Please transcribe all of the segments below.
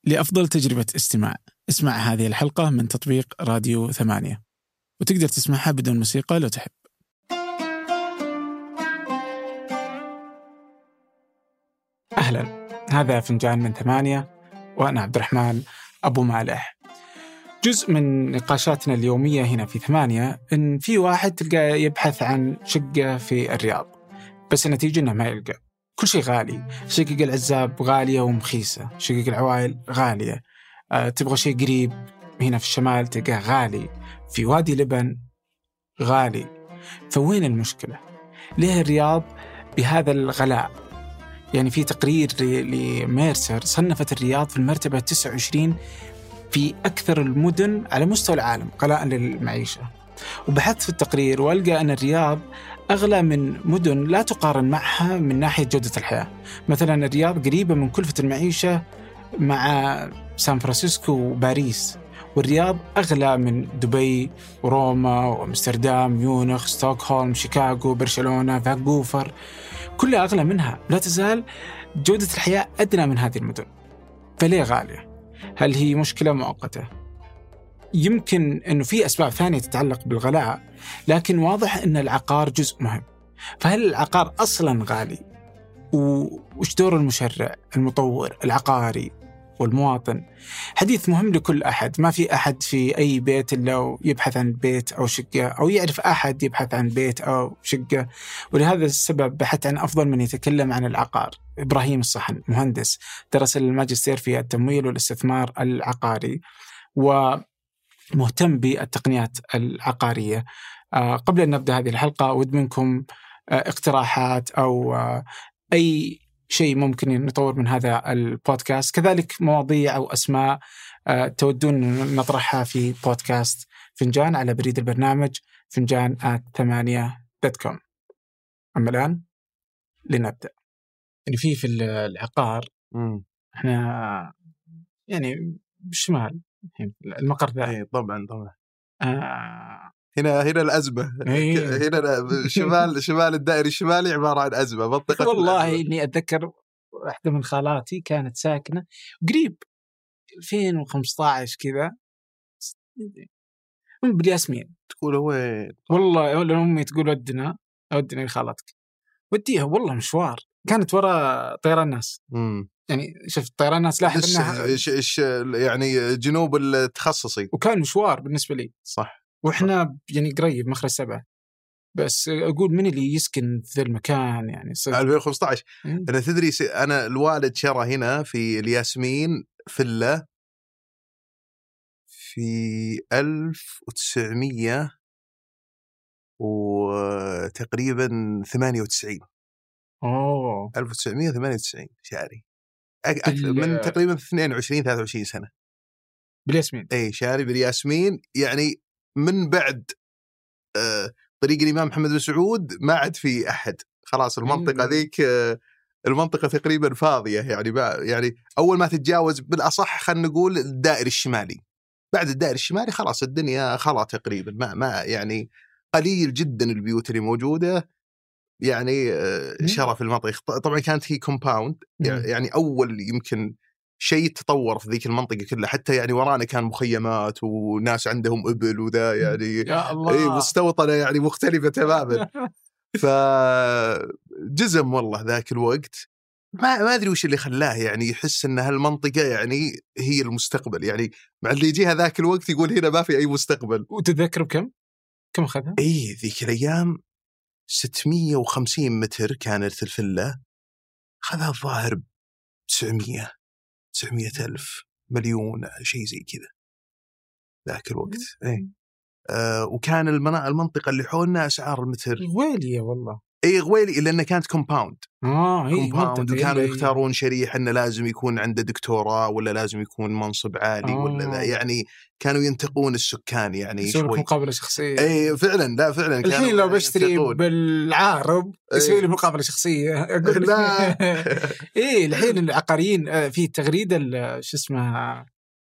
لأفضل تجربة استماع. اسمع هذه الحلقة من تطبيق راديو 8، وتقدر تسمعها بدون موسيقى لو تحب. أهلا، هذا فنجان من 8 وأنا عبد الرحمن أبو مالح. جزء من نقاشاتنا اليومية هنا في 8 إن في واحد تلقى يبحث عن شقة في الرياض، بس النتيجة إنه ما يلقى. كل شيء غالي، شقق العزاب غالية ومخيسة، شقق العوائل غالية. تبغى شيء قريب هنا في الشمال تلقاه غالي، في وادي لبن غالي. فوين المشكلة؟ ليه الرياض بهذا الغلاء؟ يعني في تقرير لميرسر صنفت الرياض في المرتبة 29 في أكثر المدن على مستوى العالم غلاء للمعيشة. وبحثت في التقرير وألقى أن الرياض أغلى من مدن لا تقارن معها من ناحية جودة الحياة. مثلا الرياض قريبة من كلفة المعيشة مع سان فرانسيسكو وباريس، والرياض أغلى من دبي وروما وأمستردام، ميونخ، ستوكهولم، شيكاغو، برشلونة، فانكوفر، كلها أغلى منها. لا تزال جودة الحياة أدنى من هذه المدن. فليه غالية؟ هل هي مشكلة مؤقتة؟ يمكن أنه في أسباب ثانية تتعلق بالغلاء، لكن واضح أن العقار جزء مهم. فهل العقار أصلا غالي؟ وش دور المشرع، المطور، العقاري والمواطن؟ حديث مهم لكل أحد. ما في أحد في أي بيت إلا يبحث عن بيت أو شقة، أو يعرف أحد يبحث عن بيت أو شقة. ولهذا السبب بحثت عن أفضل من يتكلم عن العقار. إبراهيم الصحن، مهندس، درس الماجستير في التمويل والاستثمار العقاري ومهتم بالتقنيات العقارية. قبل أن نبدأ هذه الحلقة أود منكم اقتراحات أو أي شيء ممكن نطور من هذا البودكاست، كذلك مواضيع أو أسماء تودون نطرحها في بودكاست فنجان على بريد البرنامج فنجان@8.com. أما الآن لنبدأ. يعني في العقار احنا يعني بالشمال المقر ذا. اي طبعا هنا الأزمة. هنا شمال الدائري الشمالي عبارة عن أزمة منطقة. والله إني أتذكر واحدة من خالاتي كانت ساكنة قريب 2015 كذا بالياسمين. تقول وين؟ والله أمي تقول ودنا لخالتك، وديها والله مشوار. كانت وراء طيران الناس. يعني شفت طيران الناس لاحظ انها يعني جنوب التخصصي، وكان مشوار بالنسبة لي. صح. واحنا يعني قريب مخرج 7. بس أقول من اللي يسكن في ذا المكان يعني 2015. أنا تدري أنا الوالد شرى هنا في الياسمين فيلا في 1900 وتقريبا 98. 1998 شاري من تقريبا 22-23 سنة بالياسمين. أي شاري بالياسمين، يعني من بعد طريق الإمام محمد بن سعود ما عاد في أحد، خلاص المنطقة ذيك المنطقة تقريبا فاضية. يعني أول ما تتجاوز بالأصح خلينا نقول الدائري الشمالي، بعد الدائري الشمالي خلاص الدنيا خلا تقريبا ما يعني قليل جدا البيوت اللي موجودة. يعني شرف المنطقة طبعا كانت هي كومباوند، يعني أول يمكن شيء تطور في ذيك المنطقة كلها. حتى يعني ورانا كان مخيمات وناس عندهم إبل وذا، يعني يا الله مستوطنة يعني مختلفة تماما. فجزم والله ذاك الوقت ما أدري وش اللي خلاه يعني يحس أن هالمنطقة يعني هي المستقبل. يعني مع اللي يجيها ذاك الوقت يقول هنا ما في أي مستقبل. وتذكر كم أخذها؟ ذيك الأيام 650 متر كانت الفلة، خذها الظاهر 900 ألف مليون شيء زي كذا ذاك الوقت. وكان المنطقة اللي حولنا أسعار المتر غويلية والله. غويلي لأنها كانت كومباوند. وكانوا إيه. يختارون شريحة أنه لازم يكون عنده دكتوراه ولا لازم يكون منصب عالي ولا ذا، يعني كانوا ينتقون السكان يعني شوي. مقابلة شخصية. فعلا لا فعلا. الحين لو بشتري بالعارض يسوي لي مقابلة شخصية. أقول لا. الحين العقاريين في تغريدة شو اسمها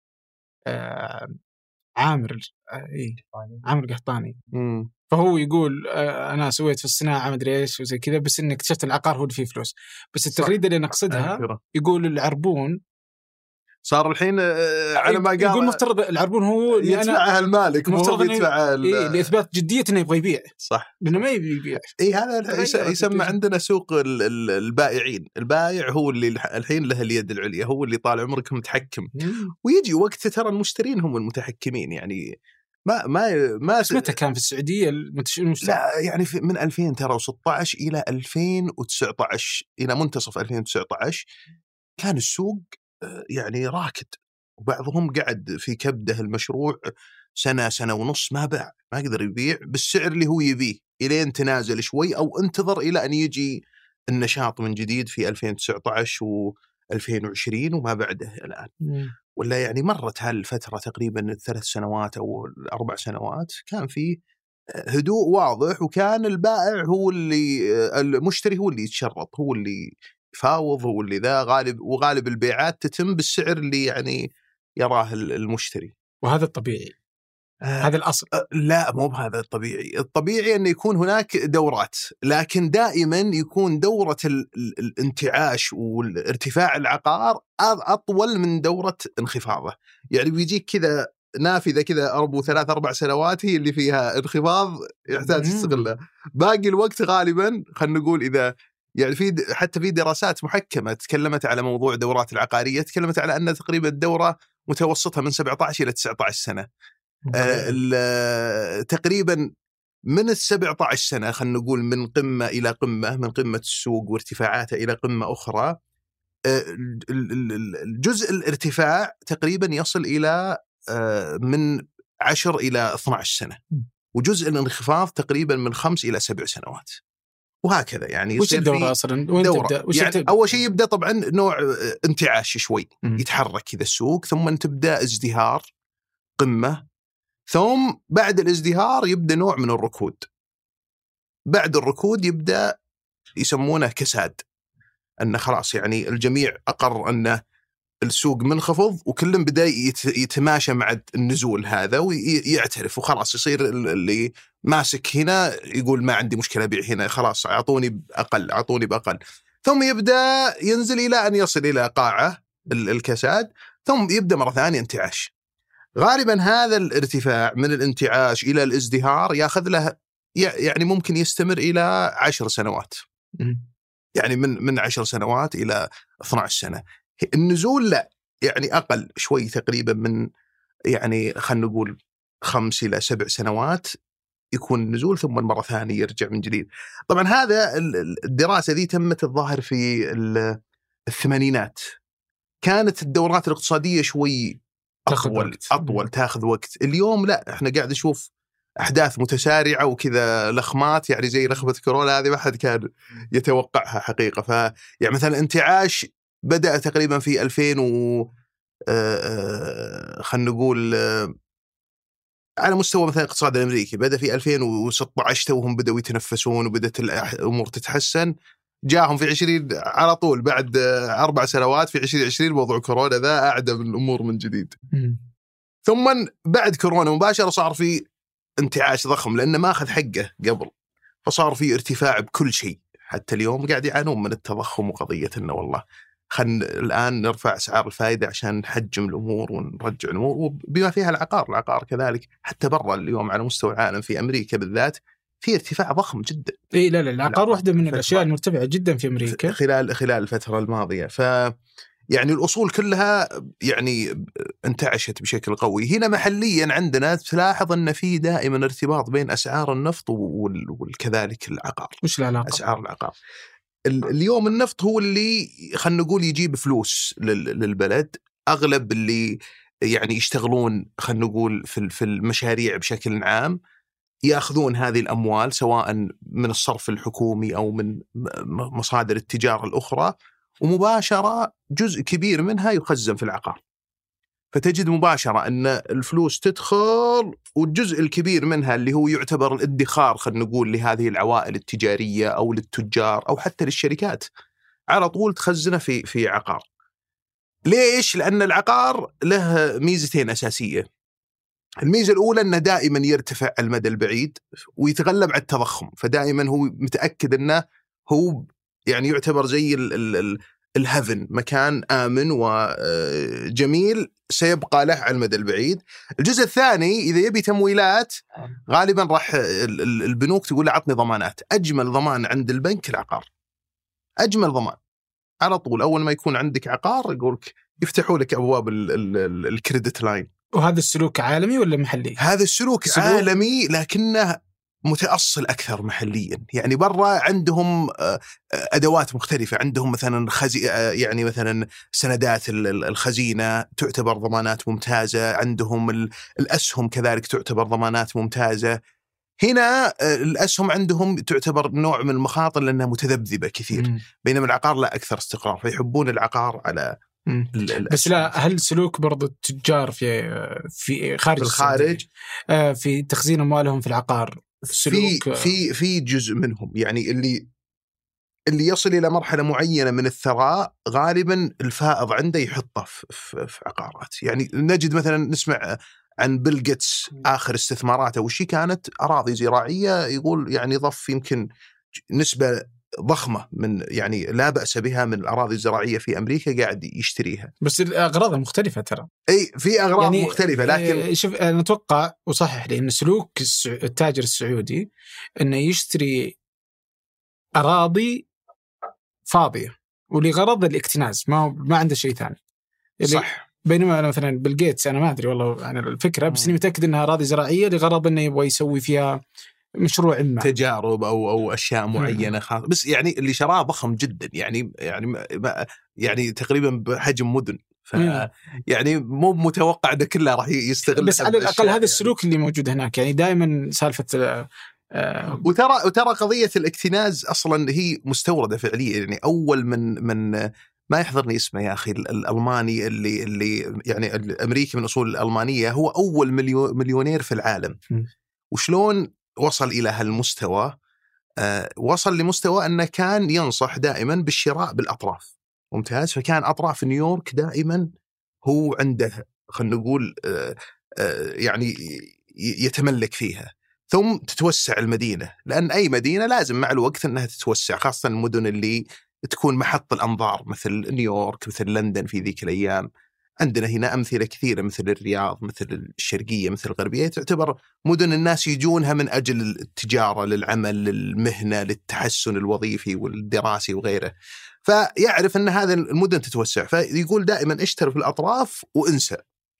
عامر عامر قحطاني. فهو يقول أنا سويت في الصناعة ما أدري إيش وزي كذا، بس إن اكتشفت العقار هو اللي فيه فلوس. بس التغريدة اللي نقصدها يقول العربون صار الحين على ما قال يقول مفترض العربون هو يدفعها المالك، مفترض يدفعها لإثبات جدية إنه يبغى يبيع. صح، لأنه ما يبيع. هذا يسمى عندنا سوق البائعين. البائع هو اللي الحين له اليد العليا، هو اللي طال عمرك متحكم. ويجي وقت ترى المشترين هم المتحكمين. يعني ما بس متى كان في السعودية لا يعني من 2016 إلى 2019 إلى منتصف 2019 كان السوق يعني راكد، وبعضهم قعد في كبده المشروع سنة ونص ما باع، ما قدر يبيع بالسعر اللي هو يبيه إلين تنازل شوي أو انتظر إلى أن يجي النشاط من جديد في 2019 و2020 وما بعده الآن. ولا يعني مرت هالفترة تقريبا 3 سنوات أو 4 سنوات كان فيه هدوء واضح، وكان البائع هو اللي المشتري هو اللي يتشرط، هو اللي يفاوض، هو اللي ذا غالب، وغالب البيعات تتم بالسعر اللي يعني يراه المشتري. وهذا الطبيعي. هذا الأصل. لا مو بهذا الطبيعي. الطبيعي أن يكون هناك دورات، لكن دائما يكون دورة الانتعاش والارتفاع العقار أطول من دورة انخفاضه. يعني بيجيك كذا نافذة كذا 3-4 سنوات هي اللي فيها انخفاض يحتاج تستغلها، باقي الوقت غالبا خلينا نقول إذا يعني حتى في دراسات محكمة تكلمت على موضوع الدورات العقارية، تكلمت على أن تقريبا الدورة متوسطها من 17 إلى 19 سنة. تقريبا من 17 سنة خلينا نقول من قمة إلى قمة، من قمة السوق وارتفاعاته إلى قمة أخرى، الجزء الارتفاع تقريبا يصل إلى من 10 إلى 12 سنة، وجزء الانخفاض تقريبا من 5 إلى 7 سنوات، وهكذا. يعني وش الدورة أصلا؟ وين تبدأ؟ يعني أول شيء يبدأ طبعا نوع انتعاش شوي، يتحرك كذا السوق، ثم تبدأ ازدهار قمة، ثم بعد الازدهار يبدأ نوع من الركود، بعد الركود يبدأ يسمونه كساد، أنه خلاص يعني الجميع أقر أن السوق منخفض وكلهم بدأ يتماشى مع النزول هذا ويعترف، وخلاص يصير اللي ماسك هنا يقول ما عندي مشكلة أبيع هنا، خلاص أعطوني بأقل، ثم يبدأ ينزل إلى أن يصل إلى قاعة الكساد، ثم يبدأ مرة ثانية انتعاش. غالبا هذا الارتفاع من الانتعاش إلى الازدهار يأخذ له يعني ممكن يستمر إلى 10 سنوات، يعني من 10 سنوات إلى 12 سنة. النزول لا يعني أقل شوي، تقريبا من يعني خلينا نقول 5 إلى 7 سنوات يكون النزول، ثم مرة ثانية يرجع من جديد. طبعا هذا الدراسة ذي تمت الظاهر في الثمانينات، كانت الدورات الاقتصادية شوي أطول تأخذ وقت. اليوم لا، احنا قاعد نشوف أحداث متسارعة وكذا لخمات، يعني زي لخمة كورونا هذه ما حد كان يتوقعها حقيقة. يعني مثلا انتعاش بدأ تقريبا في 2000 خلينا نقول على مستوى مثلا الاقتصاد الأمريكي بدأ في 2016 توهم بدأوا يتنفسون وبدأت الأمور تتحسن. جاهم في 20 على طول بعد 4 سنوات في 2020 موضوع كورونا ذا أعدم الأمور من جديد. ثم بعد كورونا مباشرة صار في انتعاش ضخم لأنه ما أخذ حقه قبل، فصار في ارتفاع بكل شيء. حتى اليوم قاعد يعانون من التضخم وقضية إنه والله خلنا الآن نرفع أسعار الفائدة عشان نحجم الأمور ونرجع الأمور، وبما فيها العقار كذلك. حتى برا اليوم على مستوى العالم في أمريكا بالذات في ارتفاع ضخم جدا. إيه لا العقار واحدة من الأشياء المرتفعة جدا في أمريكا خلال الفترة الماضية. يعني الأصول كلها يعني انتعشت بشكل قوي. هنا محليا عندنا تلاحظ أن في دائما ارتباط بين أسعار النفط وكذلك العقار. مش العلاقة؟ أسعار العقار اليوم النفط هو اللي خلنا نقول يجيب فلوس للبلد. أغلب اللي يعني يشتغلون خلنا نقول في المشاريع بشكل عام يأخذون هذه الأموال سواء من الصرف الحكومي أو من مصادر التجارة الأخرى، ومباشرة جزء كبير منها يخزن في العقار. فتجد مباشرة أن الفلوس تدخل، والجزء الكبير منها اللي هو يعتبر الادخار خلنا نقول لهذه العوائل التجارية أو للتجار أو حتى للشركات على طول تخزنه في عقار. ليش؟ لأن العقار له ميزتين أساسية. الميزة الأولى أنه دائما يرتفع على المدى البعيد ويتغلب على التضخم، فدائما هو متأكد أنه هو يعني يعتبر زي الهيفن، مكان آمن وجميل سيبقى له على المدى البعيد. الجزء الثاني إذا يبي تمويلات غالبا راح البنوك تقول له عطني ضمانات. أجمل ضمان عند البنك العقار، أجمل ضمان على طول. أول ما يكون عندك عقار يقولك يفتحوا لك أبواب الكريدت لاين. وهذا السلوك عالمي ولا محلي؟ هذا السلوك عالمي لكنه متأصل أكثر محليا. يعني برا عندهم أدوات مختلفة، عندهم مثلا يعني مثلا سندات الخزينة تعتبر ضمانات ممتازة، عندهم الأسهم كذلك تعتبر ضمانات ممتازة. هنا الأسهم عندهم تعتبر نوع من المخاطر لأنها متذبذبة كثير، بينما العقار لا، أكثر استقرار، فيحبون العقار على بس لا، هل سلوك برضو التجار في خارج الخارج في تخزين أموالهم في العقار سلوك في جزء منهم يعني اللي يصل إلى مرحلة معينة من الثراء غالبا الفائض عنده يحطه في عقارات. يعني نجد مثلا نسمع عن بيل غيتس آخر استثماراته وشي كانت أراضي زراعية، يقول يعني ضف يمكن نسبة ضخمة من يعني لا بأس بها من الأراضي الزراعية في أمريكا قاعد يشتريها. بس الأغراض مختلفة ترى. أي في أغراض يعني مختلفة، لكن شوف أنا أتوقع وصحح لي إن سلوك التاجر السعودي إنه يشتري أراضي فاضية ولغرض الاكتناز، ما عنده شيء ثاني. صح. بينما مثلا بيل غيتس أنا ما أدري والله عن الفكرة، بس إني متأكد إنها أراضي زراعية لغرض إنه يبغى يسوي فيها مشروع ما، تجارب أو أشياء معينة خاصة. بس يعني اللي شراه ضخم جدا، يعني تقريبا بحجم مدن، يعني مو متوقع أنه كله راح يستغل. بس على الأقل هذا السلوك اللي موجود هناك، يعني دائما سالفة وترى قضية الاكتناز أصلا هي مستوردة فعليا. يعني أول من ما يحضرني اسمه يا أخي، الألماني اللي يعني الأمريكي من أصول الألمانية، هو أول مليونير في العالم. وشلون وصل إلى هالمستوى؟ وصل لمستوى أنه كان ينصح دائما بالشراء بالأطراف. ممتاز. فكان أطراف نيويورك دائما هو عنده، خلينا نقول يعني يتملك فيها. ثم تتوسع المدينة، لأن أي مدينة لازم مع الوقت أنها تتوسع، خاصة المدن اللي تكون محط الأنظار مثل نيويورك مثل لندن في ذيك الأيام. عندنا هنا أمثلة كثيرة مثل الرياض مثل الشرقية مثل الغربية، تعتبر مدن الناس يجونها من أجل التجارة، للعمل، للمهنة، للتحسن الوظيفي والدراسي وغيره. فيعرف أن هذه المدن تتوسع، فيقول دائما اشتري في الأطراف وانسى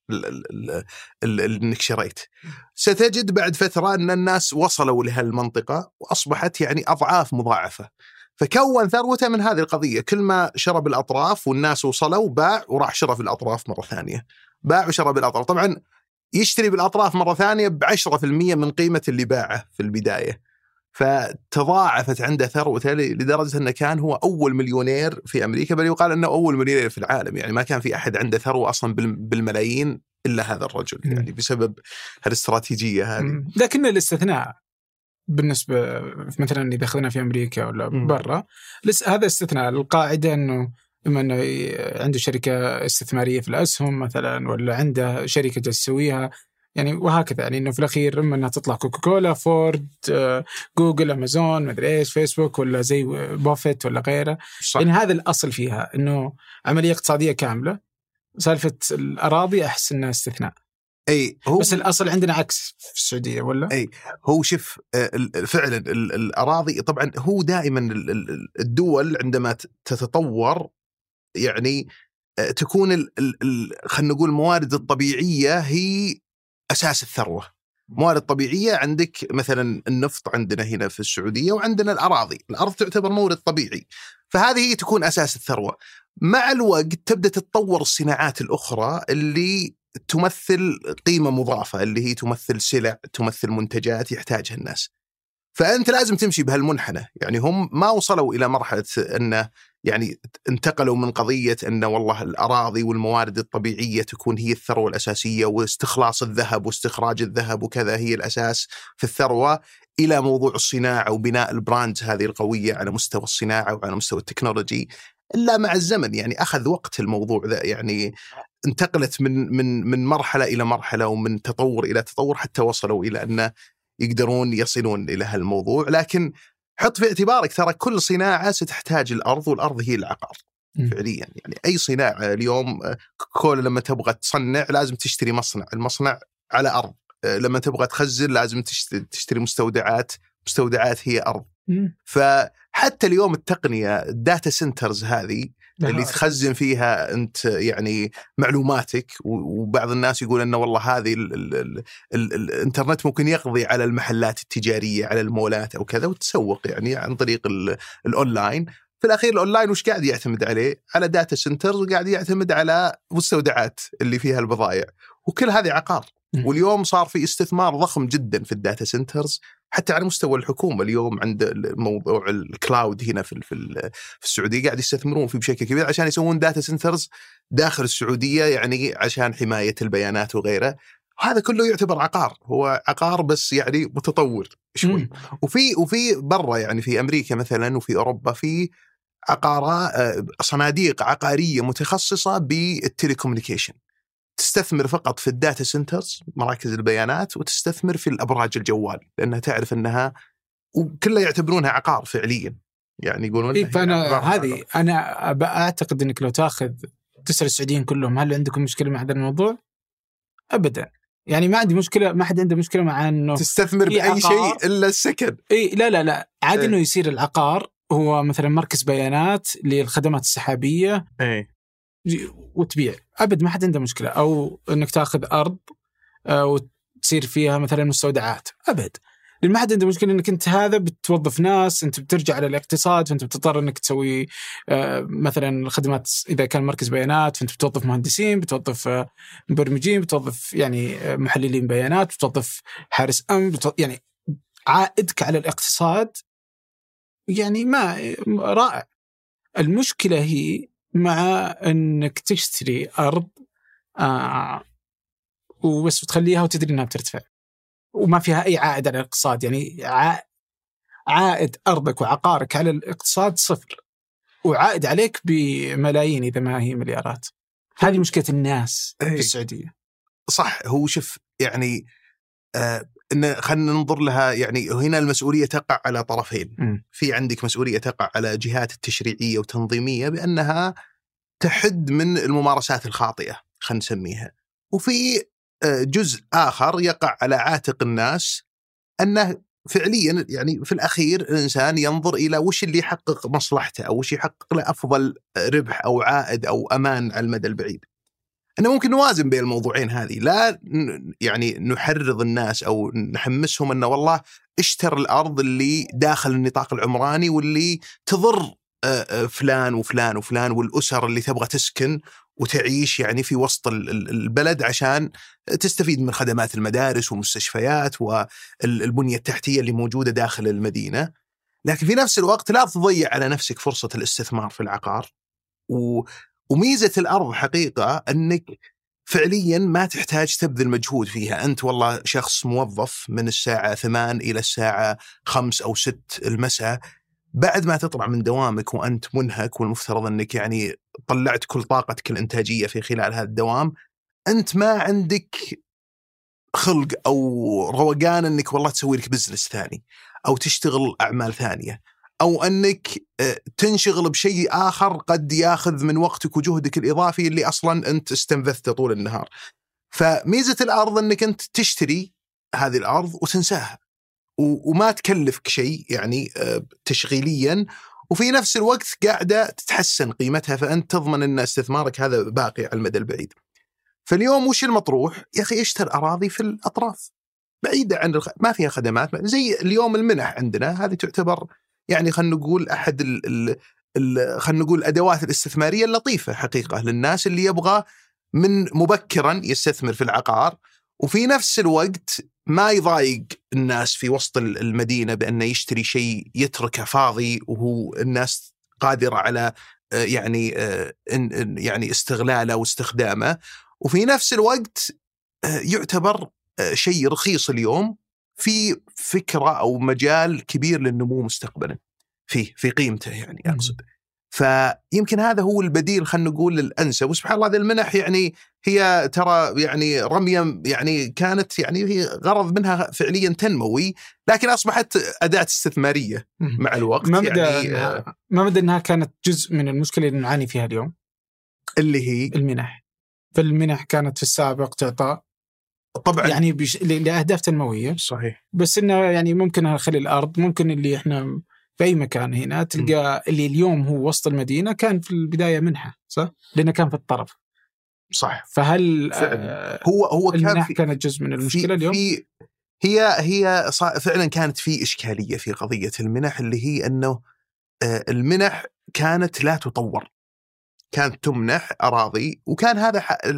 انك شريت. ستجد بعد فترة أن الناس وصلوا لهالمنطقة وأصبحت يعني أضعاف مضاعفة، فكون ثروته من هذه القضية. كل ما شرى بالأطراف والناس وصلوا باع وراح شرى في الأطراف مرة ثانية، باع وشرى بالأطراف. طبعا يشتري بالأطراف مرة ثانية ب10% من قيمة اللي باعه في البداية، فتضاعفت عنده ثروته لدرجة أنه كان هو أول مليونير في أمريكا، بل يقال أنه أول مليونير في العالم. يعني ما كان في أحد عنده ثروة أصلا بالملايين إلا هذا الرجل، يعني بسبب هالاستراتيجية هذه. لكن الاستثناء بالنسبة مثلا إذا أخذنا في أمريكا ولا برا، هذا استثناء. القاعدة أنه إما أنه عنده شركة استثمارية في الأسهم مثلا، ولا عنده شركة جالس يسويها يعني، وهكذا. يعني إنه في الأخير إما أنها تطلع كوكاكولا، فورد، جوجل، أمازون، مدري إيش، فيسبوك، ولا زي بوفيت ولا غيره. يعني هذا الأصل فيها أنه عملية اقتصادية كاملة. سالفة الأراضي أحس أنها استثناء. بس الأصل عندنا عكس في السعودية ولا؟ هو شوف فعلا الأراضي طبعا هو دائما الدول عندما تتطور يعني تكون خلينا نقول الموارد الطبيعية هي أساس الثروة. موارد طبيعية عندك مثلا النفط عندنا هنا في السعودية، وعندنا الأرض تعتبر مورد طبيعي، فهذه هي تكون أساس الثروة. مع الوقت تبدأ تتطور الصناعات الأخرى اللي تمثل قيمة مضافة، اللي هي تمثل سلع، تمثل منتجات يحتاجها الناس. فأنت لازم تمشي بهالمنحنى. يعني هم ما وصلوا إلى مرحلة أنه يعني انتقلوا من قضية أن والله الأراضي والموارد الطبيعية تكون هي الثروة الأساسية، واستخلاص الذهب واستخراج الذهب وكذا هي الأساس في الثروة، إلى موضوع الصناعة وبناء البراندز هذه القوية على مستوى الصناعة وعلى مستوى التكنولوجي. إلا مع الزمن يعني أخذ وقت الموضوع ذا، يعني انتقلت من مرحلة إلى مرحلة ومن تطور إلى تطور حتى وصلوا إلى أن يقدرون يصلون إلى هالموضوع. لكن حط في اعتبارك ترى كل صناعة ستحتاج الأرض، والأرض هي العقار. فعليا. يعني أي صناعة اليوم كولا لما تبغى تصنع لازم تشتري مصنع، المصنع على أرض. لما تبغى تخزن لازم تشتري مستودعات هي أرض. فحتى اليوم التقنية الداتا سنترز هذه اللي تخزن فيها أنت يعني معلوماتك، وبعض الناس يقول أنه والله هذه الإنترنت ممكن يقضي على المحلات التجارية، على المولات أو كذا، وتسوق يعني عن طريق الأونلاين. في الأخير الأونلاين وش قاعد يعتمد عليه؟ على داتا سنترز، وقاعد يعتمد على مستودعات اللي فيها البضائع، وكل هذه عقار. واليوم صار في استثمار ضخم جدا في الداتا سنترز حتى على مستوى الحكومة. اليوم عند موضوع الكلاود هنا في السعودية قاعد يستثمرون فيه بشكل كبير عشان يسوون داتا سنترز داخل السعودية، يعني عشان حماية البيانات وغيره. هذا كله يعتبر عقار، هو عقار بس يعني متطور شوي. وفي برا يعني في أمريكا مثلا وفي أوروبا في صناديق عقارية متخصصة بالتليكومونيكيشن، تستثمر فقط في الداتا سنترز مراكز البيانات، وتستثمر في الأبراج الجوال، لأنها تعرف أنها وكلها يعتبرونها عقار فعليا. يعني يقولون أنا أعتقد أنك لو تأخذ تسأل السعوديين كلهم هل عندكم مشكلة مع هذا الموضوع؟ أبدا. يعني ما عندي مشكلة، ما حد عنده مشكلة مع أنه تستثمر بأي شيء إلا السكن. لا عادي أنه يصير العقار هو مثلا مركز بيانات للخدمات السحابية وتبيع، أبد ما حد عنده مشكلة. أو أنك تأخذ أرض وتصير فيها مثلا مستودعات، أبد. لأن ما حد عنده مشكلة أنك أنت هذا بتوظف ناس، أنت بترجع على الاقتصاد، فأنت بتضطر أنك تسوي مثلا الخدمات. إذا كان مركز بيانات فأنت بتوظف مهندسين، بتوظف مبرمجين، بتوظف يعني محللين بيانات، بتوظف حارس أمن، يعني عائدك على الاقتصاد يعني ما رائع. المشكلة هي مع أنك تشتري أرض وبس وتخليها وتدري أنها بترتفع وما فيها أي عائد على الاقتصاد. يعني عائد أرضك وعقارك على الاقتصاد صفر، وعائد عليك بملايين إذا ما هي مليارات. هذه مشكلة الناس في السعودية. صح. هو شوف يعني إن خلينا ننظر لها، يعني هنا المسؤولية تقع على طرفين. في عندك مسؤولية تقع على جهات التشريعية وتنظيمية بأنها تحد من الممارسات الخاطئة خلينا نسميها، وفي جزء آخر يقع على عاتق الناس أنه فعليا يعني في الأخير الإنسان ينظر إلى وش اللي يحقق مصلحته أو وش يحقق له أفضل ربح أو عائد أو أمان على المدى البعيد. أنا ممكن نوازن بين الموضوعين هذه، لا يعني نحرض الناس أو نحمسهم أنه والله اشتر الأرض اللي داخل النطاق العمراني واللي تضر فلان وفلان وفلان والأسر اللي تبغى تسكن وتعيش يعني في وسط البلد عشان تستفيد من خدمات المدارس والمستشفيات والبنية التحتية اللي موجودة داخل المدينة. لكن في نفس الوقت لا تضيع على نفسك فرصة الاستثمار في العقار. وميزة الأرض حقيقة أنك فعليا ما تحتاج تبذل مجهود فيها. أنت والله شخص موظف من الساعة 8 إلى الساعة 5 أو 6 المساء، بعد ما تطلع من دوامك وأنت منهك والمفترض أنك يعني طلعت كل طاقتك الإنتاجية في خلال هذا الدوام، أنت ما عندك خلق أو روقان أنك والله تسوي لك بزنس ثاني أو تشتغل أعمال ثانية أو أنك تنشغل بشيء آخر قد يأخذ من وقتك وجهدك الإضافي اللي أصلا أنت استنفذته طول النهار. فميزة الأرض أنك أنت تشتري هذه الأرض وتنساها وما تكلفك شيء يعني تشغيليا، وفي نفس الوقت قاعدة تتحسن قيمتها، فأنت تضمن أن استثمارك هذا باقي على المدى البعيد. فاليوم وش المطروح؟ يا أخي اشتر أراضي في الأطراف بعيدة عن ما فيها خدمات، زي اليوم المنح عندنا هذه تعتبر يعني خلنا نقول أحد خلنا نقول الأدوات الاستثمارية اللطيفة حقيقة للناس اللي يبغى من مبكرا يستثمر في العقار، وفي نفس الوقت ما يضايق الناس في وسط المدينة بأنه يشتري شيء يتركه فاضي وهو الناس قادرة على يعني استغلاله واستخدامه، وفي نفس الوقت يعتبر شيء رخيص اليوم في فكرة أو مجال كبير للنمو مستقبلا في قيمته يعني أقصد. فيمكن هذا هو البديل خلينا نقول الأنسب. وسبحان الله هذه المنح يعني هي ترى يعني رمية يعني كانت يعني هي غرض منها فعليا تنموي، لكن أصبحت أداة استثمارية مع الوقت. ما مدى أنها كانت جزء من المشكلة اللي نعاني فيها اليوم اللي هي المنح. فالمنح كانت في السابق تعطى طبعا يعني لأهداف تنموية، صحيح، بس إنه يعني ممكن خلي الأرض، ممكن اللي إحنا في أي مكان هنا تلقى اللي اليوم هو وسط المدينة كان في البداية منحة، صح؟ لأنه كان في الطرف. صح. فهل هو كانت جزء من المشكلة اليوم؟ هي فعلا كانت في إشكالية في قضية المنح، اللي هي أنه المنح كانت لا تطور، كانت تمنح أراضي، وكان هذا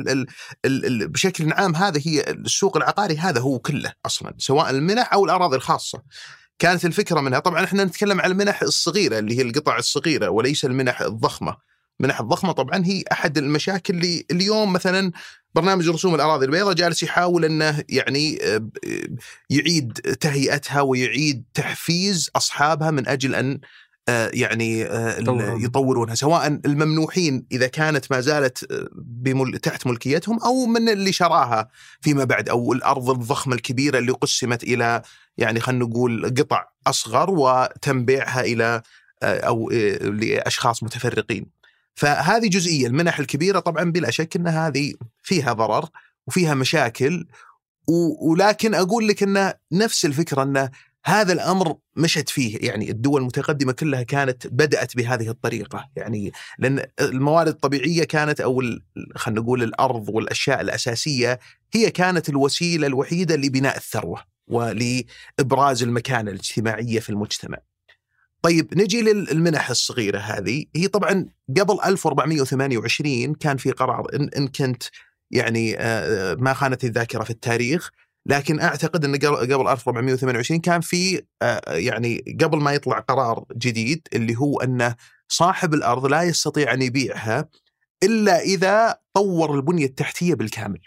بشكل عام هذا هي السوق العقاري هذا هو كله أصلا، سواء المنح أو الأراضي الخاصة. كانت الفكرة منها طبعا احنا نتكلم عن المنح الصغيرة اللي هي القطع الصغيرة وليس المنح الضخمة. المنح الضخمة طبعا هي أحد المشاكل اللي اليوم مثلا برنامج رسوم الأراضي البيضاء جالس يحاول أنه يعني يعيد تهيئتها ويعيد تحفيز أصحابها من أجل أن يعني يطورونها، سواء الممنوحين إذا كانت ما زالت تحت ملكيتهم أو من اللي شراها فيما بعد، أو الأرض الضخمة الكبيرة اللي قسمت إلى يعني خلينا نقول قطع أصغر وتم بيعها إلى أو لأشخاص متفرقين. فهذه جزئية. المنح الكبيرة طبعا بلا شك أن هذه فيها ضرر وفيها مشاكل، ولكن أقول لك أن نفس الفكرة أن هذا الأمر مشت فيه يعني الدول المتقدمة كلها كانت بدأت بهذه الطريقة، يعني لأن الموارد الطبيعية كانت أو خلينا نقول الأرض والأشياء الأساسية هي كانت الوسيلة الوحيدة لبناء الثروة ولإبراز المكانة الاجتماعية في المجتمع. طيب نجي للمنح الصغيرة هذه. هي طبعا قبل 1428 كان في قرار إن كنت يعني ما خانت الذاكرة في التاريخ، لكن أعتقد أن قبل 1428 كان في يعني قبل ما يطلع قرار جديد اللي هو أن صاحب الأرض لا يستطيع أن يبيعها إلا إذا طور البنية التحتية بالكامل.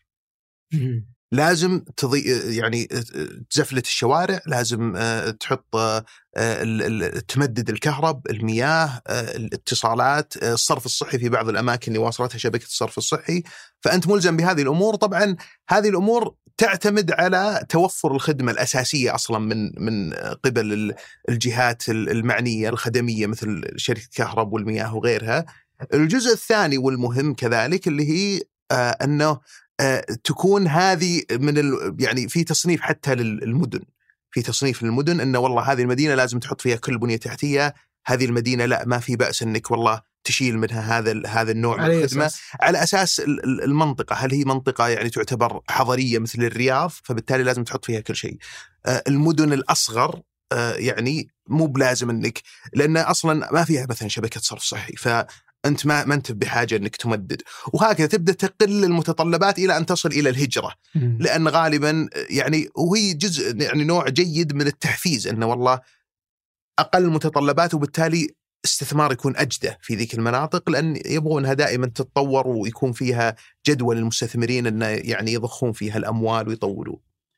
لازم يعني تزفلت الشوارع، لازم تحط تمدد الكهرب، المياه، الاتصالات، الصرف الصحي في بعض الأماكن اللي واصلتها شبكة الصرف الصحي. فأنت ملزم بهذه الأمور. طبعا هذه الأمور تعتمد على توفر الخدمة الأساسية أصلا من قبل الجهات المعنية الخدمية مثل شركة كهرب والمياه وغيرها. الجزء الثاني والمهم كذلك اللي هي أنه تكون هذه من يعني في تصنيف حتى للمدن، في تصنيف للمدن أنه والله هذه المدينة لازم تحط فيها كل بنية تحتية، هذه المدينة لا ما في بأس أنك والله تشيل منها هذا النوع من الخدمة على أساس المنطقة. هل هي منطقة يعني تعتبر حضرية مثل الرياض فبالتالي لازم تحط فيها كل شيء. المدن الأصغر يعني مو بلازم أنك، لأن أصلا ما فيها مثلا شبكة صرف صحي فأنت ما أنت بحاجة أنك تمدد. وهكذا تبدأ تقل المتطلبات إلى أن تصل إلى الهجرة، لأن غالبا يعني وهي جزء يعني نوع جيد من التحفيز أنه والله أقل المتطلبات وبالتالي استثمار يكون أجدى في ذيك المناطق، لأن يبغونها دائما تتطور ويكون فيها جدوى للمستثمرين أن يعني يضخون فيها الأموال ويطوروا.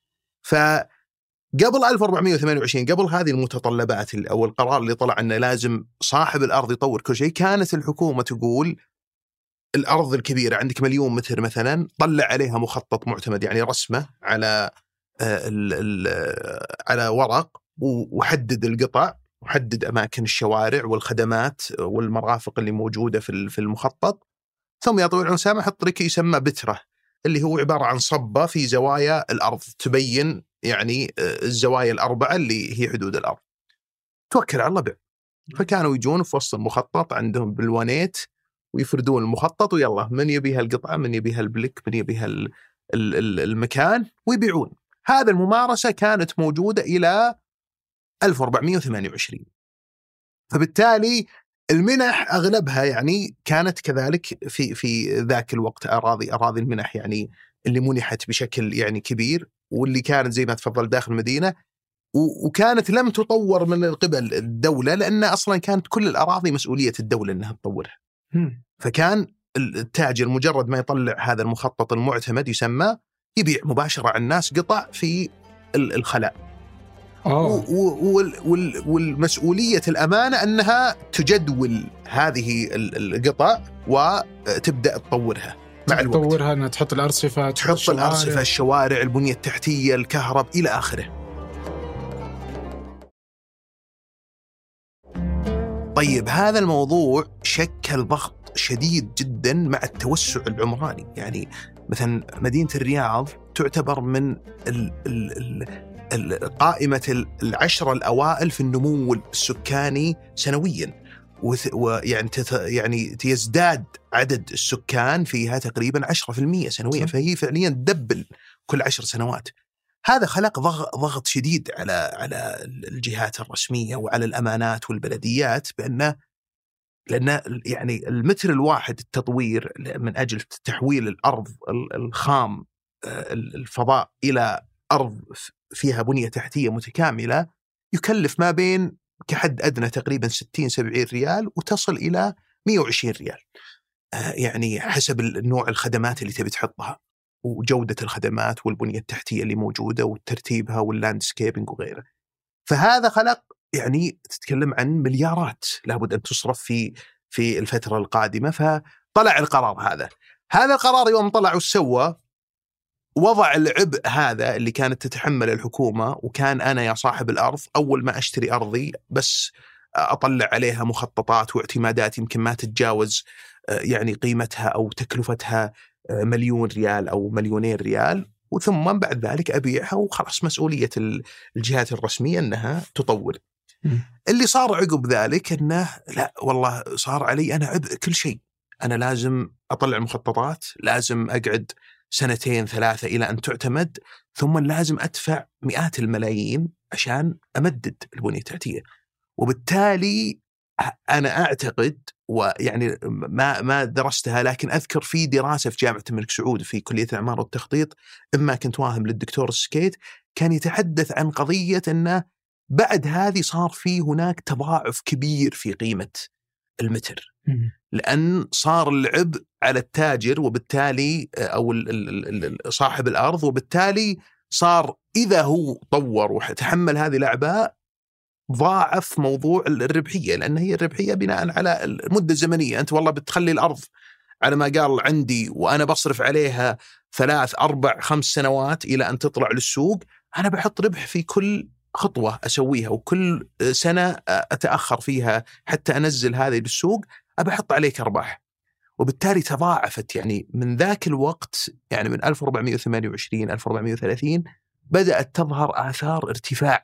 فقبل 1428 قبل هذه المتطلبات أو القرار اللي طلع أنه لازم صاحب الأرض يطور كل شيء، كانت الحكومة تقول الأرض الكبيرة عندك 1,000,000 متر مثلا طلع عليها مخطط معتمد يعني رسمة على ورق وحدد القطع وحدد أماكن الشوارع والخدمات والمرافق اللي موجودة في المخطط، ثم يطوي العلماء حط لك يسمى بترة اللي هو عبارة عن صبة في زوايا الأرض تبين يعني الزوايا الأربعة اللي هي حدود الأرض. توكل على الله بيع. فكانوا يجون في وسط المخطط عندهم بالوانيت ويفردون المخطط ويلا من يبيها القطعة من يبيها البلك من يبيها المكان ويبيعون. هذا الممارسة كانت موجودة إلى 1428. فبالتالي المنح أغلبها يعني كانت كذلك في ذاك الوقت أراضي المنح يعني اللي منحت بشكل يعني كبير واللي كانت زي ما تفضل داخل المدينة، وكانت لم تطور من قبل الدولة لأن أصلا كانت كل الأراضي مسؤولية الدولة أنها تطورها. فكان التاجر مجرد ما يطلع هذا المخطط المعتمد يسمى يبيع مباشرة على الناس قطع في الخلاء. والمسؤولية الأمانة أنها تجدول هذه القطع وتبدأ تطورها مع الوقت. تطورها أنها تحط الأرصفة، تحط الأرصفة، الشوارع، البنية التحتية، الكهرب إلى آخره. طيب هذا الموضوع شكل ضغط شديد جدا مع التوسع العمراني. يعني مثلا مدينة الرياض تعتبر من قائمة 10 الأوائل في النمو السكاني سنويا، ويعني يزداد عدد السكان فيها تقريبا 10% سنويا، فهي فعليا دبل كل 10 سنوات. هذا خلق ضغط شديد على الجهات الرسمية وعلى الأمانات والبلديات، لأن يعني المتر الواحد التطوير من أجل تحويل الأرض الخام الفضاء إلى أرض فيها بنية تحتية متكاملة يكلف ما بين كحد أدنى تقريبا 60-70 ريال وتصل إلى 120 ريال، يعني حسب النوع الخدمات اللي تبي تحطها وجودة الخدمات والبنية التحتية اللي موجودة وترتيبها واللاندسكيبنج وغيره. فهذا خلق يعني تتكلم عن مليارات لابد أن تصرف في الفترة القادمة. فطلع القرار هذا القرار يوم طلع وسوى وضع العبء هذا اللي كانت تتحمل الحكومة، وكان أنا يا صاحب الأرض أول ما أشتري أرضي بس أطلع عليها مخططات واعتمادات يمكن ما تتجاوز يعني قيمتها أو تكلفتها 1,000,000 ريال أو 2,000,000 ريال، وثم بعد ذلك أبيعها وخلاص مسؤولية الجهات الرسمية أنها تطور. اللي صار عقب ذلك أنه لا والله صار علي أنا عبء كل شيء، أنا لازم أطلع مخططات، لازم أقعد 2-3 إلى أن تعتمد، ثم لازم أدفع مئات الملايين عشان أمدد البنية التحتية. وبالتالي أنا أعتقد، ويعني ما درستها لكن أذكر في دراسة في جامعة الملك سعود في كلية العمارة والتخطيط، إما كنت واهم للدكتور السكيت، كان يتحدث عن قضية أنه بعد هذه صار في هناك تضاعف كبير في قيمة المتر، لأن صار العبء على التاجر وبالتالي أو صاحب الأرض، وبالتالي صار إذا هو طور وتحمل هذه الأعباء ضاعف موضوع الربحية، لأن هي الربحية بناء على المدة الزمنية. أنت والله بتخلي الأرض على ما قال عندي وأنا بصرف عليها 3-4-5 سنوات إلى أن تطلع للسوق، أنا بحط ربح في كل خطوة أسويها، وكل سنة أتأخر فيها حتى أنزل هذه للسوق أبحط عليك أرباح. وبالتالي تضاعفت يعني من ذاك الوقت، يعني من 1428-1430 بدأت تظهر آثار ارتفاع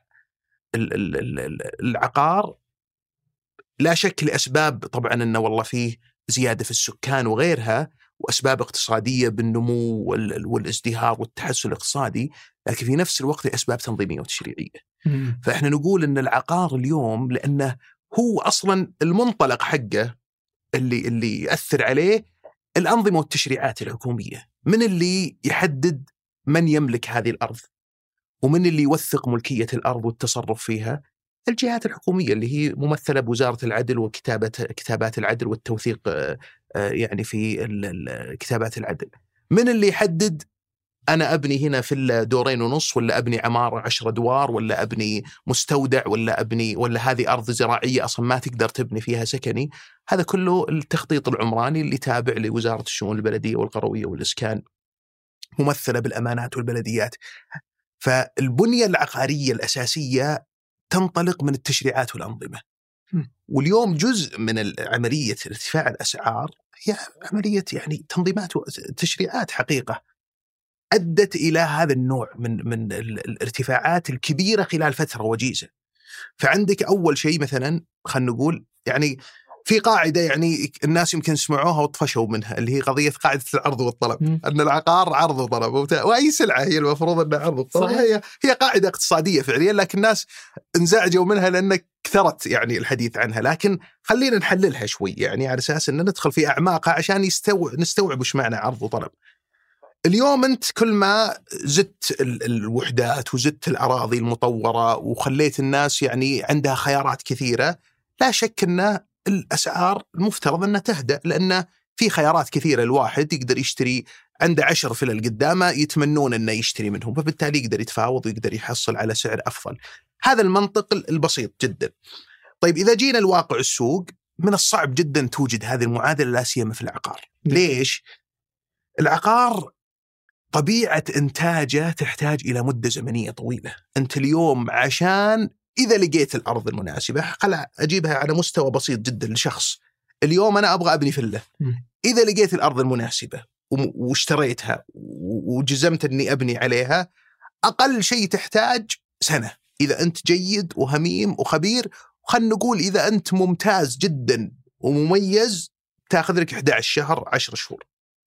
العقار، لا شك لأسباب طبعا أنه والله فيه زيادة في السكان وغيرها، وأسباب اقتصادية بالنمو والازدهار والتحسن الاقتصادي، لكن في نفس الوقت أسباب تنظيمية وتشريعية. فإحنا نقول أن العقار اليوم لأنه هو أصلا المنطلق حقه اللي يأثر عليه الأنظمة والتشريعات الحكومية، من اللي يحدد من يملك هذه الأرض ومن اللي يوثق ملكية الأرض والتصرف فيها، الجهات الحكومية اللي هي ممثلة بوزارة العدل وكتابات العدل والتوثيق يعني في كتابات العدل. من اللي يحدد أنا أبني هنا في 2.5 ولا أبني عمارة 10 أدوار ولا أبني مستودع ولا هذه أرض زراعية أصلا ما تقدر تبني فيها سكني. هذا كله التخطيط العمراني اللي تابع لوزارة الشؤون البلدية والقروية والإسكان، ممثلة بالأمانات والبلديات. فالبنية العقارية الأساسية تنطلق من التشريعات والأنظمة. واليوم جزء من عملية ارتفاع الأسعار هي عملية يعني تنظيمات وتشريعات حقيقة أدت إلى هذا النوع من الارتفاعات الكبيرة خلال فترة وجيزة. فعندك أول شيء مثلا خلينا نقول يعني في قاعدة يعني الناس يمكن سمعوها وطفشوا منها، اللي هي قضية قاعدة العرض والطلب. أن العقار عرض وطلب وأي سلعة هي المفروض أنها عرض وطلب. هي قاعدة اقتصادية فعليا، لكن الناس انزعجوا منها لأن كثرت يعني الحديث عنها. لكن خلينا نحللها شوي يعني على أساس أن ندخل في أعماقها عشان نستوعب وش معنى عرض وطلب. اليوم أنت كل ما زدت الوحدات وزدت الأراضي المطورة وخليت الناس يعني عندها خيارات كثيرة، لا شك أن الأسعار المفترض أنها تهدأ، لأن في خيارات كثيرة، الواحد يقدر يشتري، عنده 10 فلل قدامه يتمنون أنه يشتري منهم، فبالتالي يقدر يتفاوض ويقدر يحصل على سعر أفضل. هذا المنطق البسيط جدا. طيب إذا جينا الواقع السوق، من الصعب جدا توجد هذه المعادلة، لا سيما في العقار. ليش؟ العقار طبيعة إنتاجه تحتاج إلى مدة زمنية طويلة. أنت اليوم عشان إذا لقيت الأرض المناسبة، خلع أجيبها على مستوى بسيط جدا لشخص، اليوم أنا أبغى أبني فيلا، إذا لقيت الأرض المناسبة واشتريتها وجزمت أني أبني عليها، أقل شيء تحتاج سنة إذا أنت جيد وهميم وخبير. خلنا نقول إذا أنت ممتاز جدا ومميز تأخذ لك 11 شهر 10 شهور،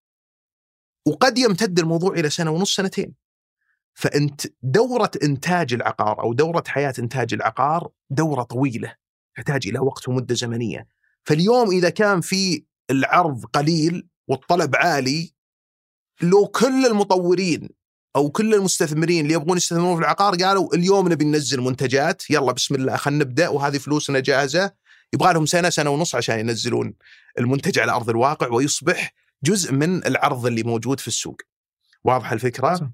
وقد يمتد الموضوع إلى سنة ونص سنتين. فأنت دورة إنتاج العقار أو دورة حياة إنتاج العقار دورة طويلة تحتاج إلى وقت ومدة زمنية. فاليوم إذا كان في العرض قليل والطلب عالي، لو كل المطورين أو كل المستثمرين اللي يبغون يستثمرون في العقار قالوا اليوم نبي ننزل منتجات، يلا بسم الله خلنا نبدأ وهذه فلوسنا جاهزة، يبغى لهم سنة سنة ونص عشان ينزلون المنتج على أرض الواقع ويصبح جزء من العرض اللي موجود في السوق. واضح الفكرة؟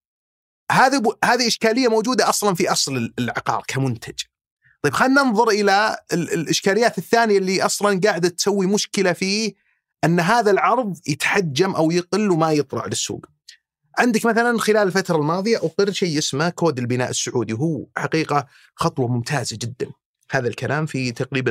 هذه إشكالية موجودة أصلا في أصل العقار كمنتج. طيب خلينا ننظر إلى الإشكاليات الثانية اللي أصلا قاعدة تسوي مشكلة فيه، أن هذا العرض يتحجم أو يقل وما يطلع للسوق. عندك مثلا خلال الفترة الماضية أقر شيء اسمه كود البناء السعودي، وهو حقيقة خطوة ممتازة جدا. هذا الكلام في تقريبا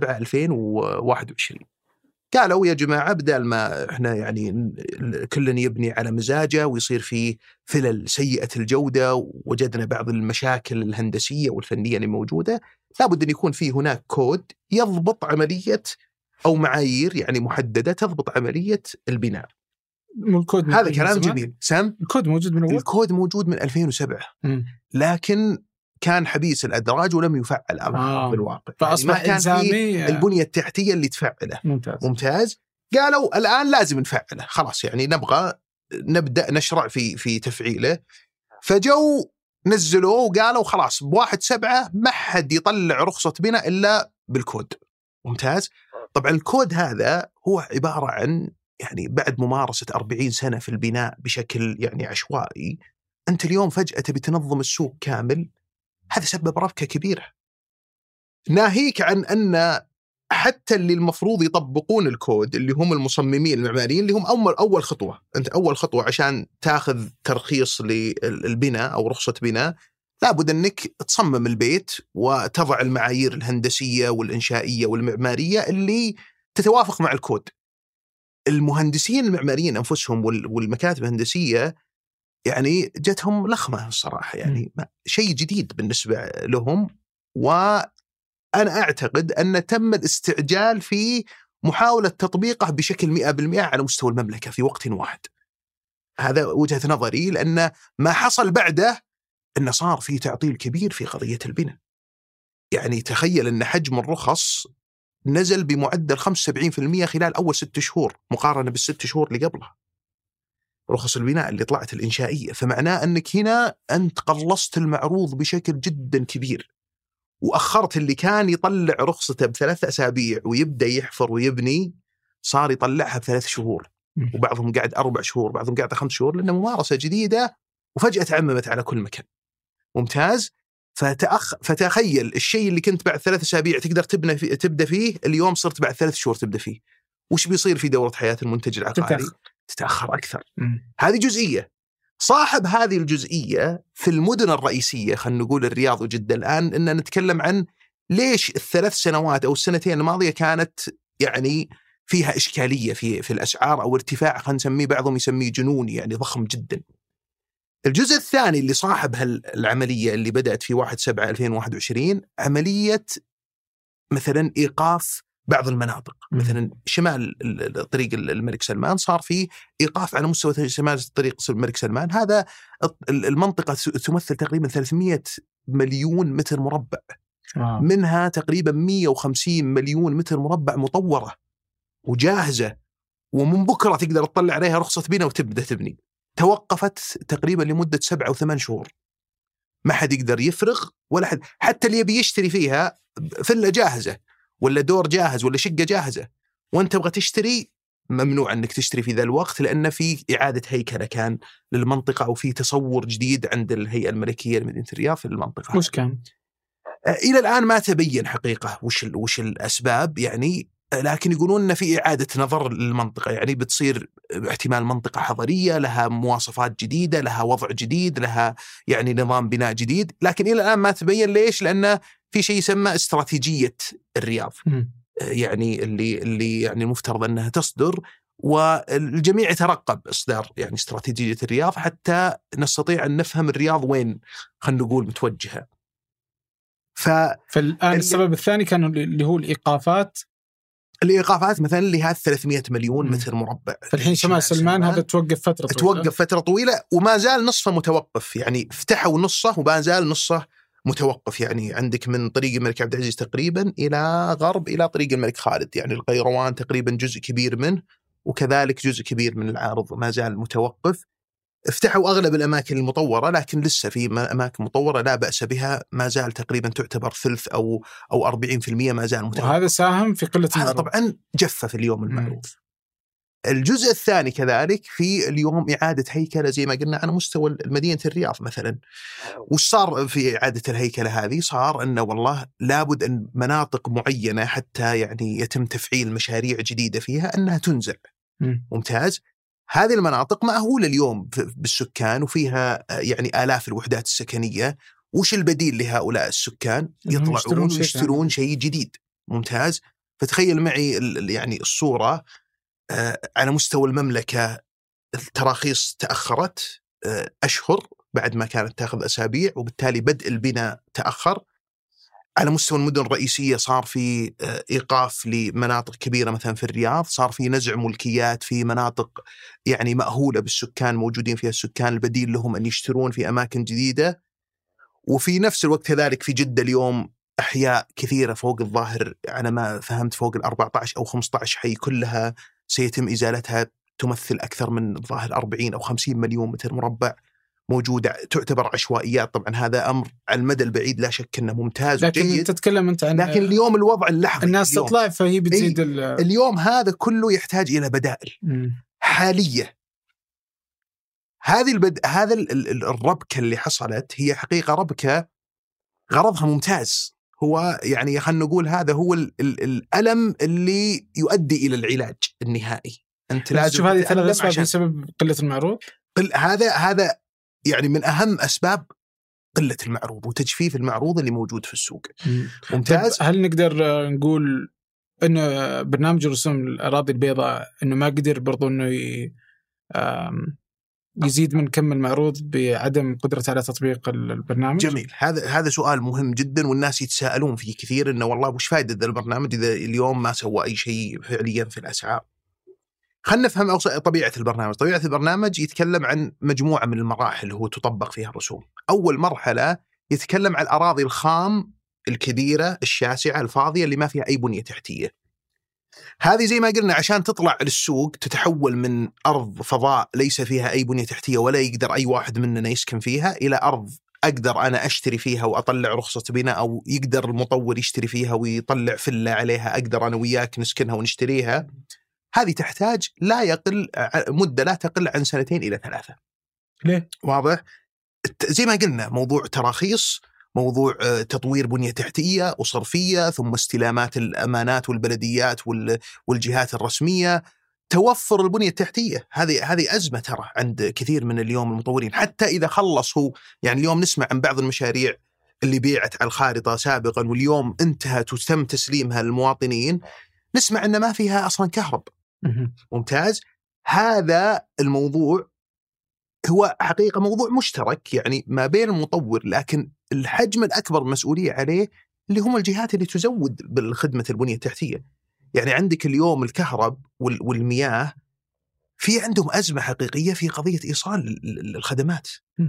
1/7/2021. قالوا يا جماعة بدال ما احنا يعني كلنا يبني على مزاجه ويصير فيه فلل سيئة الجودة، وجدنا بعض المشاكل الهندسية والفنية اللي موجودة، لابد أن يكون فيه هناك كود يضبط عملية أو معايير يعني محددة تضبط عملية البناء. هذا كلام جميل. سام الكود موجود من أول؟ الكود موجود من 2007 لكن كان حبيس الأدراج ولم يفعل على الواقع. فأصبح يعني ما كان فيه البنية التحتية اللي تفعله. ممتاز. قالوا الآن لازم نفعله، خلاص يعني نبغى نبدأ نشرع في تفعيله. فجو نزلوه وقالوا خلاص ب1/7 ما حد يطلع رخصة بناء إلا بالكود. ممتاز. طبعا الكود هذا هو عبارة عن يعني بعد ممارسة 40 سنة في البناء بشكل يعني عشوائي، أنت اليوم فجأة تبي تنظم السوق كامل. هذا سبب ربكة كبيرة، ناهيك عن أن حتى اللي المفروض يطبقون الكود اللي هم المصممين المعماريين اللي هم أول خطوة. أنت أول خطوة عشان تاخذ ترخيص للبناء أو رخصة بناء لابد أنك تصمم البيت وتضع المعايير الهندسية والإنشائية والمعمارية اللي تتوافق مع الكود. المهندسين المعماريين أنفسهم والمكاتب الهندسية يعني جتهم لخمة الصراحة، يعني شيء جديد بالنسبة لهم. وأنا أعتقد أن تم الاستعجال في محاولة تطبيقه بشكل 100% على مستوى المملكة في وقت واحد. هذا وجهة نظري، لأن ما حصل بعده أنه صار في تعطيل كبير في قضية البناء. يعني تخيل أن حجم الرخص نزل بمعدل 75% خلال أول 6 شهور مقارنة بال6 شهور اللي قبلها، رخص البناء اللي طلعت الإنشائية. فمعناه أنك هنا أنت قلصت المعروض بشكل جدا كبير، وأخرت اللي كان يطلع رخصته ب3 أسابيع ويبدأ يحفر ويبني صار يطلعها ب3 شهور، وبعضهم قاعد 4 شهور، بعضهم قاعد 5 شهور، لأنه ممارسة جديدة وفجأة تعممت على كل مكان. ممتاز. فتخيل الشيء اللي كنت بعد 3 أسابيع تقدر تبدأ فيه، اليوم صرت بعد 3 شهور تبدأ فيه. وش بيصير في دورة حياة المنتج العقاري؟ تتأخر أكثر. هذه جزئية. صاحب هذه الجزئية في المدن الرئيسية، خلينا نقول الرياض وجدة الآن، إننا نتكلم عن ليش ال3 سنوات أو السنتين الماضية كانت يعني فيها إشكالية في الأسعار أو ارتفاع، خلينا نسميه بعضهم يسميه جنوني يعني ضخم جدا. الجزء الثاني اللي صاحب هالعملية اللي بدأت في 1/7/2021 عملية مثلا إيقاف بعض المناطق. مثلا شمال طريق الملك سلمان صار فيه إيقاف على مستوى شمال طريق الملك سلمان. هذا المنطقة تمثل تقريبا 300 مليون متر مربع، منها تقريبا 150 مليون متر مربع مطورة وجاهزة، ومن بكرة تقدر تطلع عليها رخصة بناء وتبدأ تبني. توقفت تقريبا لمدة 7 أو 8 شهور، ما حد يقدر يفرغ ولا حد، حتى اللي يبي يشتري فيها فيلا جاهزة ولا دور جاهز ولا شقة جاهزة، وانت تبغى تشتري ممنوع أنك تشتري في ذا الوقت، لأن في إعادة هيكلة كان للمنطقة، أو في تصور جديد عند الهيئة الملكية لمدينة الرياض في المنطقة. وش كان؟ إلى الآن ما تبين حقيقة وش الأسباب يعني، لكن يقولون أن في إعادة نظر للمنطقة، يعني بتصير احتمال منطقة حضرية لها مواصفات جديدة، لها وضع جديد، لها يعني نظام بناء جديد، لكن إلى الآن ما تبين. ليش؟ لأن في شيء يسمى استراتيجية الرياض، يعني اللي يعني المفترض أنها تصدر، والجميع يترقب إصدار يعني استراتيجية الرياض حتى نستطيع أن نفهم الرياض وين خلينا نقول متوجهة. فالآن السبب الثاني كان اللي هو الإيقافات مثلا اللي هذا 300 مليون متر مربع. فالحين شمال سلمان هذا توقف فترة طويلة وما زال نصفه متوقف، يعني فتحوا نصه وما زال نصه متوقف. يعني عندك من طريق الملك عبد العزيز تقريبا إلى غرب إلى طريق الملك خالد، يعني القيروان تقريبا جزء كبير منه، وكذلك جزء كبير من العارض ما زال متوقف. افتحوا أغلب الأماكن المطورة، لكن لسه في أماكن مطورة لا بأس بها ما زال تقريبا تعتبر ثلث أو 40% ما زال متوقف، وهذا ساهم في قلة هذا طبعا جفة في اليوم المعروف. الجزء الثاني كذلك في اليوم إعادة هيكلة زي ما قلنا على مستوى مدينة الرياض مثلا. وش صار في إعادة الهيكلة هذه؟ صار أنه والله لابد أن مناطق معينة حتى يعني يتم تفعيل مشاريع جديدة فيها أنها تنزع. ممتاز. هذه المناطق مأهولة اليوم بالسكان وفيها يعني آلاف الوحدات السكنية. وش البديل لهؤلاء السكان؟ يطلعون ويشترون شيء جديد. ممتاز. فتخيل معي يعني الصورة على مستوى المملكة، التراخيص تأخرت أشهر بعد ما كانت تأخذ أسابيع، وبالتالي بدء البناء تأخر. على مستوى المدن الرئيسية صار في إيقاف لمناطق كبيرة مثلا في الرياض، صار في نزع ملكيات في مناطق يعني مأهولة بالسكان موجودين فيها السكان، البديل لهم أن يشترون في أماكن جديدة. وفي نفس الوقت كذلك في جدة اليوم أحياء كثيرة فوق الظاهر على ما فهمت فوق 14 أو 15 حي كلها سيتم إزالتها، تمثل أكثر من الظاهر 40 أو 50 مليون متر مربع موجودة، تعتبر عشوائيات. طبعا هذا أمر على المدى البعيد لا شك أنه ممتاز لكن وجيد، تتكلم أنت عن لكن اليوم الوضع اللحظي الناس اليوم تطلع فهي بتزيد اليوم هذا كله يحتاج إلى بدائل حالية. هذا الربكة اللي حصلت هي حقيقة ربكة غرضها ممتاز، هو يعني خلينا نقول هذا هو الألم اللي يؤدي إلى العلاج النهائي. أنت لازم تشوف هذه 3 أسباب بسبب قلة المعروض. هذا يعني من أهم أسباب قلة المعروض وتجفيف المعروض اللي موجود في السوق. ممتاز. هل نقدر نقول إنه برنامج رسوم الأراضي البيضاء إنه ما قدر برضو إنه يزيد من كم المعروض بعدم قدرته على تطبيق البرنامج؟ جميل. هذا سؤال مهم جدا، والناس يتساءلون فيه كثير، إنه والله وش فائدة ذا البرنامج إذا اليوم ما سوى أي شيء فعليا في الأسعار. خلنا نفهم طبيعة البرنامج. طبيعة البرنامج يتكلم عن مجموعة من المراحل هو تطبق فيها الرسوم. أول مرحلة يتكلم عن الأراضي الخام الكبيرة الشاسعة الفاضية اللي ما فيها أي بنية تحتية. هذه زي ما قلنا عشان تطلع للسوق تتحول من أرض فضاء ليس فيها أي بنية تحتية ولا يقدر أي واحد مننا يسكن فيها، إلى أرض أقدر أنا أشتري فيها وأطلع رخصة بناء، أو يقدر المطور يشتري فيها ويطلع فلة عليها أقدر أنا وياك نسكنها ونشتريها. هذه تحتاج لا يقل مدة لا تقل عن 2 إلى 3. ليه؟ واضح؟ زي ما قلنا موضوع تراخيص، موضوع تطوير بنية تحتية وصرفية، ثم استلامات الأمانات والبلديات والجهات الرسمية، توفر البنية التحتية. هذه أزمة ترى عند كثير من اليوم المطورين، حتى إذا خلصوا. يعني اليوم نسمع عن بعض المشاريع اللي بيعت على الخارطة سابقا واليوم انتهت وتم تسليمها للمواطنين، نسمع أن ما فيها أصلا كهرب. ممتاز. هذا الموضوع هو حقيقة موضوع مشترك يعني ما بين المطور، لكن الحجم الأكبر مسؤولية عليه اللي هم الجهات اللي تزود بالخدمة البنية التحتية. يعني عندك اليوم الكهرب والمياه في عندهم أزمة حقيقية في قضية إيصال الخدمات.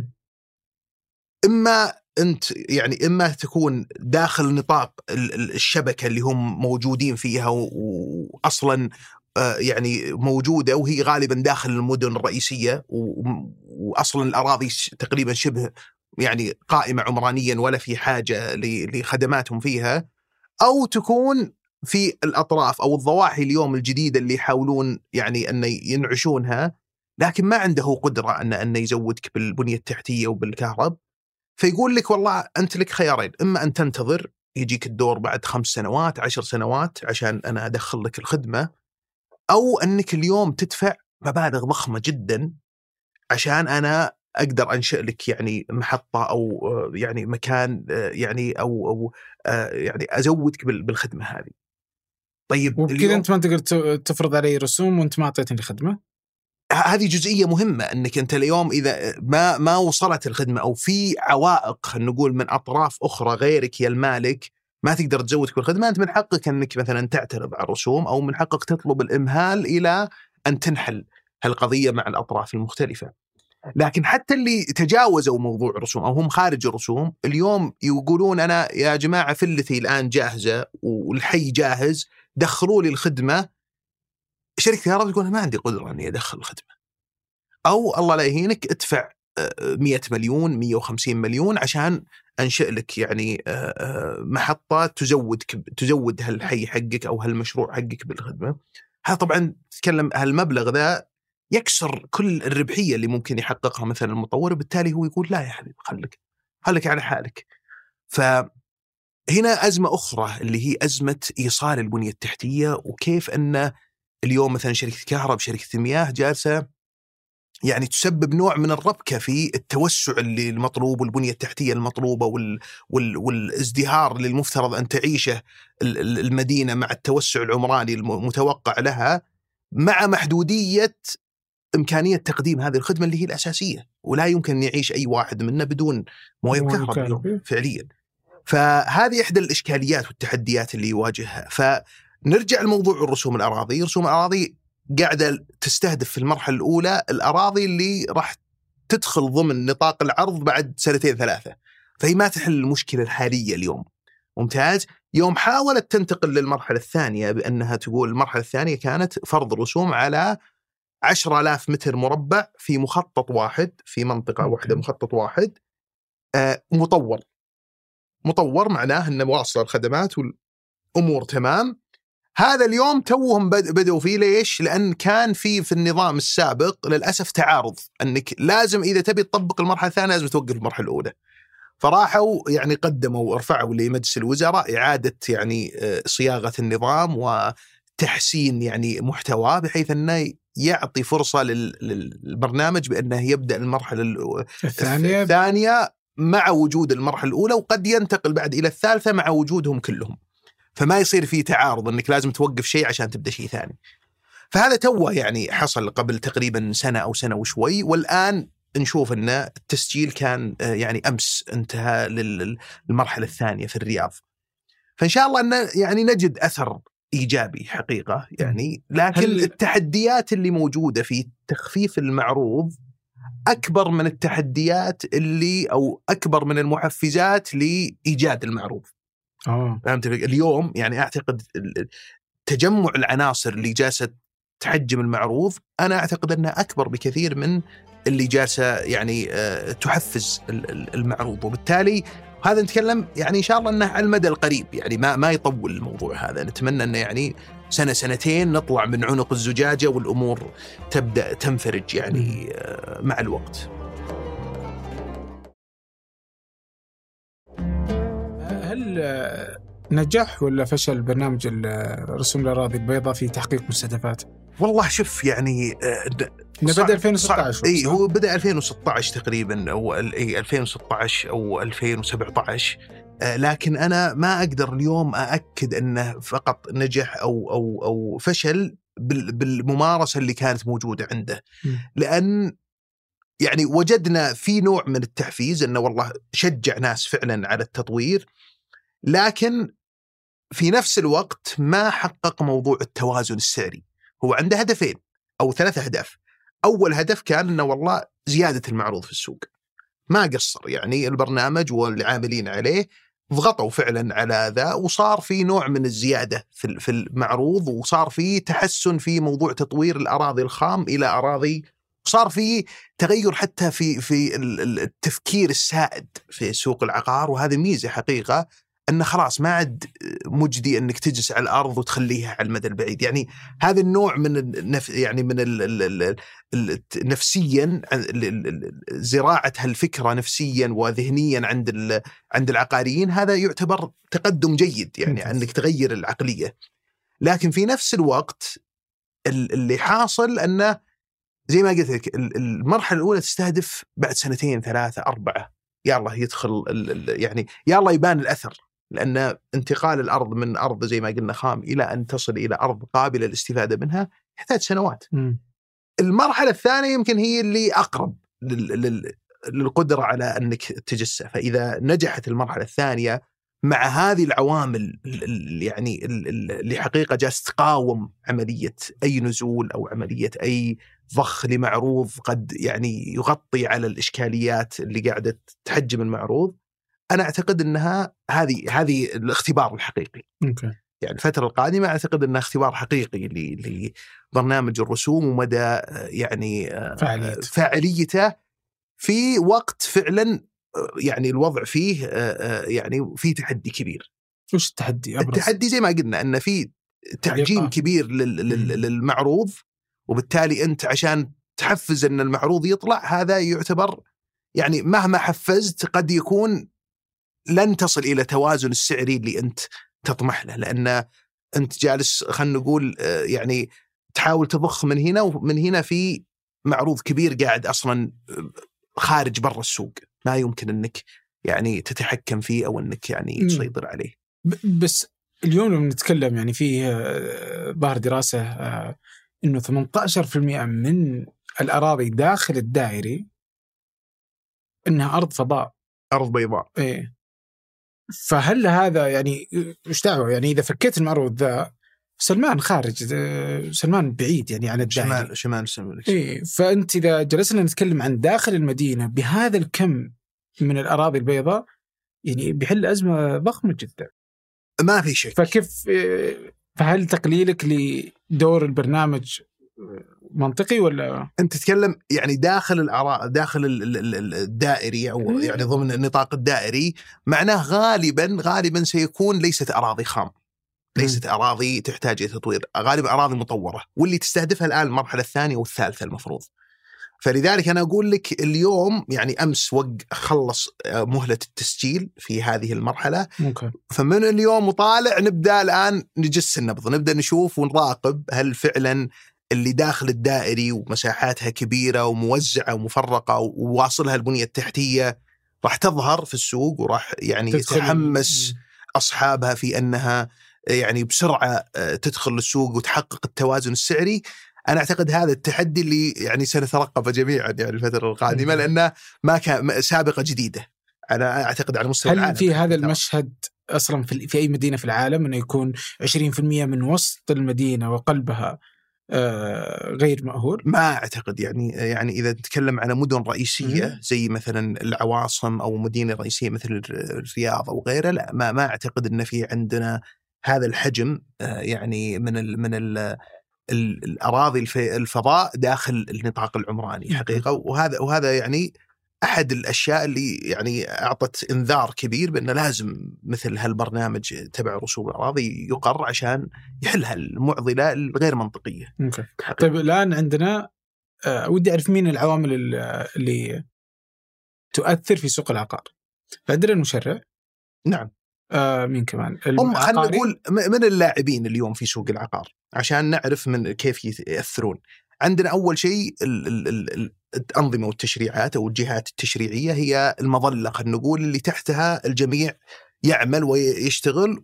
إما أنت يعني إما تكون داخل نطاق الشبكة اللي هم موجودين فيها وأصلاً يعني موجودة وهي غالباً داخل المدن الرئيسية، وأصلاً الأراضي تقريباً شبه يعني قائمة عمرانياً ولا في حاجة لخدماتهم فيها، أو تكون في الأطراف أو الضواحي اليوم الجديدة اللي يحاولون يعني أن ينعشونها، لكن ما عنده قدرة أن يزودك بالبنية التحتية وبالكهرب. فيقول لك والله أنت لك خيارين، إما أن تنتظر يجيك الدور بعد 5 سنوات 10 سنوات عشان أنا أدخل لك الخدمة، أو أنك اليوم تدفع مبالغ ضخمة جدا عشان أنا أقدر أنشئ لك يعني محطة أو يعني مكان يعني أو يعني أزودك بالخدمة هذه. طيب وبكذا أنت ما تقدر تفرض علي رسوم وأنت ما أعطيتني خدمة. هذه جزئية مهمة، أنك أنت اليوم إذا ما وصلت الخدمة أو في عوائق خلينا نقول من أطراف أخرى غيرك يا المالك ما تقدر تزودك بالخدمة، أنت من حقك أنك مثلا تعترض على الرسوم أو من حقك تطلب الإمهال إلى أن تنحل هالقضية مع الأطراف المختلفة. لكن حتى اللي تجاوزوا موضوع الرسوم أو هم خارج الرسوم اليوم يقولون أنا يا جماعة فلتي الآن جاهزة والحي جاهز، دخلوا لي الخدمة. شركة الكهرباء تقول ما عندي قدرة أني أدخل الخدمة، أو الله لا يهينك ادفع 100 مليون 150 مليون عشان أنشئ لك يعني محطة تزود هالحي حقك أو هالمشروع حقك بالخدمة. هذا طبعا تتكلم هالمبلغ ذا يكسر كل الربحية اللي ممكن يحققها مثلا المطور، وبالتالي هو يقول لا يا حبيبي خليك على حالك. فهنا أزمة أخرى اللي هي أزمة إيصال البنية التحتية، وكيف أن اليوم مثلا شركة الكهرباء شركة المياه جالسة يعني تسبب نوع من الربكة في التوسع اللي المطلوب والبنية التحتية المطلوبة والازدهار اللي المفترض أن تعيشه المدينة مع التوسع العمراني المتوقع لها، مع محدودية إمكانية تقديم هذه الخدمة اللي هي الأساسية، ولا يمكن أن يعيش أي واحد منا بدون مويه وكهرباء فعليا. فهذه إحدى الإشكاليات والتحديات اللي يواجهها. فنرجع لموضوع الرسوم الأراضي. رسوم الأراضي قاعدة تستهدف في المرحلة الأولى الأراضي اللي راح تدخل ضمن نطاق العرض بعد 2-3 فهي ما تحل المشكلة الحالية اليوم. ممتاز. يوم حاولت تنتقل للمرحلة الثانية بأنها تقول المرحلة الثانية كانت فرض رسوم على 10,000 متر مربع في مخطط واحد في منطقة واحدة، مخطط واحد مطور معناه أنه واصل الخدمات والأمور تمام. هذا اليوم توهم بدأوا فيه. ليش؟ لأن كان في النظام السابق للأسف تعارض، أنك لازم إذا تبي تطبق المرحلة الثانية لازم توقف المرحلة الأولى. فراحوا يعني قدموا ورفعوا لمجلس الوزراء إعادة يعني صياغة النظام وتحسين يعني محتواه بحيث أنه يعطي فرصة للبرنامج بأنه يبدأ المرحلة الثانية مع وجود المرحلة الأولى، وقد ينتقل بعد إلى الثالثة مع وجودهم كلهم، فما يصير فيه تعارض أنك لازم توقف شيء عشان تبدأ شيء ثاني. فهذا توه يعني حصل قبل تقريبا سنة أو سنة وشوي، والآن نشوف أن التسجيل كان يعني أمس انتهى للمرحلة الثانية في الرياض. فإن شاء الله أن يعني نجد أثر إيجابي حقيقة يعني. لكن التحديات اللي موجودة في تخفيف المعروض أكبر من التحديات اللي أو أكبر من المحفزات لإيجاد المعروض. فهمت اليوم يعني أعتقد تجمع العناصر اللي جالسة تحجم المعروض أنا أعتقد أنها أكبر بكثير من اللي جالسة يعني تحفز المعروض، وبالتالي هذا نتكلم يعني إن شاء الله أنه على المدى القريب يعني ما يطول الموضوع هذا. نتمنى أنه يعني 1-2 نطلع من عنق الزجاجة والأمور تبدأ تنفرج يعني مع الوقت. هل نجح ولا فشل برنامج الرسوم الأراضي البيضاء في تحقيق مستهدفاته؟ والله شوف يعني بدأ 2016. اي هو بدأ 2016 تقريبا او 2016 او 2017. لكن انا ما اقدر اليوم ااكد انه فقط نجح او فشل بالممارسه اللي كانت موجوده عنده. لان يعني وجدنا في نوع من التحفيز انه والله شجع ناس فعلا على التطوير، لكن في نفس الوقت ما حقق موضوع التوازن السعري. هو عنده هدفين أو 3 أهداف. أول هدف كان أنه والله زيادة المعروض في السوق، ما قصر يعني البرنامج والعاملين عليه ضغطوا فعلا على ذا، وصار في نوع من الزيادة في المعروض، وصار في تحسن في موضوع تطوير الأراضي الخام إلى أراضي، صار في تغير حتى في التفكير السائد في سوق العقار. وهذه ميزة حقيقة أنه خلاص ما عاد مجدي أنك تجلس على الأرض وتخليها على المدى البعيد. يعني هذا النوع من يعني من نفسيا زراعة هالفكرة نفسيا وذهنيا عند العقاريين، هذا يعتبر تقدم جيد، يعني أنك تغير العقلية. لكن في نفس الوقت اللي حاصل أنه زي ما قلت لك المرحلة الأولى تستهدف بعد 2 3 4 يلا يدخل يعني يلا يبان الأثر، لأن انتقال الأرض من أرض زي ما قلنا خام إلى أن تصل إلى أرض قابلة للاستفادة منها يحتاج سنوات. المرحلة الثانية يمكن هي اللي أقرب للقدرة على أنك تجسها. فإذا نجحت المرحلة الثانية مع هذه العوامل يعني اللي حقيقة جالس تقاوم عملية أي نزول أو عملية أي ضخ لمعروض قد يعني يغطي على الإشكاليات اللي قاعدة تحجم المعروض، أنا أعتقد أنها هذه الاختبار الحقيقي. يعني الفترة القادمة أعتقد أنها اختبار حقيقي لبرنامج الرسوم ومدى يعني فاعليته في وقت فعلا يعني الوضع فيه يعني في تحدي كبير. وش التحدي أبرز؟ التحدي زي ما قلنا أن في تعجيم كبير للمعروض، وبالتالي أنت عشان تحفز أن المعروض يطلع هذا يعتبر يعني مهما حفزت قد يكون لن تصل إلى توازن السعري اللي أنت تطمح له، لأن أنت جالس خلينا نقول يعني تحاول تضخ من هنا ومن هنا في معروض كبير قاعد أصلا خارج برا السوق ما يمكن أنك يعني تتحكم فيه أو أنك يعني تسيطر عليه. بس اليوم لما نتكلم يعني في ظهر دراسة إنه 18% من الأراضي داخل الدائري إنها أرض فضاء، أرض بيضاء. إيه. فهل هذا يعني إيش دعوة؟ يعني إذا فكيت المعروض ذا سلمان خارج، سلمان بعيد يعني عن الدائري، شمال سلمان. إيه. فأنت إذا جلسنا نتكلم عن داخل المدينة بهذا الكم من الأراضي البيضاء يعني بيحل أزمة ضخمة جدا. ما في شيء. فهل تقليلك لدور البرنامج منطقي ولا أنت تتكلم يعني داخل الدائري أو يعني ضمن النطاق الدائري، معناه غالبا سيكون ليست أراضي خام، ليست أراضي تحتاج إلى تطوير، غالبا أراضي مطورة، واللي تستهدفها الآن المرحلة الثانية والثالثة المفروض. فلذلك أنا أقول لك اليوم يعني أمس خلص مهلة التسجيل في هذه المرحلة. فمن اليوم وطالع نبدأ الآن نجس النبض، نبدأ نشوف ونراقب هل فعلا اللي داخل الدائري ومساحاتها كبيرة وموزعة ومفرقة وواصلها البنية التحتية راح تظهر في السوق وراح يعني تحمس أصحابها في أنها يعني بسرعة تدخل السوق وتحقق التوازن السعري. أنا أعتقد هذا التحدي اللي يعني سنترقبه جميعا يعني الفترة القادمة، لأنه ما كان سابقة جديدة. أنا أعتقد على مستوى العالم. هل في هذا المشهد أصلا في أي مدينة في العالم أنه يكون 20% من وسط المدينة وقلبها غير مأهول؟ ما أعتقد يعني إذا نتكلم على مدن رئيسية زي مثلا العواصم أو مدينة رئيسية مثل الرياض أو غيرها، لا ما أعتقد أن في عندنا هذا الحجم يعني من الأراضي الفضاء داخل النطاق العمراني حقيقة. وهذا يعني أحد الأشياء اللي يعني أعطت إنذار كبير بأن لازم مثل هالبرنامج تبع رسوم الأراضي يقر عشان يحل هالمعضلة الغير منطقية. طيب الآن عندنا ودي أعرف مين العوامل اللي تؤثر في سوق العقار. عندنا المشرع. نعم. مين كمان؟ خلينا نقول من اللاعبين اليوم في سوق العقار عشان نعرف من كيف يأثرون. عندنا أول شيء الأنظمة والتشريعات أو الجهات التشريعية هي المظلة، خلينا نقول اللي تحتها الجميع يعمل ويشتغل،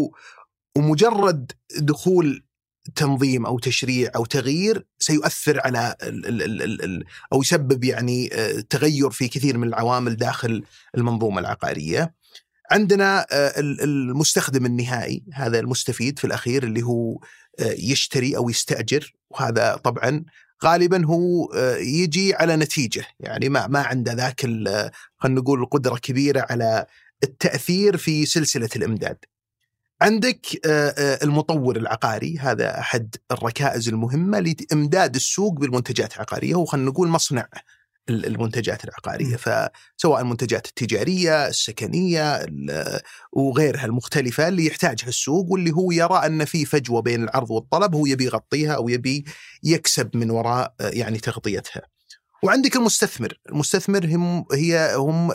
ومجرد دخول تنظيم أو تشريع أو تغيير سيؤثر على أو يسبب يعني تغير في كثير من العوامل داخل المنظومة العقارية. عندنا المستخدم النهائي، هذا المستفيد في الأخير اللي هو يشتري أو يستأجر، وهذا طبعا غالبا هو يجي على نتيجة، يعني ما عنده ذاك خلينا نقول القدرة كبيرة على التأثير في سلسلة الإمداد. عندك المطور العقاري، هذا أحد الركائز المهمة لإمداد السوق بالمنتجات العقارية، وخلينا نقول مصنع المنتجات العقارية، فسواء المنتجات التجارية السكنية وغيرها المختلفة اللي يحتاجها السوق، واللي هو يرى أن في فجوة بين العرض والطلب هو يبي يغطيها أو يبي يكسب من وراء يعني تغطيتها. وعندك المستثمر هم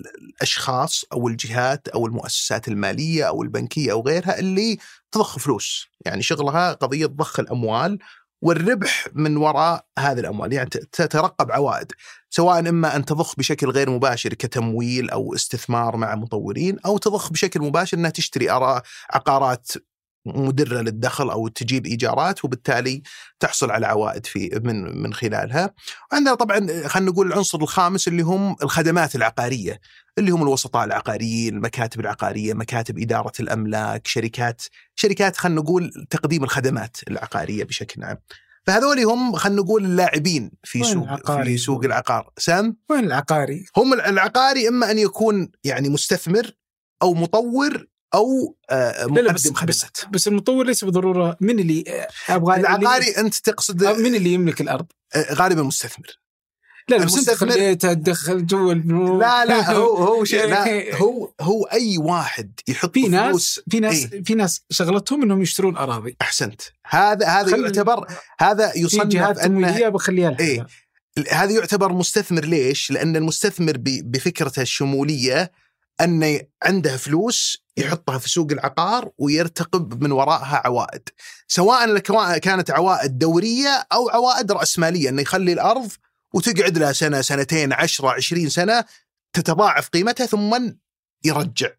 الأشخاص أو الجهات أو المؤسسات المالية أو البنكية أو غيرها اللي تضخ فلوس، يعني شغلها قضية ضخ الأموال والربح من وراء هذه الأموال، يعني تترقب عوائد، سواء إما أن تضخ بشكل غير مباشر كتمويل أو استثمار مع مطورين، أو تضخ بشكل مباشر أنها تشتري عقارات مدرة للدخل أو تجيب إيجارات، وبالتالي تحصل على عوائد من خلالها. وعندنا طبعا خلينا نقول العنصر الخامس اللي هم الخدمات العقارية، اللي هم الوسطاء العقاريين، المكاتب العقارية، مكاتب إدارة الأملاك، شركات خلينا نقول تقديم الخدمات العقارية بشكل عام. فهذول هم خلينا نقول اللاعبين في سوق العقار. سام، وين العقاري؟ هم العقاري إما أن يكون يعني مستثمر أو مطور أو مقدم خدمات. بس المطور ليس بالضرورة. من اللي أبغى العقاري أنت تقصد من اللي يملك الأرض؟ غالبا المستثمر. لا المستثمر تدخل جوا البنوك. لا هو شيء، لا هو أي واحد يحط فلوس. في ناس شغلتهم إنهم يشترون أراضي. أحسنت. هذا يعتبر، هذا يصنف أنه بخليها هذا يعتبر مستثمر. ليش؟ لأن المستثمر بفكرته الشمولية أنه عنده فلوس يحطها في سوق العقار ويرتقب من وراءها عوائد، سواء كانت عوائد دورية أو عوائد رأسمالية، أنه يخلي الأرض وتقعد لها سنة سنتين 10-20 سنة تتضاعف قيمتها ثم يرجع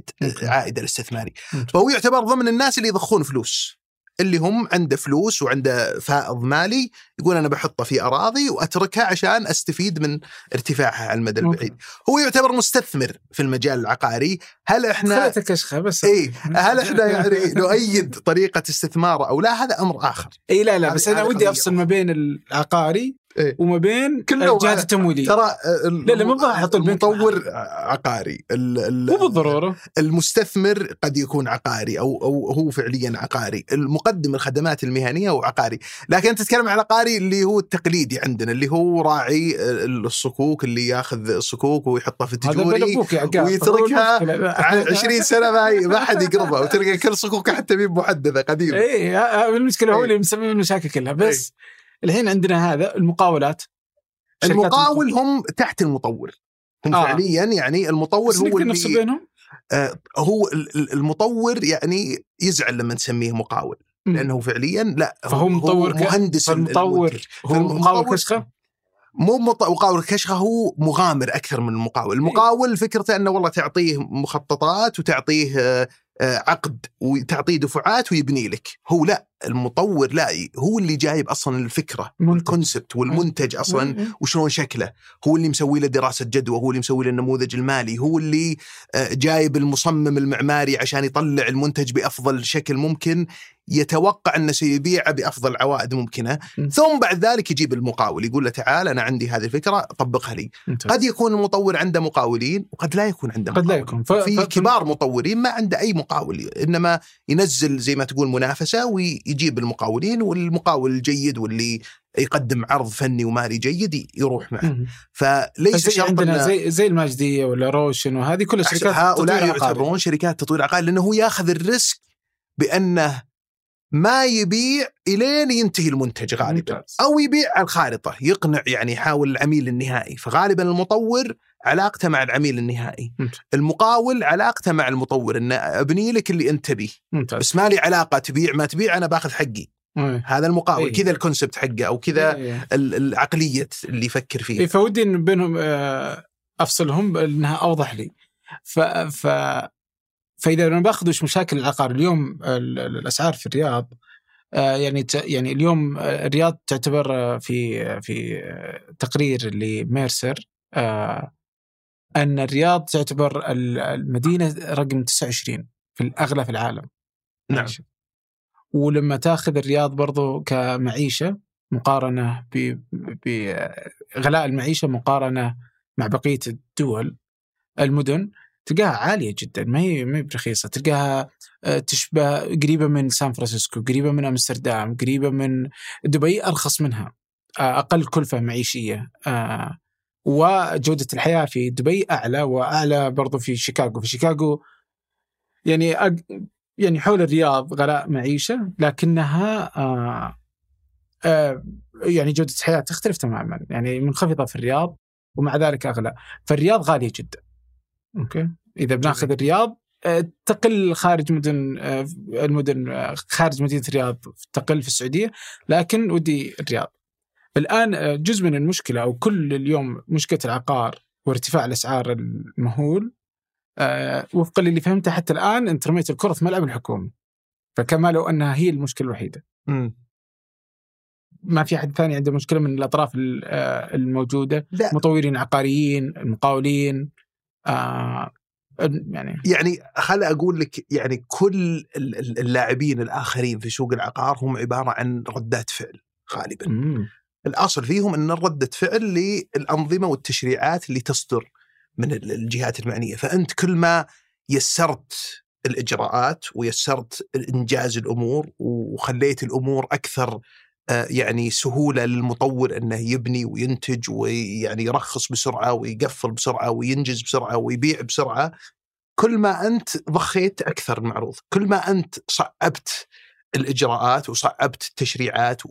عائد الاستثماري. فهو يعتبر ضمن الناس اللي يضخون فلوس، اللي هم عنده فلوس وعنده فائض مالي، يقول أنا بحطه في أراضي وأتركها عشان أستفيد من ارتفاعها على المدى البعيد. هو يعتبر مستثمر في المجال العقاري. هل إحنا بس هل إحنا يعني نؤيد طريقة استثمار أو لا؟ هذا أمر آخر. لا بس أنا ودي أفصل ما بين العقاري وما بين الجهات التمويلية. ترى لا ما بحط المطور عقاري، مو بالضرورة. المستثمر قد يكون عقاري أو هو فعليا عقاري. المقدم الخدمات المهنية هو عقاري. لكن أنت تتكلم عن العقاري اللي هو التقليدي عندنا، اللي هو راعي الصكوك، اللي ياخذ الصكوك ويحطها في التجوري ويتركها 20 سنة ما حد يقربها، وتلقى كل صكوك حتى مين محددة قديمة. المشكلة هو اللي مسبب المشاكل كلها. بس الحين عندنا هذا المقاولات. المقاول هم تحت المطور، هم فعليا يعني المطور هو اللي نفس بينهم. هو المطور يعني يزعل لما نسميه مقاول، لأنه فعليا لا، فهو مطور مهندس. المطور هو مقاول كشخة، مو مقاول كشخة، هو مغامر أكثر من المقاول. المقاول فكرته أنه والله تعطيه مخططات وتعطيه عقد وتعطيه دفعات ويبني لك. هو لا، المطور لا، هو اللي جايب أصلا الفكرة والكونسبت والمنتج أصلا وشلون شكله، هو اللي مسوي له دراسة جدوى، هو اللي مسوي له النموذج المالي، هو اللي جايب المصمم المعماري عشان يطلع المنتج بأفضل شكل ممكن، يتوقع أنه سيبيعه بأفضل عوائد ممكنة. ثم بعد ذلك يجيب المقاول يقول له تعال أنا عندي هذه الفكرة طبقها لي. قد يكون المطور عنده مقاولين وقد لا يكون عنده مقاولين. في كبار مطورين ما عنده أي مقاول، إنما ينزل زي ما تقول منافسة ويجيب المقاولين، والمقاول الجيد واللي يقدم عرض فني ومالي جيد يروح معه. فليس شرط عندنا زي الماجدية ولا روشن وهذه كل شركات هؤلاء يعتبرون شركات تطوير عقاري، لأنه هو ياخذ الريسك بأنه ما يبيع إلين ينتهي المنتج غالبا، أو يبيع على الخارطة، يقنع يعني يحاول العميل النهائي. فغالبا المطور علاقته مع العميل النهائي، المقاول علاقته مع المطور إنه أبني لك اللي أنت بيه، بس ما لي علاقة تبيع ما تبيع، أنا باخذ حقي. هذا المقاول كذا الكونسبت حقه أو كذا العقلية اللي يفكر فيه. فودي إن بينهم أفصلهم إنها أوضح لي. فإذا أنا باخذش مشاكل العقار اليوم، الأسعار في الرياض يعني اليوم الرياض تعتبر في تقرير لميرسر أن الرياض تعتبر المدينة رقم 29 في الأغلى في العالم. نعم. ولما تأخذ الرياض برضو كمعيشة مقارنة بغلاء المعيشة مقارنة مع بقية الدول المدن، تلقاها عالية جدا، ما هي برخيصة. تلقاها تشبه قريبة من سان فرانسيسكو، قريبة من أمستردام، قريبة من دبي، أرخص منها، أقل كلفة معيشية. وجودة الحياة في دبي أعلى وأعلى برضو في شيكاغو. في شيكاغو يعني يعني حول الرياض غلاء معيشة، لكنها يعني جودة الحياة تختلف تماما، يعني منخفضة في الرياض ومع ذلك أغلى. فالرياض غالية جدا. أوكي، إذا بناخذ الرياض تقل خارج مدن المدن خارج مدينة الرياض تقل في السعودية، لكن ودي الرياض. الآن جزء من المشكلة أو كل اليوم مشكلة العقار وارتفاع الأسعار المهول، وفقا اللي فهمته حتى الآن أنت رميت الكرة في ملعب الحكومة، فكما لو أنها هي المشكلة الوحيدة. ما في أحد ثاني عنده مشكلة من الأطراف الموجودة؟ لا. مطورين عقاريين، المقاولين، يعني خل أقول لك، يعني كل اللاعبين الآخرين في سوق العقار هم عبارة عن ردات فعل غالبا. الأصل فيهم أن ردة فعل للأنظمة والتشريعات اللي تصدر من الجهات المعنية. فأنت كل ما يسرت الإجراءات ويسرت إنجاز الأمور وخليت الأمور أكثر يعني سهولة للمطور أنه يبني وينتج ويعني يرخص بسرعة ويقفل بسرعة وينجز بسرعة ويبيع بسرعة، كل ما أنت ضخيت أكثر المعروض، كل ما أنت صعبت الإجراءات وصعبت التشريعات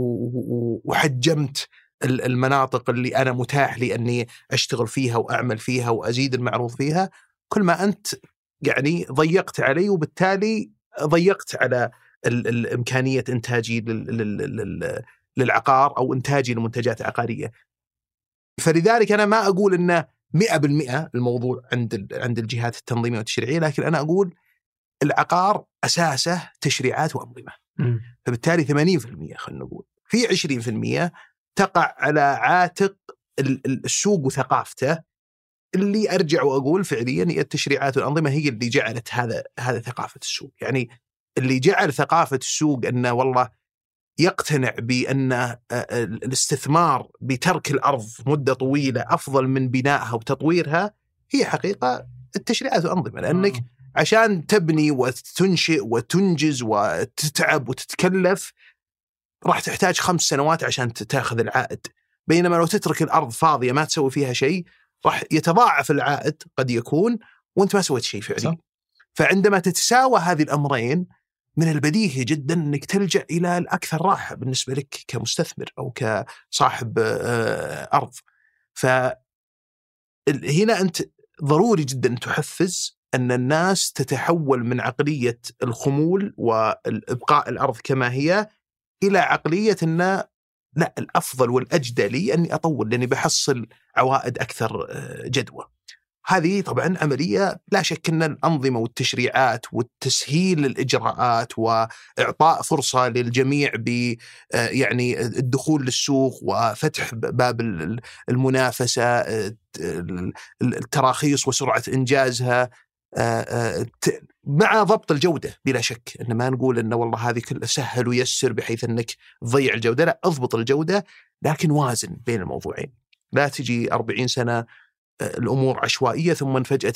وحجمت المناطق اللي أنا متاح لي أني أشتغل فيها وأعمل فيها وأزيد المعروض فيها، كل ما أنت يعني ضيقت علي، وبالتالي ضيقت على الإمكانية إنتاجي للعقار أو إنتاجي لمنتجات عقارية. فلذلك أنا ما أقول إنه 100% الموضوع عند الجهات التنظيمية والتشريعية، لكن أنا أقول العقار أساسه تشريعات وأنظمة. فبالتالي 80% خلينا نقول، في 20% تقع على عاتق السوق وثقافته، اللي أرجع وأقول فعليا التشريعات والأنظمة هي اللي جعلت هذا ثقافة السوق. يعني اللي جعل ثقافة السوق أنه والله يقتنع بأن الاستثمار بترك الأرض مدة طويلة أفضل من بنائها وتطويرها، هي حقيقة التشريعات والأنظمة. لأنك عشان تبني وتنشئ وتنجز وتتعب وتتكلف راح تحتاج 5 سنوات عشان تأخذ العائد، بينما لو تترك الأرض فاضية ما تسوي فيها شيء راح يتضاعف العائد قد يكون وانت ما سويت شيء فعلي. فعندما تتساوى هذه الأمرين من البديهي جدا أنك تلجأ إلى الأكثر راحة بالنسبة لك كمستثمر أو كصاحب أرض. فهنا أنت ضروري جدا تحفز أن الناس تتحول من عقلية الخمول والإبقاء الأرض كما هي إلى عقلية أن لا، الأفضل والأجدى لي أني أطول لأني بحصل عوائد أكثر جدوى. هذه طبعا عملية لا شك أن الأنظمة والتشريعات والتسهيل الإجراءات وإعطاء فرصة للجميع يعني الدخول للسوق وفتح باب المنافسة، التراخيص وسرعة إنجازها، مع ضبط الجودة بلا شك. إن ما نقول إنه والله هذه كلها سهل ويسر بحيث أنك تضيع الجودة، لا، أضبط الجودة لكن وازن بين الموضوعين. لا تجي 40 سنة الأمور عشوائية ثم فجأة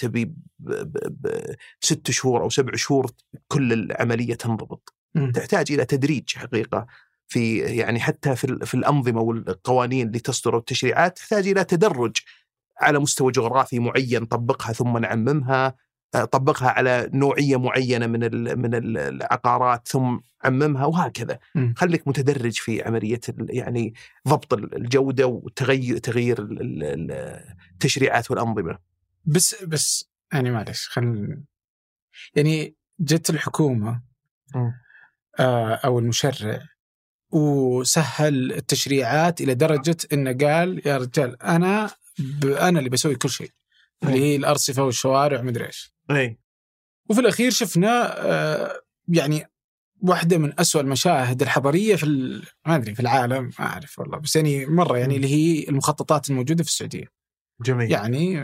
ب6 شهور أو 7 شهور كل العملية تنضبط. تحتاج إلى تدريج حقيقة في يعني حتى في الأنظمة والقوانين اللي تصدر والتشريعات تحتاج إلى تدرج على مستوى جغرافي معين، طبقها ثم نعممها، طبقها على نوعية معينة من العقارات ثم عممها، وهكذا. خليك متدرج في عملية يعني ضبط الجودة وتغيير التشريعات والأنظمة. بس يعني معلش يعني جت الحكومة أو المشرع وسهل التشريعات إلى درجة إنه قال يا رجال أنا اللي بسوي كل شيء، اللي هي الأرصفة والشوارع ومدري إيش. وفي الأخير شفنا يعني واحدة من أسوأ المشاهد الحضارية ما أدري في العالم، ما أعرف والله، بس يعني مرة يعني اللي هي المخططات الموجودة في السعودية. جميل. يعني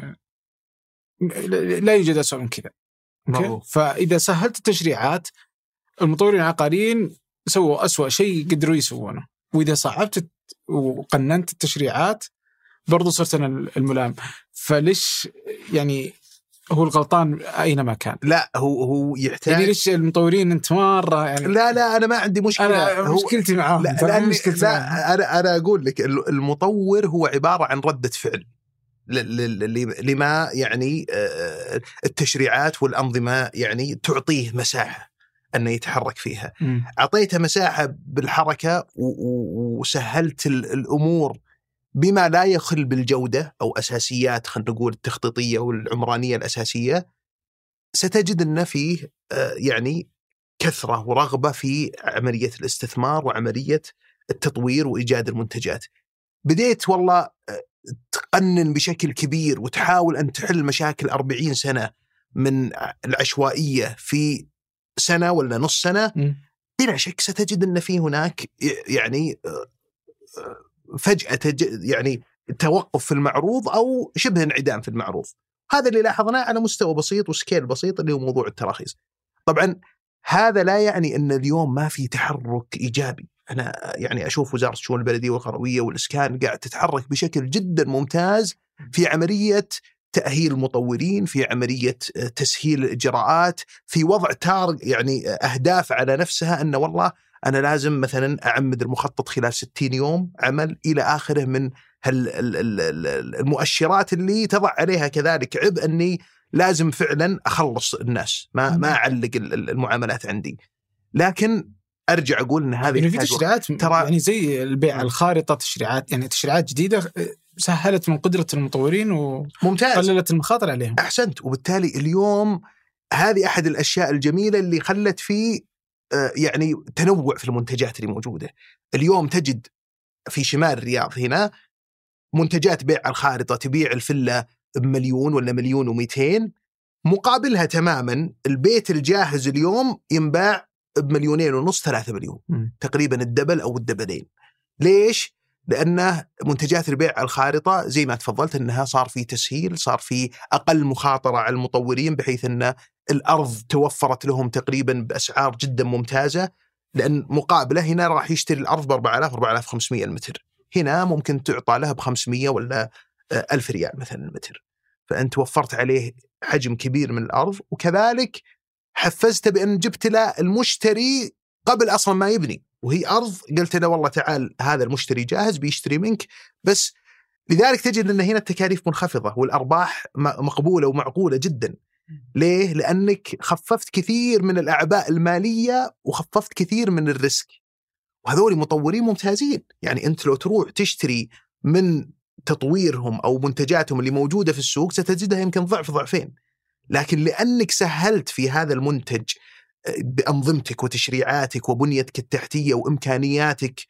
لا يوجد أسوأ من كذا. فإذا سهلت التشريعات المطورين العقاريين سووا أسوأ شيء قدروا يسوونه، وإذا صعبت وقننت التشريعات برضو صرت أنا الملام. فليش يعني هو الغلطان أينما كان؟ لا، هو يحتاج يعني ليش المطورين أنت مرة يعني لا أنا ما عندي مشكلة. أنا مشكلتي معهم. أنا أقول لك المطور هو عبارة عن ردة فعل. لما يعني التشريعات والأنظمة يعني تعطيه مساحة أنه يتحرك فيها. أعطيته مساحة بالحركة وسهلت الأمور بما لا يخل بالجودة أو أساسيات خلينا نقول التخطيطية والعمرانية الأساسية، ستجد أن فيه يعني كثرة ورغبة في عملية الاستثمار وعملية التطوير وإيجاد المنتجات. بديت والله تقنن بشكل كبير وتحاول أن تحل مشاكل 40 سنة من العشوائية في سنة ولا نص سنة. بلا شك ستجد أن في هناك يعني فجأة يعني توقف في المعروض أو شبه انعدام في المعروض. هذا اللي لاحظناه على مستوى بسيط وسكيل بسيط اللي هو موضوع التراخيص. طبعا هذا لا يعني أن اليوم ما في تحرك إيجابي. أنا يعني أشوف وزارة الشؤون البلدية والقروية والإسكان قاعد تتحرك بشكل جدا ممتاز في عملية تأهيل المطورين، في عملية تسهيل الإجراءات، في وضع يعني أهداف على نفسها أن والله أنا لازم مثلا أعمد المخطط خلال 60 يوم عمل إلى آخره من المؤشرات اللي تضع عليها كذلك عبء أني لازم فعلا أخلص الناس ما أعلق المعاملات عندي. لكن أرجع أقول أن هذه يعني في تشريعات ترى يعني زي البيع الخارطة، تشريعات يعني تشريعات جديدة سهلت من قدرة المطورين وقللت المخاطر عليهم. أحسنت. وبالتالي اليوم هذه أحد الأشياء الجميلة اللي خلت في يعني تنوع في المنتجات اللي موجودة. اليوم تجد في شمال الرياض هنا منتجات بيع الخارطة تبيع الفلة بمليون ولا 1,200,000، مقابلها تماما البيت الجاهز اليوم ينباع ب2.5 3 مليون، تقريبا الدبل أو الدبلين. ليش؟ لأنه منتجات البيع الخارطة زي ما تفضلت أنها صار في تسهيل، صار في أقل مخاطرة على المطورين، بحيث أن الأرض توفرت لهم تقريبا بأسعار جدا ممتازة. لأن مقابلة هنا راح يشتري الأرض ب4,000-4,500 المتر، هنا ممكن تعطى لها ب500 ولا 1,000 ريال مثلا المتر. فأنت وفرت عليه حجم كبير من الأرض، وكذلك حفزته بأن جبت له المشتري قبل أصلا ما يبني، وهي أرض قلت له والله تعال هذا المشتري جاهز بيشتري منك بس. لذلك تجد أن هنا التكاليف منخفضة والأرباح مقبولة ومعقولة جدا. ليه؟ لأنك خففت كثير من الأعباء المالية وخففت كثير من الريسك، وهذول مطورين ممتازين. يعني أنت لو تروح تشتري من تطويرهم أو منتجاتهم اللي موجودة في السوق ستجدها يمكن ضعف ضعفين، لكن لأنك سهلت في هذا المنتج بأنظمتك وتشريعاتك وبنيتك التحتية وإمكانياتك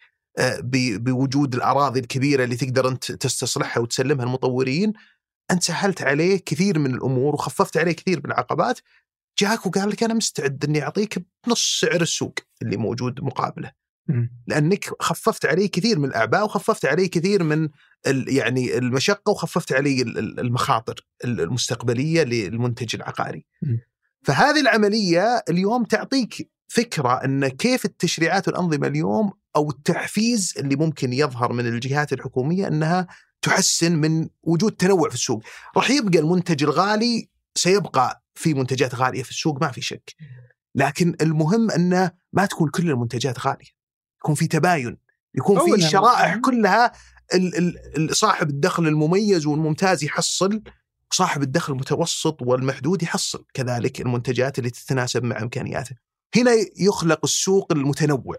بوجود الأراضي الكبيرة اللي تقدر أنت تستصلحها وتسلمها المطورين، أنت سهلت عليه كثير من الأمور وخففت عليه كثير من العقبات. جاك وقال لك أنا مستعد أني أعطيك بنص سعر السوق اللي موجود مقابله، لأنك خففت عليه كثير من الأعباء وخففت عليه كثير من يعني المشقة وخففت عليه المخاطر المستقبلية للمنتج العقاري. فهذه العملية اليوم تعطيك فكرة أن كيف التشريعات والأنظمة اليوم أو التحفيز اللي ممكن يظهر من الجهات الحكومية أنها تحسن من وجود تنوع في السوق. راح يبقى المنتج الغالي، سيبقى في منتجات غالية في السوق ما في شك، لكن المهم أنه ما تكون كل المنتجات غالية، يكون في تباين، يكون في الشرائح كلها صاحب الدخل المميز والممتاز يحصل، صاحب الدخل المتوسط والمحدود يحصل كذلك المنتجات اللي تتناسب مع إمكانياته. هنا يخلق السوق المتنوع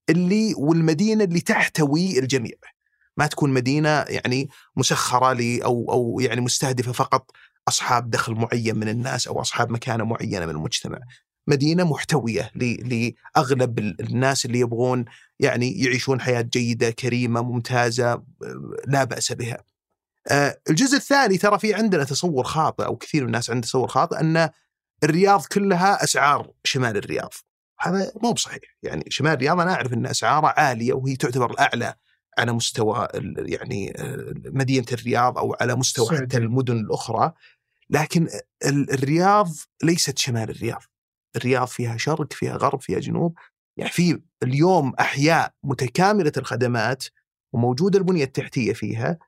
والمدينة اللي تحتوي الجميع، ما تكون مدينة يعني مسخرة أو يعني مستهدفة فقط أصحاب دخل معين من الناس أو أصحاب مكانة معينة من المجتمع. مدينة محتوية لأغلب الناس اللي يبغون يعني يعيشون حياة جيدة كريمة ممتازة لا بأس بها. الجزء الثاني ترى في عندنا تصور خاطئ أو كثير من الناس عنده تصور خاطئ أن الرياض كلها أسعار شمال الرياض. هذا مو بصحيح. يعني شمال الرياض أنا أعرف أن أسعارها عالية وهي تعتبر الأعلى على مستوى يعني مدينة الرياض أو على مستوى حتى المدن الأخرى، لكن الرياض ليست شمال الرياض. الرياض فيها شرق، فيها غرب، فيها جنوب. يعني في اليوم أحياء متكاملة الخدمات وموجودة البنية التحتية فيها،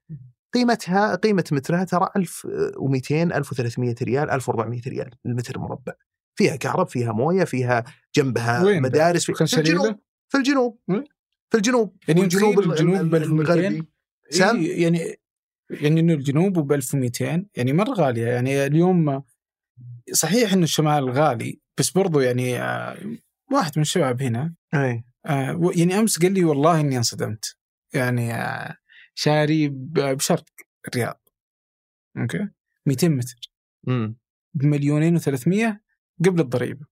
قيمة مترها ترى 1,200 1,300 ريال 1,400 ريال المتر مربع. فيها كهرب، فيها موية، فيها جنبها مدارس. في الجنوب يعني الجنوب المغربي سام يعني يعني إنه الجنوب ب1200 يعني مرة غالية. يعني اليوم صحيح إنه الشمال غالي، بس برضو يعني واحد من الشباب هنا يعني أمس قال لي والله إني انصدمت، يعني شاري بشرق الرياض أوكي 200 متر ب2,300,000 قبل الضريبة.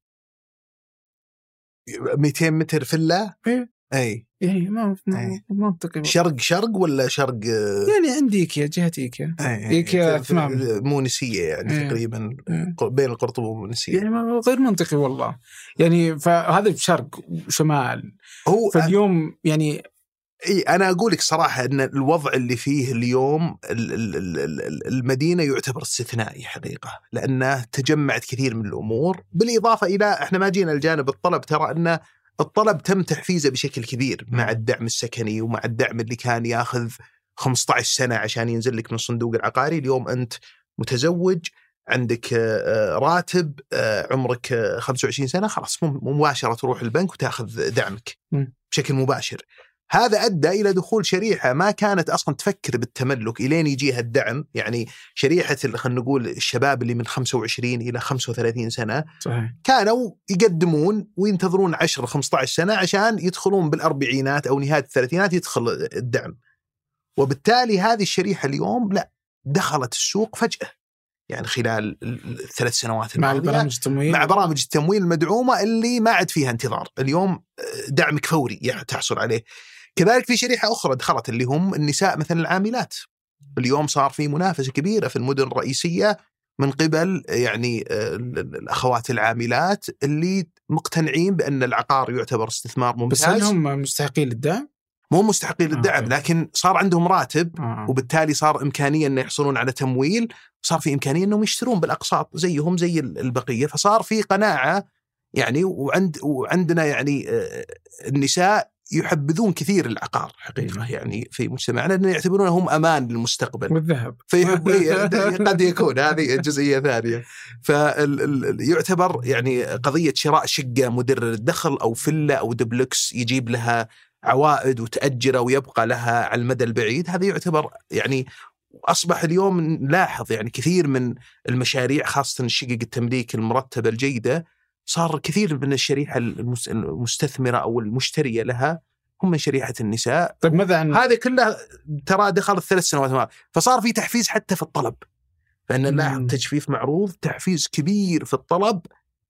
200 متر فيلا؟ اي يعني ما منطقي. شرق ولا شرق؟ يعني عندي إيكيا، جهة إيكيا ثمام مونسية يعني تقريبا بين القرطبة والمونسية. يعني ما غير منطقي والله. يعني فهذا بشرق وشمال. هو فاليوم يعني أنا أقول لك صراحة أن الوضع اللي فيه اليوم المدينة يعتبر استثنائي حقيقة، لأنه تجمعت كثير من الأمور، بالإضافة إلى إحنا ما جينا الجانب الطلب، ترى أن الطلب تم تحفيزه بشكل كبير مع الدعم السكني ومع الدعم اللي كان ياخذ 15 سنة عشان ينزل لك من الصندوق العقاري. اليوم أنت متزوج، عندك راتب، عمرك 25 سنة، خلاص مباشرة تروح البنك وتاخذ دعمك بشكل مباشر. هذا أدى إلى دخول شريحة ما كانت أصلا تفكر بالتملك إلين يجيها الدعم. يعني شريحة خلينا نقول الشباب اللي من 25 إلى 35 سنة صحيح. كانوا يقدمون وينتظرون 10-15 سنة عشان يدخلون بالأربعينات أو نهاية الثلاثينات يدخل الدعم. وبالتالي هذه الشريحة اليوم لا دخلت السوق فجأة، يعني خلال الثلاث سنوات الماضية مع برامج التمويل المدعومة اللي ما عاد فيها انتظار. اليوم دعمك فوري تحصل عليه. كذلك في شريحة أخرى دخلت اللي هم النساء مثلا العاملات. اليوم صار في منافسة كبيرة في المدن الرئيسية من قبل يعني الأخوات العاملات اللي مقتنعين بأن العقار يعتبر استثمار ممتاز. بس هل هم مستحقين للدعم؟ مو مستحقين للدعم، لكن صار عندهم راتب وبالتالي صار إمكانية أن يحصلون على تمويل، صار في إمكانية أنهم يشترون بالأقساط زيهم زي البقية. فصار في قناعة يعني وعندنا يعني النساء يحبذون كثير العقار حقيقة يعني في مجتمعنا، لأنه يعتبرونه هم أمان للمستقبل والذهب، فيحب قد يكون هذه جزئية ثانية. فيعتبر يعني قضية شراء شقة مدرر الدخل أو فيلا أو دبلكس يجيب لها عوائد وتأجره ويبقى لها على المدى البعيد، هذا يعتبر يعني أصبح اليوم نلاحظ يعني كثير من المشاريع خاصة الشقق التمليك المرتبة الجيدة، صار كثير من الشريحة المستثمرة أو المشترية لها هم من شريحة النساء. طيب ماذا عن هذه كلها ترى دخلت 3 سنوات، فصار في تحفيز حتى في الطلب، فإن نلاحظ تجفيف معروض، تحفيز كبير في الطلب،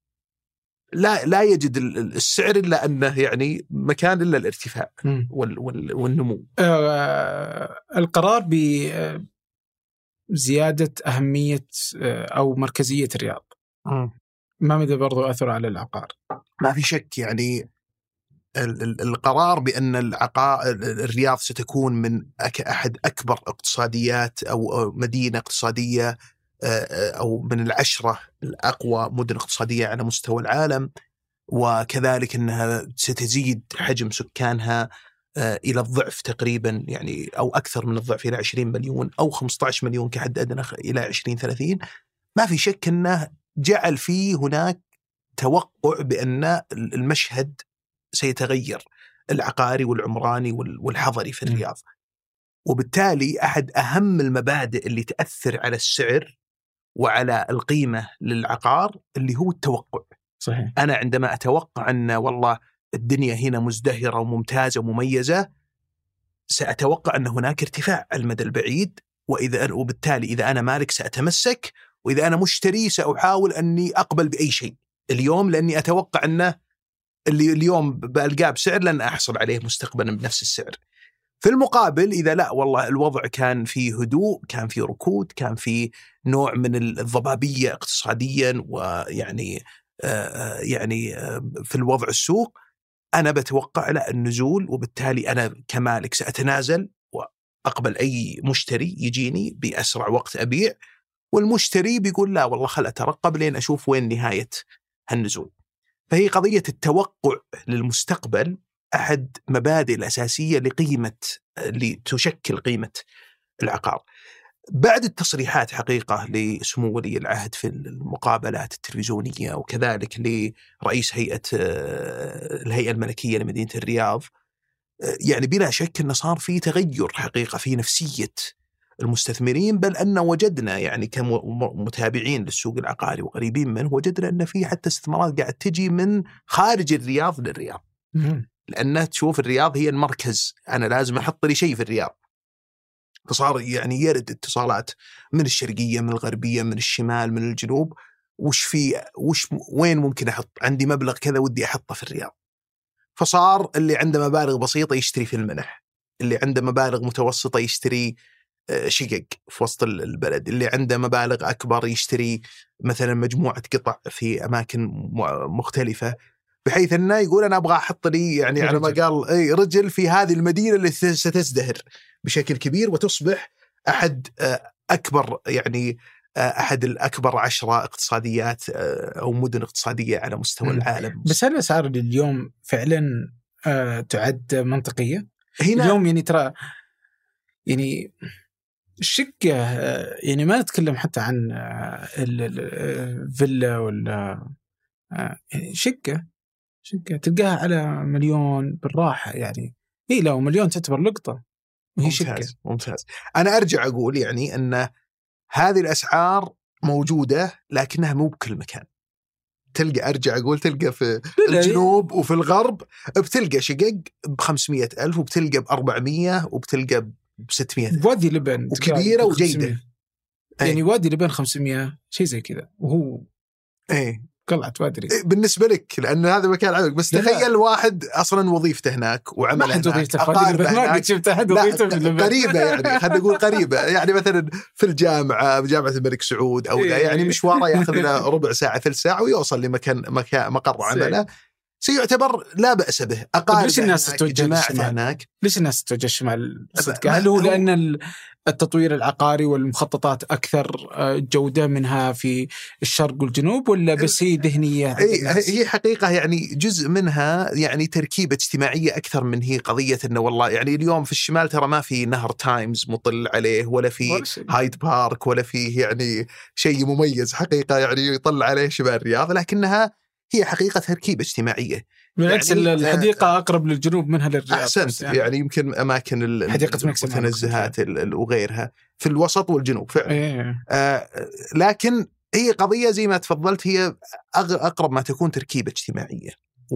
لا يجد السعر إلا أنه يعني مكان إلا الارتفاع والنمو. القرار بزيادة أهمية أو مركزية الرياض ما مدى برضو أثر على العقار؟ ما في شك يعني القرار بأن الرياض ستكون من أحد أكبر اقتصاديات أو مدينة اقتصادية أو من 10 الأقوى مدن اقتصادية على مستوى العالم، وكذلك أنها ستزيد حجم سكانها إلى الضعف تقريبا يعني أو أكثر من الضعف إلى 20 مليون أو 15 مليون كحد أدنى إلى 2030. ما في شك أنه جعل فيه هناك توقع بأن المشهد سيتغير العقاري والعمراني والحضري في الرياض. وبالتالي أحد أهم المبادئ اللي تأثر على السعر وعلى القيمة للعقار اللي هو التوقع. صحيح. أنا عندما أتوقع أن والله الدنيا هنا مزدهرة وممتازة ومميزة، سأتوقع أن هناك ارتفاع على المدى البعيد، وبالتالي إذا أنا مالك سأتمسك، وإذا أنا مشتري سأحاول أني أقبل بأي شيء اليوم، لأني أتوقع أنه اللي اليوم بألقاه بسعر لن أحصل عليه مستقبلا بنفس السعر. في المقابل إذا لا والله الوضع كان فيه هدوء، كان فيه ركود، كان فيه نوع من الضبابية اقتصاديا ويعني في الوضع السوق، أنا بتوقع لا النزول، وبالتالي أنا كمالك سأتنازل وأقبل أي مشتري يجيني بأسرع وقت أبيع، والمشتري بيقول لا والله خل أترقب لين أشوف وين نهاية هالنزول. فهي قضية التوقع للمستقبل أحد مبادئ الأساسية اللي تشكل قيمة العقار. بعد التصريحات حقيقة لسمو ولي العهد في المقابلات التلفزيونية، وكذلك لرئيس الهيئة الملكية لمدينة الرياض، يعني بلا شك أنه صار في تغير حقيقة في نفسية المستثمرين، بل أن وجدنا يعني كمتابعين للسوق العقاري وقريبين منه، وجدنا أن في حتى استثمارات قاعد تجي من خارج الرياض للرياض. لأن تشوف الرياض هي المركز، أنا لازم أحط لي شيء في الرياض، فصار يعني يرد اتصالات من الشرقية، من الغربية، من الشمال، من الجنوب، وين ممكن أحط، عندي مبلغ كذا ودي أحطه في الرياض. فصار اللي عنده مبالغ بسيطة يشتري في المنح، اللي عنده مبالغ متوسطة يشتري شقق في وسط البلد، اللي عنده مبالغ أكبر يشتري مثلا مجموعة قطع في أماكن مختلفة، بحيث أنه يقول أنا أبغى أحط لي يعني على ما قال رجل في هذه المدينة اللي ستزدهر بشكل كبير وتصبح أحد أكبر يعني أحد الأكبر 10 اقتصاديات أو مدن اقتصادية على مستوى العالم. بس هل الأسعار اليوم فعلا تعد منطقية؟ هنا اليوم يعني ترى يعني الشقة يعني ما نتكلم حتى عن الفيلا ولا يعني شقة تلقاها على 1,000,000 بالراحة، يعني هي لو 1,000,000 تعتبر لقطة وهي شقة. ممتاز. أنا أرجع أقول يعني أن هذه الأسعار موجودة لكنها مو بكل مكان. تلقى في الجنوب وفي الغرب بتلقى شقق ب500,000 وبتلقى ب400 وبتلقى ب600 وادي لبن وكبيرة وجيدة. يعني وادي لبن 500 شيء زي كذا، وهو قلعة وادري بالنسبة لك لأن هذا مكان عملك. بس تخيل واحد أصلا وظيفته هناك وعمل هناك، أقاربه هناك قريبة، يعني خلينا نقول قريبة، يعني مثلا في الجامعة بجامعة الملك سعود أو يعني مشواره يأخذ له ربع ساعة 3 ساعة ويوصل لمكان مقر عمله، سيعتبر لا بأس به. ليش الناس تتوجه للشمال؟ ليش الناس تتوجه الشمال؟ هل هو لأن التطوير العقاري والمخططات أكثر جودة منها في الشرق والجنوب، ولا بس هي ذهنية؟ هي حقيقة يعني جزء منها يعني تركيبة اجتماعية أكثر من هي قضية إنه والله يعني اليوم في الشمال ترى ما في نهر تايمز مطل عليه، ولا في هايد بارك، ولا فيه يعني شيء مميز حقيقة يعني يطلع عليه شمال الرياض، لكنها هي حقيقة تركيبة اجتماعية. بالعكس يعني الحديقة أقرب للجنوب منها للرياض. أحسنت، يعني يمكن أماكن المتنزهات وغيرها في الوسط والجنوب فعلا. لكن هي قضية زي ما تفضلت، هي أقرب ما تكون تركيبة اجتماعية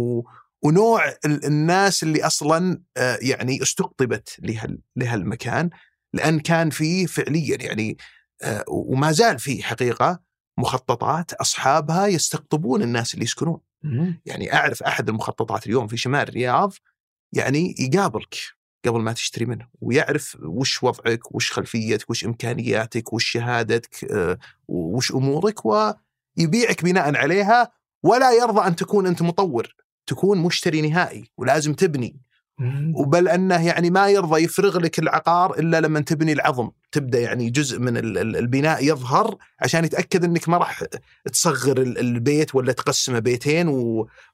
ونوع الناس اللي أصلا يعني استقطبت لهالمكان، لأن كان فيه فعليا يعني وما زال فيه حقيقة مخططات أصحابها يستقطبون الناس اللي يسكنون. يعني أعرف أحد المخططات اليوم في شمال الرياض يعني يقابلك قبل ما تشتري منه، ويعرف وش وضعك، وش خلفيتك، وش إمكانياتك، وش شهادتك، وش أمورك، ويبيعك بناء عليها، ولا يرضى أن تكون أنت مطور، تكون مشتري نهائي ولازم تبني. وبل أنه يعني ما يرضى يفرغ لك العقار إلا لما تبني العظم، تبدأ يعني جزء من البناء يظهر عشان يتأكد أنك ما راح تصغر البيت ولا تقسمه بيتين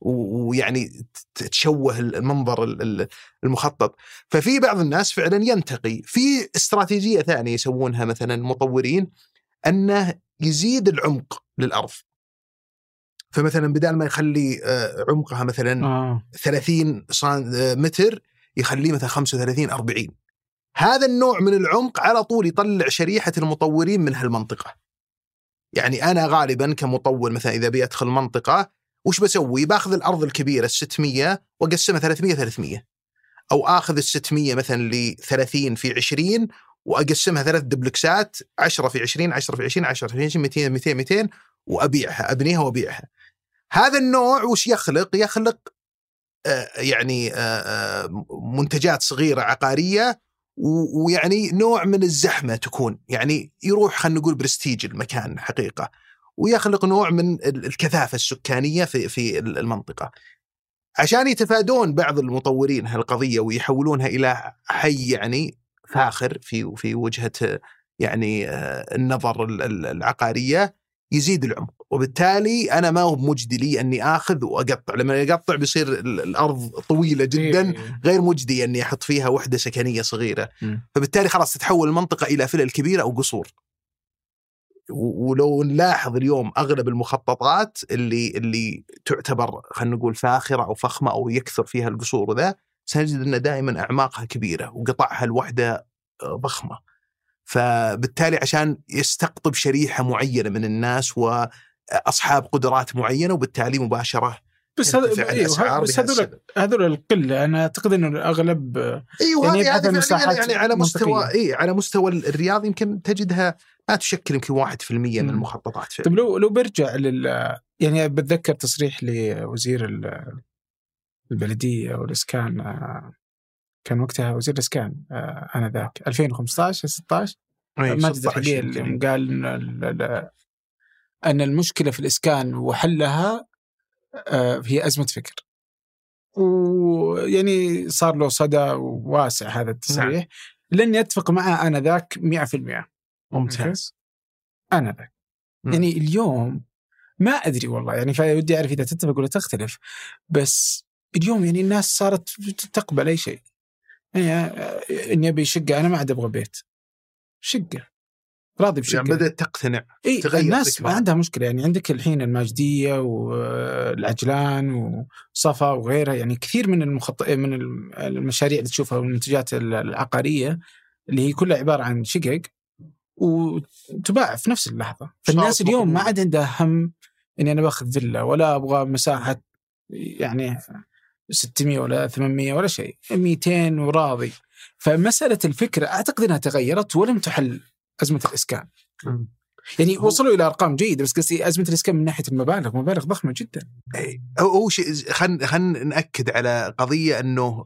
ويعني تشوه المنظر المخطط. ففي بعض الناس فعلا ينتقي. في استراتيجية ثانية يسوونها مثلا المطورين، أنه يزيد العمق للأرض. فمثلا بدال ما يخلي عمقها مثلا 30 متر يخليه مثلا 35-40. هذا النوع من العمق على طول يطلع شريحة المطورين من هالمنطقة. يعني أنا غالبا كمطور مثلا إذا بيدخل منطقة وش بسوي؟ باخذ الأرض الكبيرة 600 وأقسمها 300، أو آخذ 600 مثلا ل30 في 20 وأقسمها 3 دبلكسات 10 في 20 10 في 20 10 في 20 200 وأبيعها، أبنيها وأبيعها. هذا النوع وش يخلق يعني منتجات صغيرة عقارية، ويعني نوع من الزحمة تكون، يعني يروح خلينا نقول برستيج المكان حقيقة، ويخلق نوع من الكثافة السكانية في المنطقة، عشان يتفادون بعض المطورين هالقضية ويحولونها إلى حي يعني فاخر في وجهة يعني النظر العقارية، يزيد العمق. وبالتالي أنا ما هو مجدي لي أني آخذ وأقطع، لما أقطع بيصير الأرض طويلة جدا، غير مجدي أني أحط فيها وحدة سكنية صغيرة. فبالتالي خلاص تتحول المنطقة إلى فلل كبيرة أو قصور. ولو نلاحظ اليوم أغلب المخططات اللي تعتبر خلينا نقول فاخرة أو فخمة أو يكثر فيها القصور، وذا سنجد أن دائما أعماقها كبيرة وقطعها الوحدة ضخمة. فبالتالي عشان يستقطب شريحة معينة من الناس وأصحاب قدرات معينة، وبالتالي مباشرة بس هذول القلة. أنا أعتقد إنه الأغلب يعني يبحث عن مساحات يعني على مستوى الرياض يمكن تجدها ما تشكل يمكن 1% من المخططات. طب لو برجع يعني بتذكر تصريح لوزير البلدية والإسكان، كان وقتها وزير الإسكان آنذاك 2015-16 ماجد الحقيقي اللي قال أن المشكلة في الإسكان وحلها هي أزمة فكر، ويعني صار له صدى واسع هذا التصريح. لن يتفق معه آنذاك 100%. ممتاز. آنذاك يعني اليوم ما أدري والله، يعني فودي أعرف إذا تتفق ولا تختلف، بس اليوم يعني الناس صارت تقبل أي شيء. يعني إني أبي شقة، أنا ما عاد أبغى بيت، شقة راضي بشقة. يعني بدأت تقتنع. الناس ما عندها مشكلة. يعني عندك الحين الماجدية والعجلان وصفا وغيرها، يعني كثير من من المشاريع اللي تشوفها والمنتجات العقارية اللي هي كلها عبارة عن شقق وتباع في نفس اللحظة. فالناس اليوم ما عاد عندها هم إني أنا باخذ فيلا ولا أبغى مساحة يعني 600 ولا 800 ولا شيء، 200 وراضي. فمسألة الفكرة أعتقد أنها تغيرت ولم تحل أزمة الإسكان. يعني وصلوا إلى أرقام جيدة، بس قصدي أزمة الإسكان من ناحية مبالغ ضخمة جدا. هو شيء خلينا نأكد على قضية أنه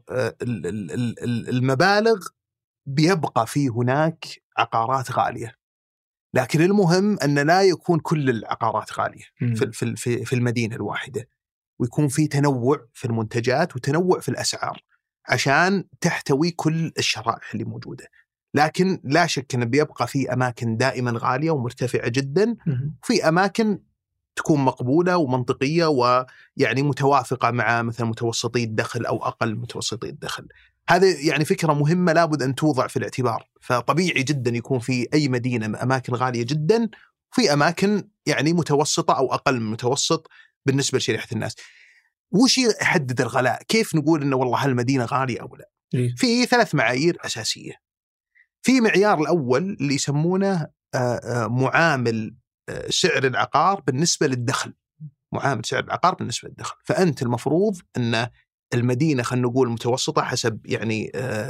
المبالغ بيبقى فيه هناك عقارات غالية، لكن المهم أن لا يكون كل العقارات غالية في المدينة الواحدة، ويكون في تنوع في المنتجات وتنوع في الأسعار عشان تحتوي كل الشرائح اللي موجودة. لكن لا شك أن بيبقى في أماكن دائما غالية ومرتفعة جدا، وفي أماكن تكون مقبولة ومنطقية ويعني متوافقة مع مثلا متوسطي الدخل أو أقل متوسطي الدخل. هذا يعني فكرة مهمة لابد أن توضع في الاعتبار. فطبيعي جدا يكون في أي مدينة أماكن غالية جدا، وفي أماكن يعني متوسطة أو أقل من متوسط بالنسبة لشريحة الناس. وش يحدد الغلاء؟ كيف نقول إنه والله هالمدينة غالية أو لا؟ في 3 معايير أساسية. في معيار الأول اللي يسمونه معامل سعر العقار بالنسبة للدخل. معامل سعر العقار بالنسبة للدخل. فأنت المفروض أن المدينة خلينا نقول متوسطة حسب يعني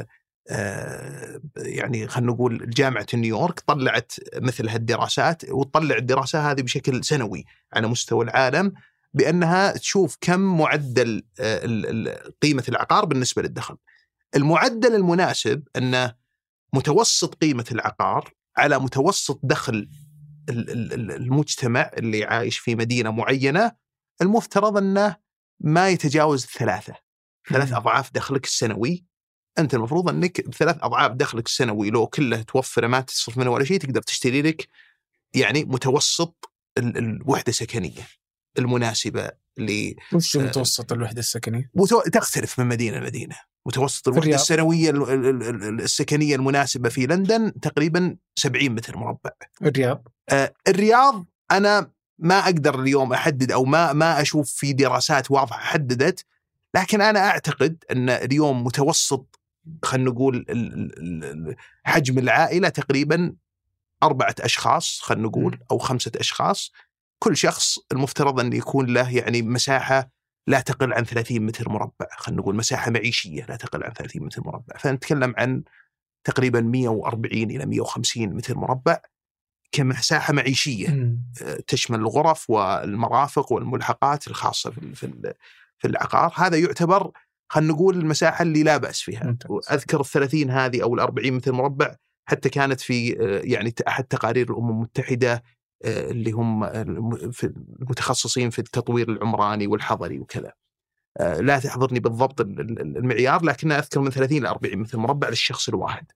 يعني خلينا نقول جامعة نيويورك طلعت مثل هالدراسات، وتطلع الدراسة هذه بشكل سنوي على مستوى العالم، بأنها تشوف كم معدل قيمة العقار بالنسبة للدخل. المعدل المناسب أن متوسط قيمة العقار على متوسط دخل المجتمع اللي عايش في مدينة معينة، المفترض أنه ما يتجاوز 3 أضعاف دخلك السنوي. أنت المفروض أنك ب3 أضعاف دخلك السنوي لو كله توفر ما تصرف منه ولا شيء تقدر تشتري لك يعني متوسط الوحدة السكنية المناسبة وش متوسط الوحدة السكنية؟ تختلف من مدينة لمدينة. متوسط الوحدة السنوية السكنية المناسبة في لندن تقريبا 70 متر مربع. الرياض أنا ما أقدر اليوم أحدد أو ما أشوف في دراسات واضحة حددت، لكن أنا أعتقد أن اليوم متوسط خلينا نقول حجم العائلة تقريبا 4 أشخاص خلينا نقول أو 5 أشخاص. كل شخص المفترض أن يكون له يعني مساحة لا تقل عن 30 متر مربع، خلينا نقول مساحة معيشية لا تقل عن 30 متر مربع. فنتكلم عن تقريبا 140 إلى 150 متر مربع كمساحة معيشية تشمل الغرف والمرافق والملحقات الخاصة في العقار. هذا يعتبر خلينا نقول المساحة اللي لا بأس فيها. أذكر 30 هذه أو 40 متر مربع حتى كانت في يعني أحد تقارير الأمم المتحدة اللي هم المتخصصين في التطوير العمراني والحضري وكذا. لا تحضرني بالضبط المعيار، لكن أذكر من 30 إلى 40 متر مربع للشخص الواحد.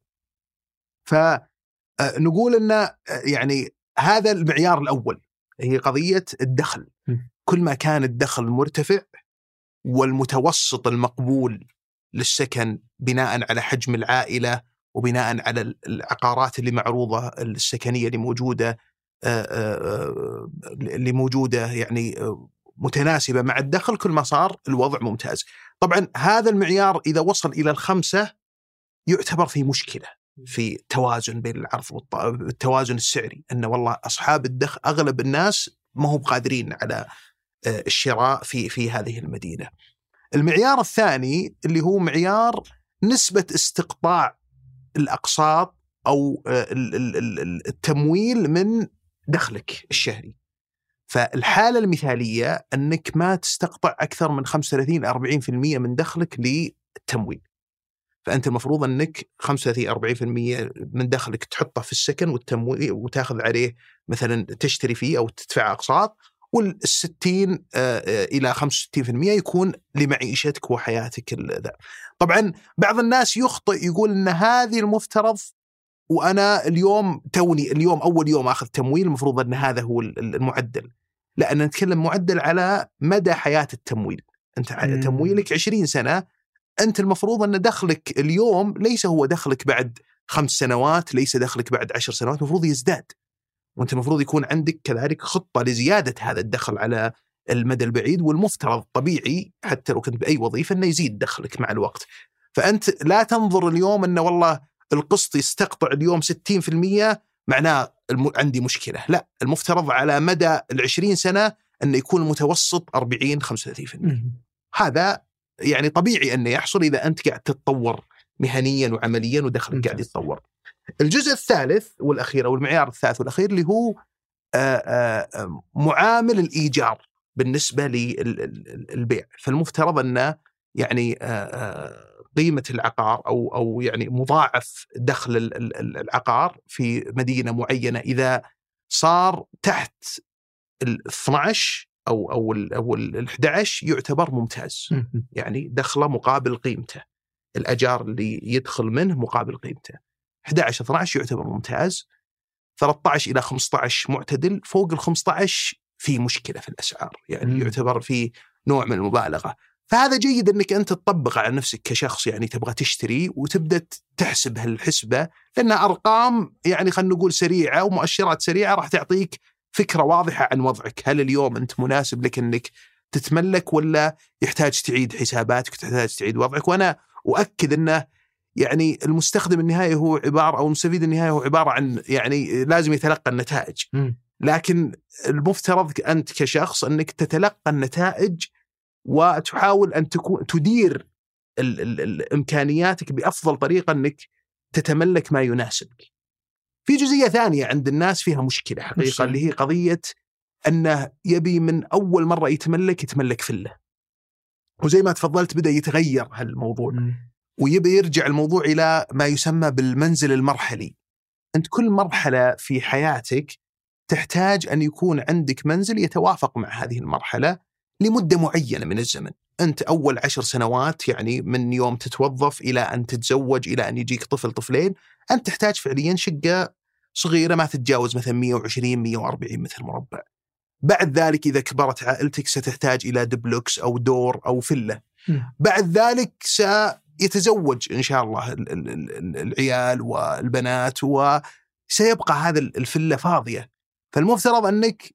فنقول أن يعني هذا المعيار الأول هي قضية الدخل. كل ما كان الدخل مرتفع والمتوسط المقبول للسكن بناء على حجم العائلة وبناء على العقارات اللي معروضة السكنية اللي موجودة يعني متناسبة مع الدخل، كل ما صار الوضع ممتاز. طبعا هذا المعيار إذا وصل إلى 5 يعتبر في مشكلة، في توازن بين العرض والتوازن السعري، أن والله أصحاب الدخل أغلب الناس ما هم قادرين على الشراء في هذه المدينة. المعيار الثاني اللي هو معيار نسبة استقطاع الأقساط أو التمويل من دخلك الشهري. فالحالة المثالية أنك ما تستقطع أكثر من 35-40% من دخلك للتمويل. فأنت المفروض أنك 35-40% من دخلك تحطه في السكن والتمويل وتأخذ عليه مثلا تشتري فيه أو تدفع أقساط، وال60 إلى 65% يكون لمعيشتك وحياتك. ذا طبعا بعض الناس يخطئ يقول أن هذه المفترض، وأنا توني اليوم أول يوم أخذ تمويل المفروض أن هذا هو المعدل. لا، أنا نتكلم معدل على مدى حياة التمويل. أنت تمويلك 20 سنة، أنت المفروض أن دخلك اليوم ليس هو دخلك بعد 5 سنوات، ليس دخلك بعد 10 سنوات، المفروض يزداد. وأنت المفروض يكون عندك كذلك خطة لزيادة هذا الدخل على المدى البعيد، والمفترض طبيعي حتى لو كنت بأي وظيفة أنه يزيد دخلك مع الوقت. فأنت لا تنظر اليوم أنه والله القسط يستقطع اليوم 60% معناه عندي مشكلة. لا، المفترض على مدى 20 سنة أن يكون المتوسط 40-35%. هذا يعني طبيعي أنه يحصل إذا أنت قاعد تتطور مهنيا وعمليا ودخلك قاعد يتطور. الجزء الثالث والأخير أو المعيار الثالث والأخير اللي هو معامل الإيجار بالنسبة للبيع. فالمفترض أن يعني قيمة العقار أو يعني مضاعف دخل العقار في مدينة معينة إذا صار تحت 12 أو 11 يعتبر ممتاز، يعني دخله مقابل قيمته، الأجار اللي يدخل منه مقابل قيمته. 11-12 يعتبر ممتاز، 13 إلى 15 معتدل، فوق 15 في مشكلة في الأسعار، يعني يعتبر في نوع من المبالغة. فهذا جيد أنك أنت تطبق على نفسك كشخص يعني تبغى تشتري وتبدأ تحسب هالحسبة، لأنها أرقام يعني خلينا نقول سريعة ومؤشرات سريعة راح تعطيك فكرة واضحة عن وضعك. هل اليوم أنت مناسب لك أنك تتملك ولا يحتاج تعيد حساباتك وتحتاج تعيد وضعك؟ وأنا أؤكد أنه يعني المستخدم النهائي هو عبارة أو المستفيد النهائي هو عبارة عن يعني لازم يتلقى النتائج، لكن المفترض أنت كشخص أنك تتلقى النتائج وتحاول أن تدير إمكانياتك بأفضل طريقة أنك تتملك ما يناسبك. في جزئية ثانية عند الناس فيها مشكلة حقيقة اللي هي قضية أنه يبي من أول مرة يتملك فيلا، وزي ما تفضلت بدأ يتغير هالموضوع ويبي يرجع الموضوع إلى ما يسمى بالمنزل المرحلي. أنت كل مرحلة في حياتك تحتاج أن يكون عندك منزل يتوافق مع هذه المرحلة لمدة معينة من الزمن. أنت أول 10 سنوات يعني من يوم تتوظف إلى أن تتزوج إلى أن يجيك طفل طفلين، أنت تحتاج فعليا شقة صغيرة ما تتجاوز مثلا 120-140 متر مربع. بعد ذلك إذا كبرت عائلتك ستحتاج إلى دبلوكس أو دور أو فلة. بعد ذلك سيتزوج إن شاء الله العيال والبنات وسيبقى هذا الفلة فاضية. فالمفترض أنك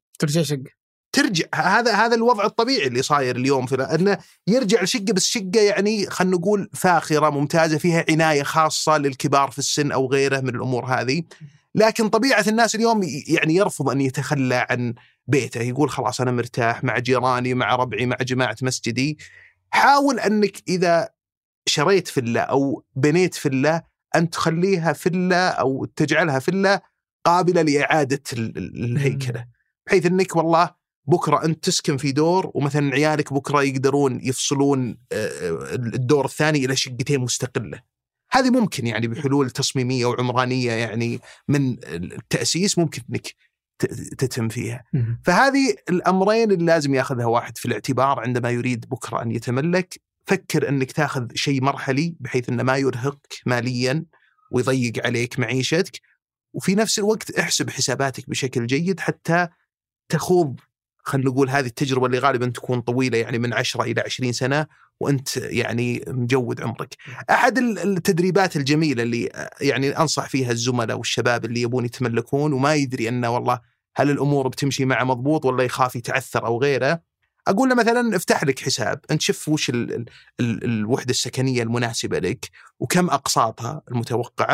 ترجع هذا الوضع الطبيعي اللي صاير اليوم أنه يرجع الشقة، بس شقة يعني خلنا نقول فاخرة ممتازة فيها عناية خاصة للكبار في السن أو غيره من الأمور هذه. لكن طبيعة الناس اليوم يعني يرفض أن يتخلى عن بيته، يقول خلاص أنا مرتاح مع جيراني مع ربعي مع جماعة مسجدي. حاول أنك إذا شريت فلة أو بنيت فلة أن تخليها فلة أو تجعلها فلة قابلة لإعادة الهيكلة، بحيث أنك والله بكرة أنت تسكن في دور ومثلا عيالك بكرة يقدرون يفصلون الدور الثاني إلى شقتين مستقلة. هذه ممكن يعني بحلول تصميمية وعمرانية يعني من التأسيس ممكن أنك تتم فيها. فهذه الأمرين اللي لازم يأخذها واحد في الاعتبار عندما يريد بكرة أن يتملك. فكر أنك تأخذ شيء مرحلي بحيث أنه ما يرهقك ماليا ويضيق عليك معيشتك، وفي نفس الوقت احسب حساباتك بشكل جيد حتى تخوض خلينا نقول هذه التجربة اللي غالبا تكون طويلة يعني من 10 إلى 20 سنة وأنت يعني مجود عمرك. أحد التدريبات الجميلة اللي يعني أنصح فيها الزملاء والشباب اللي يبون يتملكون وما يدري أنه والله هل الأمور بتمشي معه مضبوط ولا يخاف يتعثر أو غيره، أقول له مثلا افتح لك حساب، أنت شوف وش الوحدة السكنية المناسبة لك وكم أقساطها المتوقعة،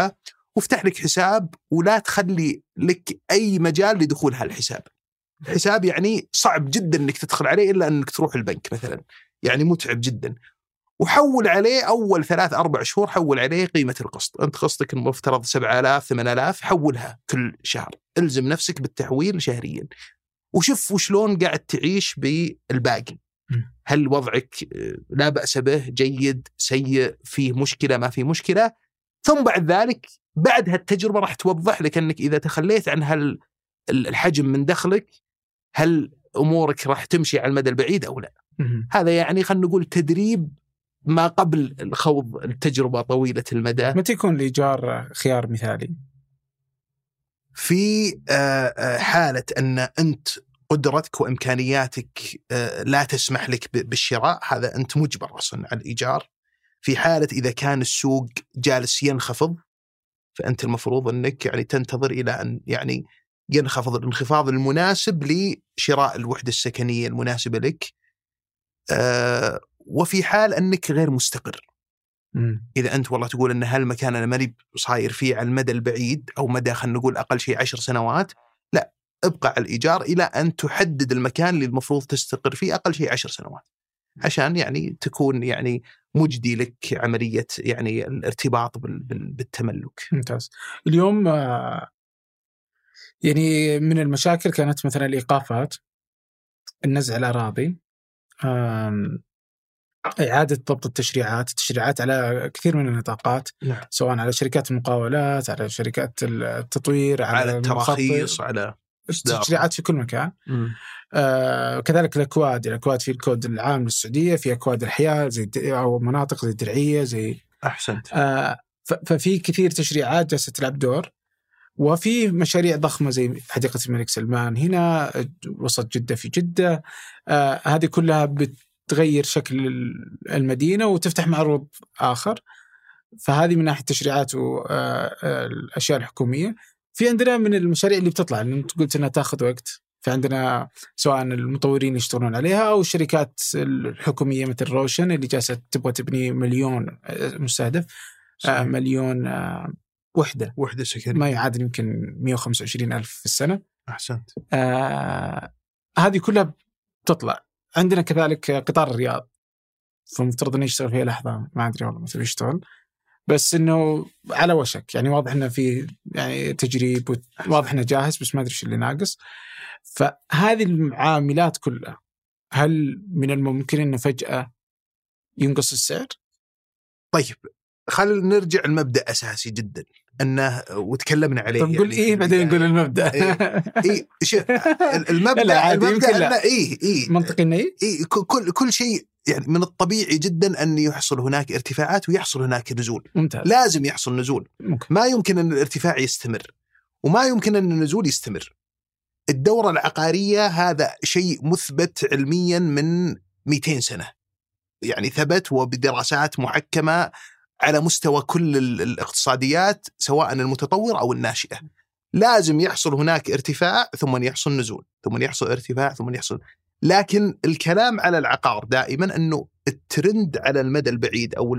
وافتح لك حساب ولا تخلي لك أي مجال لدخول هالحساب. الحساب يعني صعب جدا أنك تدخل عليه إلا أنك تروح البنك مثلا، يعني متعب جدا. وحول عليه أول 3-4 شهور، حول عليه قيمة القسط. أنت قسطك المفترض 7,000-8,000، حولها كل شهر، الزم نفسك بالتحويل شهريا، وشوف وشلون قاعد تعيش بالباقي. هل وضعك لا بأس به، جيد، سيء، فيه مشكلة، ما فيه مشكلة؟ ثم بعد ذلك بعد هالتجربة راح توضح لك أنك إذا تخليت عن الحجم من دخلك هل أمورك راح تمشي على المدى البعيد أو لا. هذا يعني خلينا نقول تدريب ما قبل الخوض التجربة طويلة المدى. متى يكون الإيجار خيار مثالي؟ في حالة أن أنت قدرتك وإمكانياتك لا تسمح لك بالشراء، هذا أنت مجبر أصلا على الإيجار. في حالة إذا كان السوق جالس ينخفض، فأنت المفروض أنك يعني تنتظر إلى أن يعني ينخفض الانخفاض المناسب لشراء الوحدة السكنية المناسبة لك. وفي حال أنك غير مستقر، إذا أنت والله تقول أن هالمكان أنا ماني صاير فيه على المدى البعيد أو مدى خلينا نقول أقل شيء 10 سنوات، لا، ابقى على الإيجار إلى أن تحدد المكان اللي المفروض تستقر فيه أقل شيء 10 سنوات، عشان يعني تكون يعني مجدي لك عملية يعني الارتباط بالتملك. ممتاز. اليوم يعني من المشاكل كانت مثلا الإيقافات، النزع الأراضي، إعادة ضبط التشريعات على كثير من النطاقات. نعم. سواء على شركات المقاولات، على شركات التطوير، على التراخيص، على التشريعات في كل مكان. كذلك الأكواد في الكود العام للسعودية، في أكواد الحياة زي أو مناطق زي الدرعية زي أحسنت. ففي كثير تشريعات جالسة تلعب دور، وفي مشاريع ضخمة زي حديقة الملك سلمان هنا، وسط جدة في جدة. هذه كلها بتغير شكل المدينة وتفتح معروض آخر. فهذه من ناحية التشريعات والأشياء الحكومية. في عندنا من المشاريع اللي بتطلع، اللي أنت قلت أنها تأخذ وقت، فعندنا سواء المطورين يشتغلون عليها أو الشركات الحكومية مثل روشن اللي جالسة تبغى تبني 1,000,000 مستهدف، 1,000,000 وحدة سكنية، ما يعادل يمكن 125,000 في السنة. أحسنت. هذه كلها بتطلع. عندنا كذلك قطار الرياض، فمفترض أن يشتغل فيها لحظة، ما أدري والله متى بيشتغل، بس إنه على وشك، يعني واضح إنه في يعني تجريب، واضح إنه جاهز، بس ما أدري إيش اللي ناقص. فهذه المعاملات كلها، هل من الممكن إنه فجأة ينقص السعر؟ طيب خلينا نرجع المبدأ أساسي جدا أنه وتكلمنا عليه. طب نقول إيه بعدين نقول المبدأ. إيه المبدأ أنه منطقي إنه كل شيء يعني من الطبيعي جدا أن يحصل هناك ارتفاعات ويحصل هناك نزول. ممتاز. لازم يحصل نزول. ما يمكن أن الارتفاع يستمر وما يمكن أن النزول يستمر. الدورة العقارية هذا شيء مثبت علميا من 200 سنة، يعني ثبت وبدراسات محكمة على مستوى كل الاقتصاديات سواء المتطورة أو الناشئة. لازم يحصل هناك ارتفاع ثم يحصل نزول ثم يحصل ارتفاع ثم يحصل. لكن الكلام على العقار دائما أنه الترند على المدى البعيد أو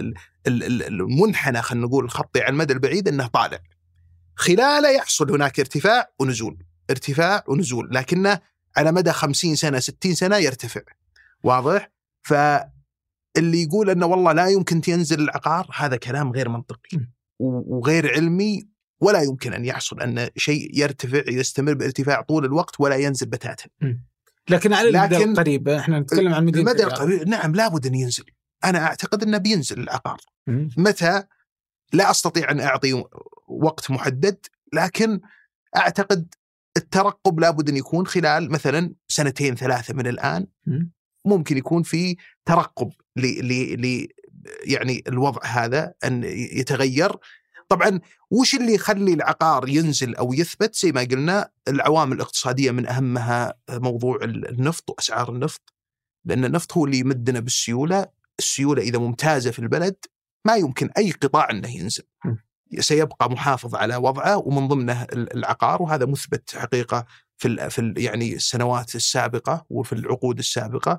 المنحنى خلينا نقول الخطي على المدى البعيد أنه طالع، خلاله يحصل هناك ارتفاع ونزول، ارتفاع ونزول، لكنه على مدى 50 سنة 60 سنة يرتفع. واضح؟ فاللي يقول أنه والله لا يمكن ينزل العقار هذا كلام غير منطقي وغير علمي، ولا يمكن أن يحصل أن شيء يرتفع يستمر بارتفاع طول الوقت ولا ينزل بتاتا. لكن على المدى القريب احنا نتكلم عن المدى القريب نعم لابد أن ينزل. أنا أعتقد أنه بينزل العقار. متى؟ لا أستطيع أن أعطي وقت محدد، لكن أعتقد الترقب لابد أن يكون خلال مثلا 2-3 من الآن. ممكن يكون في ترقب يعني الوضع هذا أن يتغير. طبعا وش اللي يخلي العقار ينزل أو يثبت؟ زي ما قلنا العوامل الاقتصادية من أهمها موضوع النفط وأسعار النفط، لأن النفط هو اللي يمدنا بالسيولة. السيولة إذا ممتازة في البلد ما يمكن أي قطاع أنه ينزل، سيبقى محافظ على وضعه ومن ضمنه العقار، وهذا مثبت حقيقة في يعني السنوات السابقة وفي العقود السابقة.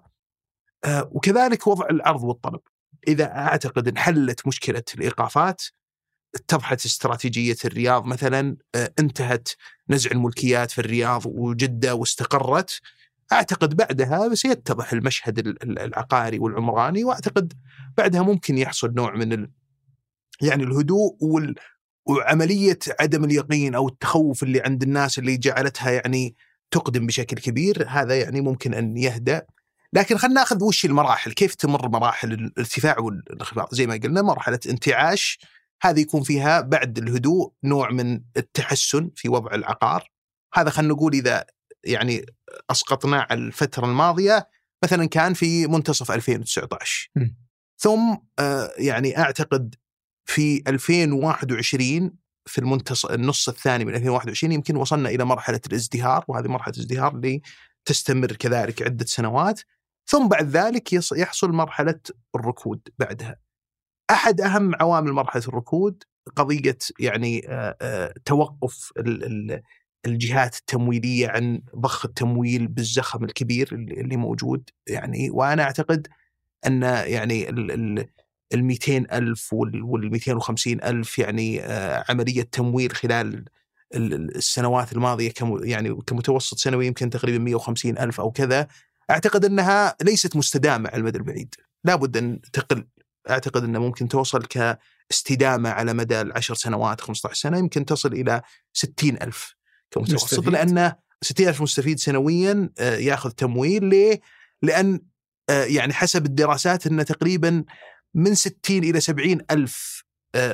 وكذلك وضع العرض والطلب. إذا أعتقد انحلت مشكلة الإيقافات اتضحت استراتيجية الرياض مثلا، انتهت نزع الملكيات في الرياض وجدة واستقرت، أعتقد بعدها سيتضح المشهد العقاري والعمراني، وأعتقد بعدها ممكن يحصل نوع من يعني الهدوء وعملية عدم اليقين أو التخوف اللي عند الناس اللي جعلتها يعني تقدم بشكل كبير، هذا يعني ممكن أن يهدأ. لكن خلنا نأخذ وش المراحل، كيف تمر مراحل الارتفاع والانخفاض. زي ما قلنا مرحلة انتعاش، هذه يكون فيها بعد الهدوء نوع من التحسن في وضع العقار. هذا خلنا نقول إذا يعني أسقطنا على الفترة الماضية مثلا كان في منتصف 2019 ثم يعني أعتقد في 2021 في النص الثاني من 2021 يمكن وصلنا إلى مرحلة الازدهار، وهذه مرحلة الازدهار اللي تستمر كذلك عدة سنوات، ثم بعد ذلك يحصل مرحلة الركود بعدها. أحد أهم عوامل مرحلة الركود قضية يعني توقف الجهات التمويلية عن ضخ التمويل بالزخم الكبير اللي موجود يعني. وأنا أعتقد أن يعني 200,000 وال250,000 يعني عملية تمويل خلال السنوات الماضية يعني كمتوسط سنوي يمكن تقريبا 150,000 أو كذا، أعتقد أنها ليست مستدامة على المدى البعيد، لابد أن تقل. أعتقد أنها ممكن توصل كاستدامة على مدى 10 سنوات 15 سنة يمكن تصل إلى 60,000 كمتوسط، لأن 60,000 مستفيد سنويا يأخذ تمويل. ليه؟ لأن يعني حسب الدراسات أن تقريبا من 60 إلى 70,000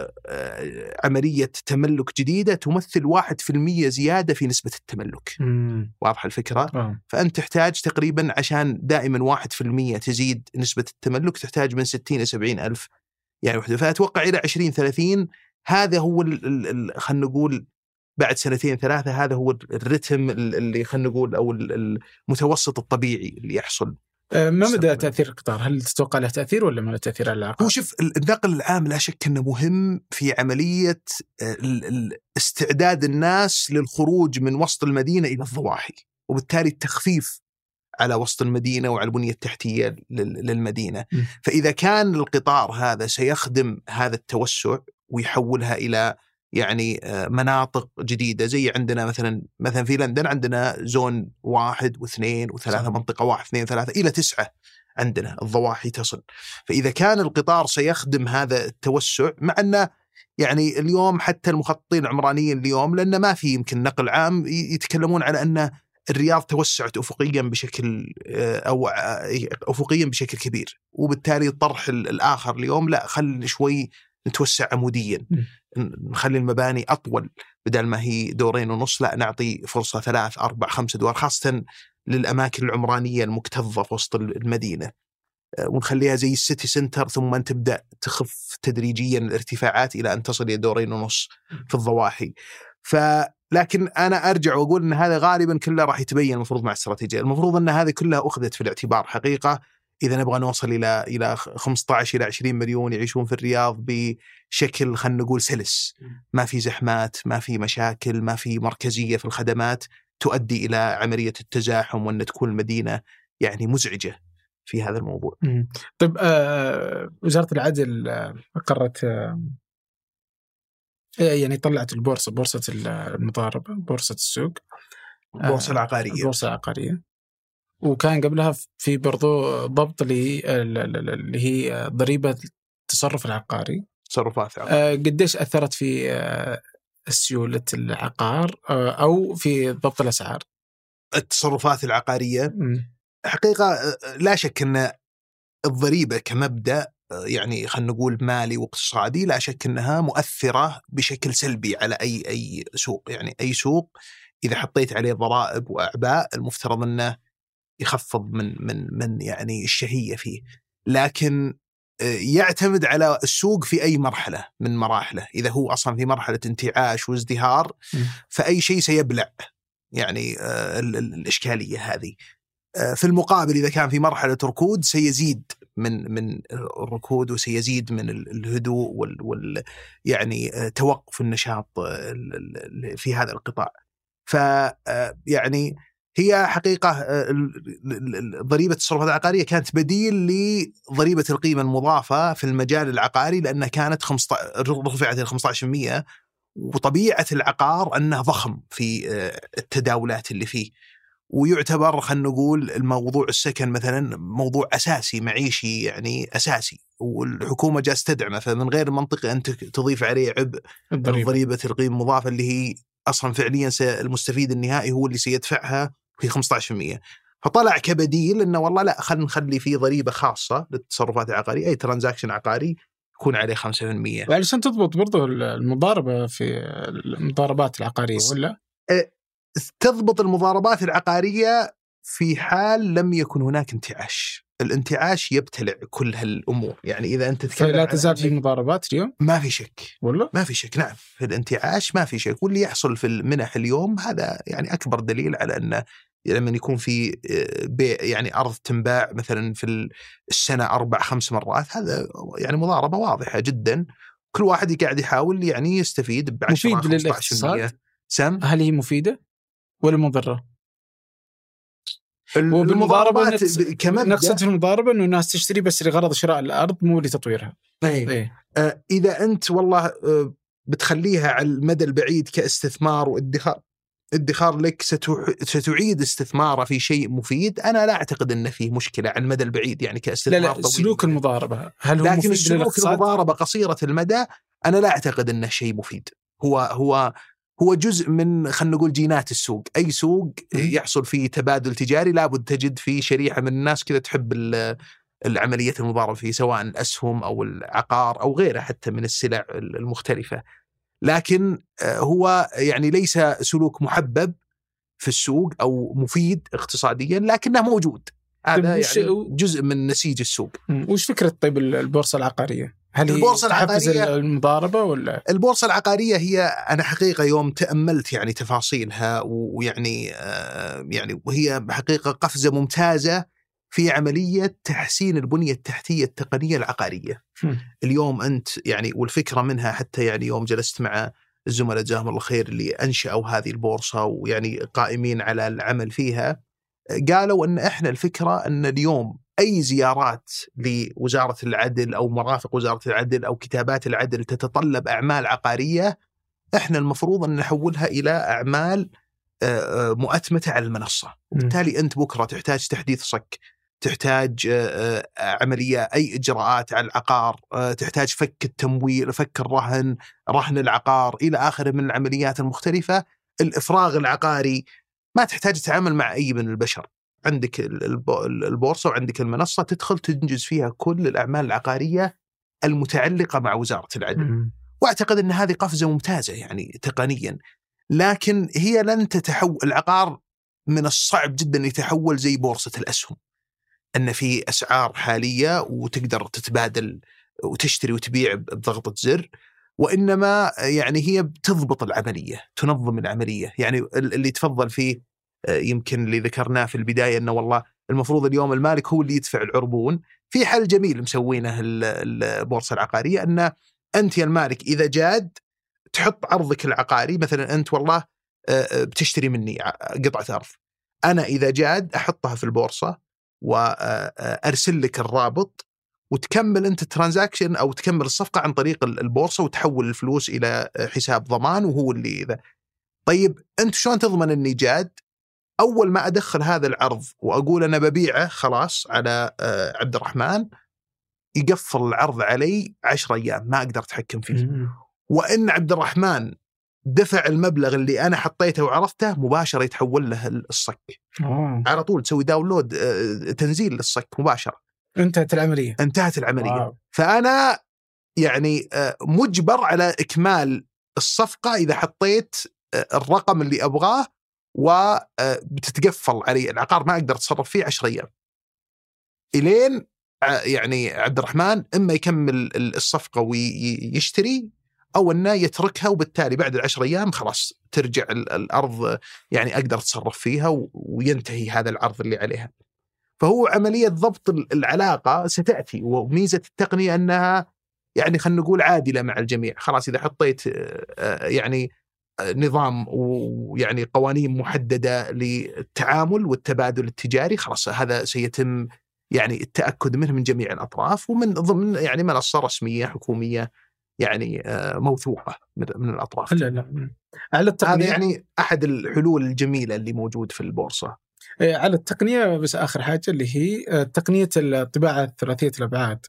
عملية تملك جديدة تمثل 1% زيادة في نسبة التملك. واضح الفكرة؟ فأنت تحتاج تقريبا عشان دائما 1% تزيد نسبة التملك تحتاج من 60 إلى 70,000 يعني وحدة. فأتوقع إلى 2030 هذا هو خلنا نقول بعد 2-3 هذا هو الرتم اللي خلنا نقول أو المتوسط الطبيعي اللي يحصل. ما مدى تأثير القطار؟ هل تتوقع له تأثير ولا ما له تأثير على العقار؟ وشوف النقل العام لا شك أنه مهم في عملية استعداد الناس للخروج من وسط المدينة إلى الضواحي، وبالتالي التخفيف على وسط المدينة وعلى البنية التحتية للمدينة. فإذا كان القطار هذا سيخدم هذا التوسع ويحولها إلى يعني مناطق جديدة، زي عندنا مثلا في لندن عندنا زون 1 و2 و3، منطقة 1 2 3 إلى 9 عندنا الضواحي تصل. فإذا كان القطار سيخدم هذا التوسع، مع أنه يعني اليوم حتى المخططين العمرانيين اليوم لأنه ما في يمكن نقل عام يتكلمون على أن الرياض توسعت أفقيا بشكل كبير، وبالتالي الطرح الآخر اليوم لا، خل شوي نتوسع عموديا، نخلي المباني أطول بدل ما هي 2.5 دور، لا نعطي فرصة 3 4 5 أدوار، خاصة للأماكن العمرانية المكتظة في وسط المدينة، ونخليها زي السيتي سنتر، ثم أن تبدأ تخف تدريجيا الارتفاعات إلى أن تصل إلى 2.5 دور في الضواحي. لكن أنا أرجع وأقول أن هذا غالبا كله راح يتبين المفروض مع الاستراتيجية. المفروض أن هذه كلها أخذت في الاعتبار حقيقة إذا نبغى نوصل إلى 15 إلى 20 مليون يعيشون في الرياض بشكل خلنا نقول سلس، ما في زحمات، ما في مشاكل، ما في مركزية في الخدمات تؤدي إلى عملية التزاحم، وأن تكون المدينة يعني مزعجة في هذا الموضوع. طيب وزارة العدل قررت يعني طلعت بورصة المضاربة، بورصة السوق، البورصة العقارية، وكان قبلها في برضو ضبط اللي هي ضريبة التصرف العقاري، تصرفات عقارية. قديش أثرت في سيولة العقار أو في ضبط الأسعار؟ التصرفات العقارية حقيقة لا شك أن الضريبة كمبدأ يعني خلنا نقول مالي واقتصادي لا شك أنها مؤثرة بشكل سلبي على أي سوق. يعني أي سوق إذا حطيت عليه ضرائب وأعباء المفترض أنه يخفض من يعني الشهية فيه، لكن يعتمد على السوق في أي مرحلة من مراحله. إذا هو أصلا في مرحلة انتعاش وازدهار فأي شيء سيبلع يعني الإشكالية هذه. في المقابل إذا كان في مرحلة ركود سيزيد من الركود وسيزيد من الهدوء يعني توقف النشاط في هذا القطاع. فيعني هي حقيقة ضريبة التصرفات العقارية كانت بديل لضريبة القيمة المضافة في المجال العقاري، لأنها كانت رفعت إلى 15%، وطبيعة العقار أنه ضخم في التداولات اللي فيه، ويعتبر خلينا نقول الموضوع السكن مثلا موضوع أساسي معيشي يعني أساسي، والحكومة جالسة تدعمه، فمن غير المنطقي أن تضيف عليه عبء ضريبة القيمة المضافة اللي هي أصلا فعليا المستفيد النهائي هو اللي سيدفعها في 15%. فطلع كبديل إنه والله لا، خلينا نخلي فيه ضريبة خاصة للتصرفات العقارية، أي ترانزاكشن عقاري يكون عليه 5%. علشان تضبط برضو المضاربة في المضاربات العقارية، ولا؟ تضبط المضاربات العقارية في حال لم يكن هناك انتعاش. الانتعاش يبتلع كل هالأمور، يعني إذا أنت تتكلم لا تزال في مضاربات اليوم؟ ما في شك، ولا؟ ما في شك، نعم، في الانتعاش ما في شك. واللي يحصل في المنح اليوم هذا يعني أكبر دليل على أن لما يكون في يعني أرض تنباع مثلا في السنة 4-5 مرات، هذا يعني مضاربة واضحة جدا. كل واحد قاعد يحاول يعني يستفيد ب10 مفيد للاقتصاد. سم، هل هي مفيدة ولا مضرة؟ المضاربات نقصد في المضاربة إنه الناس تشتري بس لغرض شراء الأرض مو لتطويرها. إيه. إذا أنت والله بتخليها على المدى البعيد كاستثمار وادخار لك، ستعيد استثماره في شيء مفيد. أنا لا أعتقد أن فيه مشكلة على المدى البعيد يعني كاستثمار. لا سلوك المضاربة هل هو لكن مفيد سلوك المضاربة قصيرة المدى أنا لا أعتقد أنه شيء مفيد. هو جزء من خلينا نقول جينات السوق. أي سوق يحصل فيه تبادل تجاري لابد تجد فيه شريحة من الناس كذا تحب العملية المضاربة فيه، سواء الأسهم أو العقار أو غيره حتى من السلع المختلفة. لكن هو يعني ليس سلوك محبب في السوق أو مفيد اقتصاديا، لكنه موجود. هذا يعني جزء من نسيج السوق. وش فكرة طيب البورصة العقارية؟ هل البورصة تحفز المضاربة ولا؟ البورصة العقارية هي أنا حقيقة يوم تأملت يعني تفاصيلها ويعني يعني وهي حقيقة قفزة ممتازة في عملية تحسين البنية التحتية التقنية العقارية. اليوم أنت يعني والفكرة منها حتى يعني يوم جلست مع الزملاء جزاهم الله خير اللي أنشأوا هذه البورصة ويعني قائمين على العمل فيها، قالوا أن إحنا الفكرة أن اليوم أي زيارات لوزارة العدل أو مرافق وزارة العدل أو كتابات العدل تتطلب أعمال عقارية، إحنا المفروض أن نحولها إلى أعمال مؤتمتة على المنصة. وبالتالي أنت بكرة تحتاج تحديث صك، تحتاج عملية أي إجراءات على العقار، تحتاج فك التمويل، فك رهن العقار إلى آخره من العمليات المختلفة. الإفراغ العقاري ما تحتاج تتعامل مع أي من البشر. عندك البورصة وعندك المنصة تدخل تنجز فيها كل الأعمال العقارية المتعلقة مع وزارة العدل. وأعتقد أن هذه قفزة ممتازة يعني تقنيا، لكن هي لن تتحول. العقار من الصعب جدا يتحول زي بورصة الأسهم، أن في أسعار حالية وتقدر تتبادل وتشتري وتبيع بضغطة زر، وإنما يعني هي بتضبط العملية، تنظم العملية. يعني اللي تفضل فيه يمكن اللي ذكرناه في البداية أنه والله المفروض اليوم المالك هو اللي يدفع العربون. في حل جميل مسوينه البورصة العقارية، أن أنت يا المالك إذا جاد تحط عرضك العقاري. مثلا أنت والله بتشتري مني قطعة أرض، أنا إذا جاد أحطها في البورصة وأرسل لك الرابط وتكمل أنت الترانزاكشن أو تكمل الصفقة عن طريق البورصة وتحول الفلوس إلى حساب ضمان وهو اللي إذا. طيب أنت شلون تضمن أني جاد؟ أول ما أدخل هذا العرض وأقول أنا ببيعه خلاص على عبد الرحمن، يقفل العرض علي 10 أيام ما أقدر أتحكم فيه. وإن عبد الرحمن دفع المبلغ اللي أنا حطيته وعرفته مباشرة يتحول له الصك على طول، تسوي داونلود تنزيل للصك مباشرة. انتهت العملية. فأنا يعني مجبر على إكمال الصفقة إذا حطيت الرقم اللي أبغاه، وبتتقفل علي العقار ما أقدر أتصرف فيه 10 أيام إلين يعني عبد الرحمن إما يكمل الصفقة ويشتري أو أنه يتركها، وبالتالي بعد 10 أيام خلاص ترجع الأرض يعني أقدر أتصرف فيها وينتهي هذا العرض اللي عليها. فهو عملية ضبط العلاقة ستأتي، وميزة التقنية أنها يعني خلينا نقول عادلة مع الجميع. خلاص إذا حطيت يعني نظام ويعني قوانين محددة للتعامل والتبادل التجاري، خلاص هذا سيتم يعني التأكد منه من جميع الأطراف ومن ضمن يعني منصة رسمية حكومية يعني موثوقة من الأطراف. لا على التقنية، هذا يعني أحد الحلول الجميلة اللي موجود في البورصة. على التقنية بس آخر حاجة اللي هي تقنية الطباعة الثلاثية الأبعاد.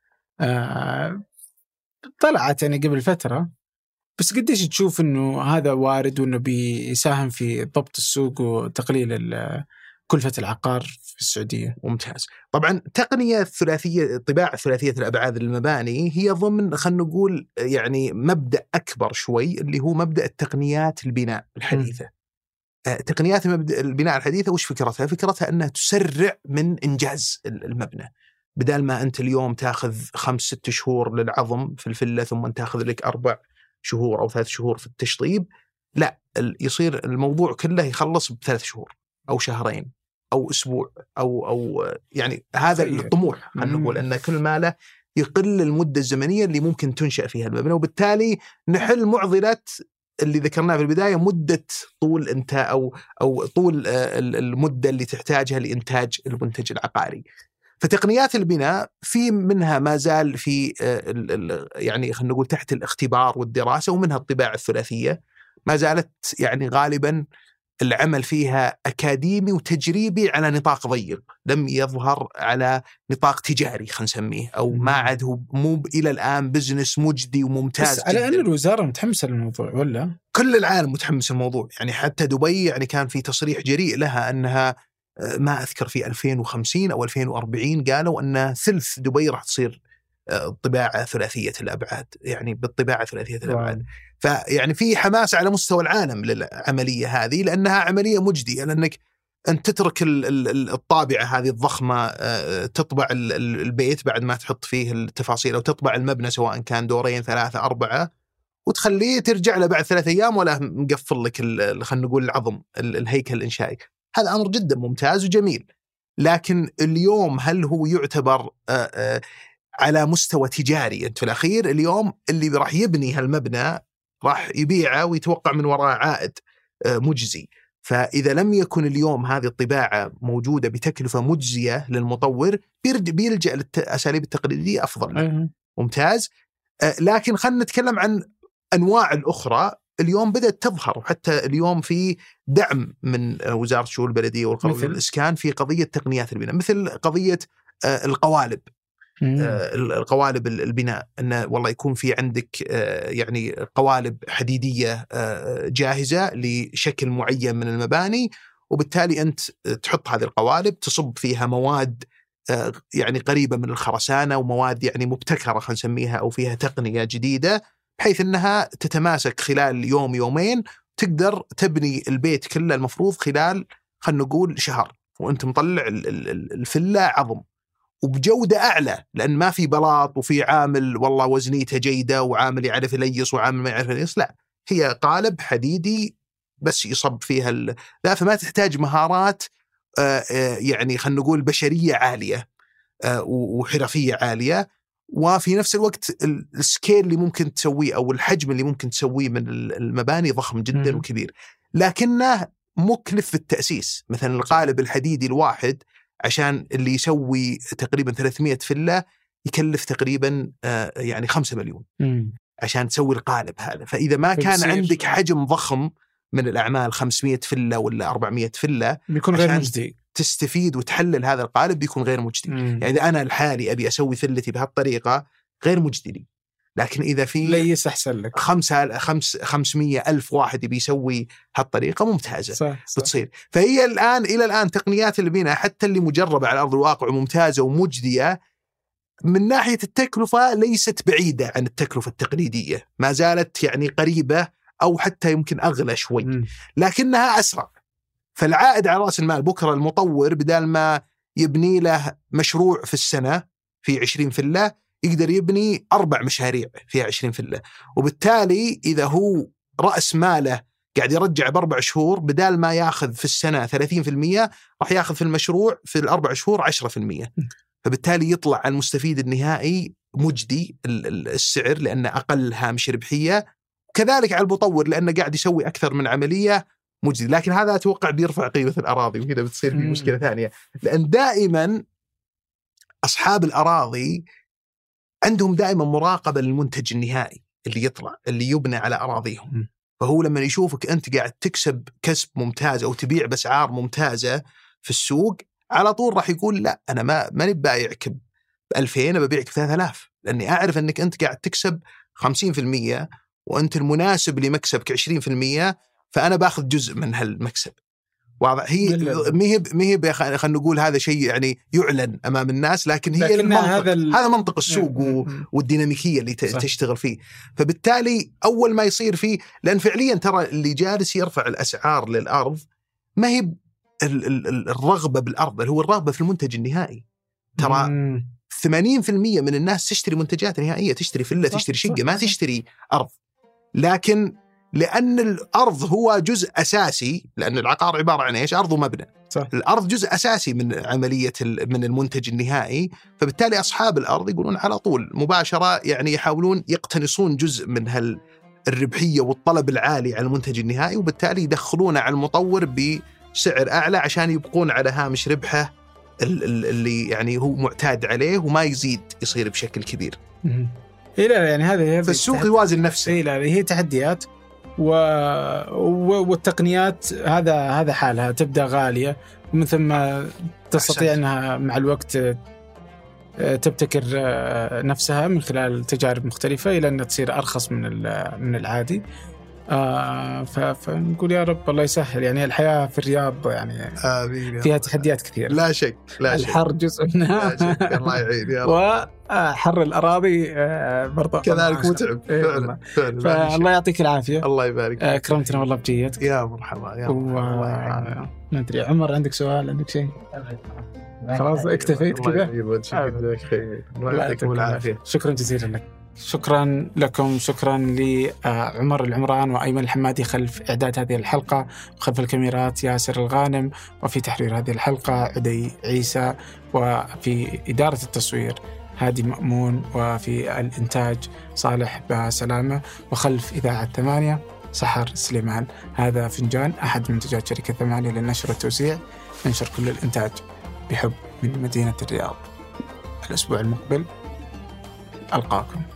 طلعت يعني قبل فترة، بس قديش تشوف إنه هذا وارد وإنه بيساهم في ضبط السوق وتقليل كلفة العقار في السعودية؟ ممتاز. طبعا تقنية الثلاثية طباعة ثلاثية الأبعاد للمباني هي ضمن خلينا نقول يعني مبدأ أكبر شوي اللي هو مبدأ التقنيات البناء الحديثة. تقنيات البناء الحديثة وش فكرتها؟ فكرتها أنها تسرع من إنجاز المبنى. بدل ما أنت اليوم تأخذ 5-6 شهور للعظم في الفلة ثم تأخذ لك 4 شهور أو 3 شهور في التشطيب، لا، يصير الموضوع كله يخلص ب3 شهور أو شهرين أو أسبوع أو يعني هذا الطموح. خلينا نقول أن كل ما له يقل المدة الزمنية اللي ممكن تنشأ فيها المبنى، وبالتالي نحل معضلة اللي ذكرناه في البداية، مدة طول انتاج أو طول المدة اللي تحتاجها لإنتاج المنتج العقاري. فتقنيات البناء في منها ما زال في يعني خلينا نقول تحت الاختبار والدراسة، ومنها الطباعة الثلاثية ما زالت يعني غالبا العمل فيها أكاديمي وتجريبي على نطاق ضيق، لم يظهر على نطاق تجاري خلينا نسميه، أو ما عاد هو مو إلى الآن بزنس مجدي وممتاز. بس على أن الوزارة متحمسة للموضوع ولا؟ كل العالم متحمس الموضوع، يعني حتى دبي يعني كان في تصريح جريء لها أنها ما أذكر في 2050 أو 2040 قالوا أن ثلث دبي راح تصير طباعة ثلاثية الأبعاد، يعني بالطباعة ثلاثية الأبعاد. فيعني في حماس على مستوى العالم للعملية هذه، لأنها عملية مجدية، لأنك أنت تترك الطابعة هذه الضخمة تطبع البيت بعد ما تحط فيه التفاصيل، أو تطبع المبنى سواء كان 2 3 4 وتخليه ترجع له بعد 3 أيام ولا مقفل لك خلينا نقول العظم الهيكل الإنشائي. هذا أمر جدا ممتاز وجميل، لكن اليوم هل هو يعتبر على مستوى تجاري؟ أنت في الأخير اليوم اللي راح يبني هالمبنى راح يبيعه ويتوقع من وراء عائد مجزي. فإذا لم يكن اليوم هذه الطباعة موجودة بتكلفة مجزية للمطور بيلجأ للأساليب التقليدية أفضل. ممتاز. لكن خلينا نتكلم عن أنواع الأخرى اليوم بدأت تظهر، وحتى اليوم في دعم من وزارة الشؤون البلدية والقروض والإسكان في قضية تقنيات البناء، مثل قضية القوالب. القوالب البناء، أن والله يكون في عندك يعني قوالب حديدية جاهزة لشكل معين من المباني، وبالتالي أنت تحط هذه القوالب تصب فيها مواد يعني قريبة من الخرسانة ومواد يعني مبتكرة خلينا نسميها، أو فيها تقنية جديدة بحيث أنها تتماسك خلال يوم يومين، تقدر تبني البيت كله المفروض خلال خلينا نقول شهر، وأنت مطلع الفلة عظم وبجودة أعلى، لأن ما في بلاط وفي عامل والله وزنيته جيدة وعامل يعرف يليص وعامل ما يعرف يليص، لا، هي قالب حديدي بس يصب فيها لا، فما تحتاج مهارات يعني خلينا نقول بشرية عالية وحرفية عالية، وفي نفس الوقت السكيل اللي ممكن تسويه أو الحجم اللي ممكن تسويه من المباني ضخم جدا وكبير، لكنه مكلف في التأسيس. مثلا القالب الحديدي الواحد عشان اللي يسوي تقريبا 300 فلة يكلف تقريبا يعني 5 مليون عشان تسوي القالب هذا. فإذا ما كان عندك حجم ضخم من الأعمال 500 فلة ولا 400 فلة بيكون غير مجدي تستفيد وتحلل هذا القالب، بيكون غير مجدي. يعني إذا أنا الحالي أبي أسوي فلتي بهالطريقة غير مجدي لي، لكن إذا في ليس أحسن لك 500 ألف واحد يبي يسوي هالطريقة ممتازة صح. بتصير. فهي إلى الآن تقنيات البناء حتى اللي مجربة على أرض الواقع وممتازة ومجدية من ناحية التكلفة ليست بعيدة عن التكلفة التقليدية، ما زالت يعني قريبة أو حتى يمكن أغلى شوي، لكنها أسرع. فالعائد على رأس المال بكرة المطور بدل ما يبني له مشروع في السنة في 20 فلة يقدر يبني 4 مشاريع فيها 20 فلة، وبالتالي إذا هو رأس ماله قاعد يرجع ب4 شهور، بدال ما ياخذ في السنة 30% راح ياخذ في المشروع في ال4 شهور 10%. فبالتالي يطلع المستفيد النهائي مجدي السعر، لأنه أقل هامش ربحية وكذلك على المطور لأنه قاعد يسوي أكثر من عملية مجدي. لكن هذا أتوقع بيرفع قيمة الأراضي، وهنا بتصير في مشكلة ثانية، لأن دائما أصحاب الأراضي عندهم دائما مراقبة للمنتج النهائي اللي يطلع، اللي يبنى على أراضيهم. فهو لما يشوفك أنت قاعد تكسب كسب ممتاز أو تبيع بأسعار ممتازة في السوق، على طول راح يقول لا أنا ما نبايعك ب2000، أنا ببيعك ب3000، لأني أعرف أنك أنت قاعد تكسب 50% وأنت المناسب لمكسبك 20%، فأنا باخذ جزء من هالمكسب. واضح؟ هي مهي خلينا نقول هذا شيء يعني يعلن أمام الناس، لكن هي المنطق، هذا منطق السوق والديناميكية اللي تشتغل فيه. فبالتالي أول ما يصير فيه، لأن فعليا ترى اللي جالس يرفع الأسعار للأرض ما هي الرغبة بالأرض، هو الرغبة في المنتج النهائي. ترى 80% من الناس تشتري منتجات نهائية، تشتري فيلا، تشتري شقة، ما تشتري أرض. لكن لأن الأرض هو جزء أساسي، لأن العقار عبارة عن إيش؟ أرض ومبنى. صح. الأرض جزء أساسي من عملية من المنتج النهائي، فبالتالي أصحاب الأرض يقولون على طول مباشرة يعني يحاولون يقتنصون جزء من الربحية والطلب العالي على المنتج النهائي، وبالتالي يدخلونه على المطور بسعر أعلى عشان يبقون على هامش ربحه اللي يعني هو معتاد عليه وما يزيد يصير بشكل كبير. يعني هذا فالسوق يوازن نفسه. هي تحديات والتقنيات هذا حالها تبدأ غالية، ومن ثم تستطيع أنها مع الوقت تبتكر نفسها من خلال تجارب مختلفة إلى أن تصير أرخص من العادي. فنقول يا رب الله يسهل. يعني الحياة في الرياض يعني فيها تحديات كثيرة، لا شك الحر جزء منها، لا شك. الله يعين يا رب. وحر الأراضي برضه كذلك متعب فعلا. فالله يعطيك العافية، الله يبارك. أكرمتنا والله بجيتك. يا مرحبا يا مرحبا. ندري عمر عندك سؤال، عندك شيء؟ خلاص اكتفيت كذا. الله يعطيكم العافية. شكرا جزيلا لك. شكرا لكم، شكرا لعمر العمران وأيمن الحمادي خلف إعداد هذه الحلقة، وخلف الكاميرات ياسر الغانم، وفي تحرير هذه الحلقة عدي عيسى، وفي إدارة التصوير هادي مأمون، وفي الإنتاج صالح بسلامة، وخلف إذاعة 8 سحر سليمان. هذا فنجان، أحد منتجات شركة 8 للنشر والتوزيع، ننشر كل الإنتاج بحب من مدينة الرياض. الأسبوع المقبل ألقاكم.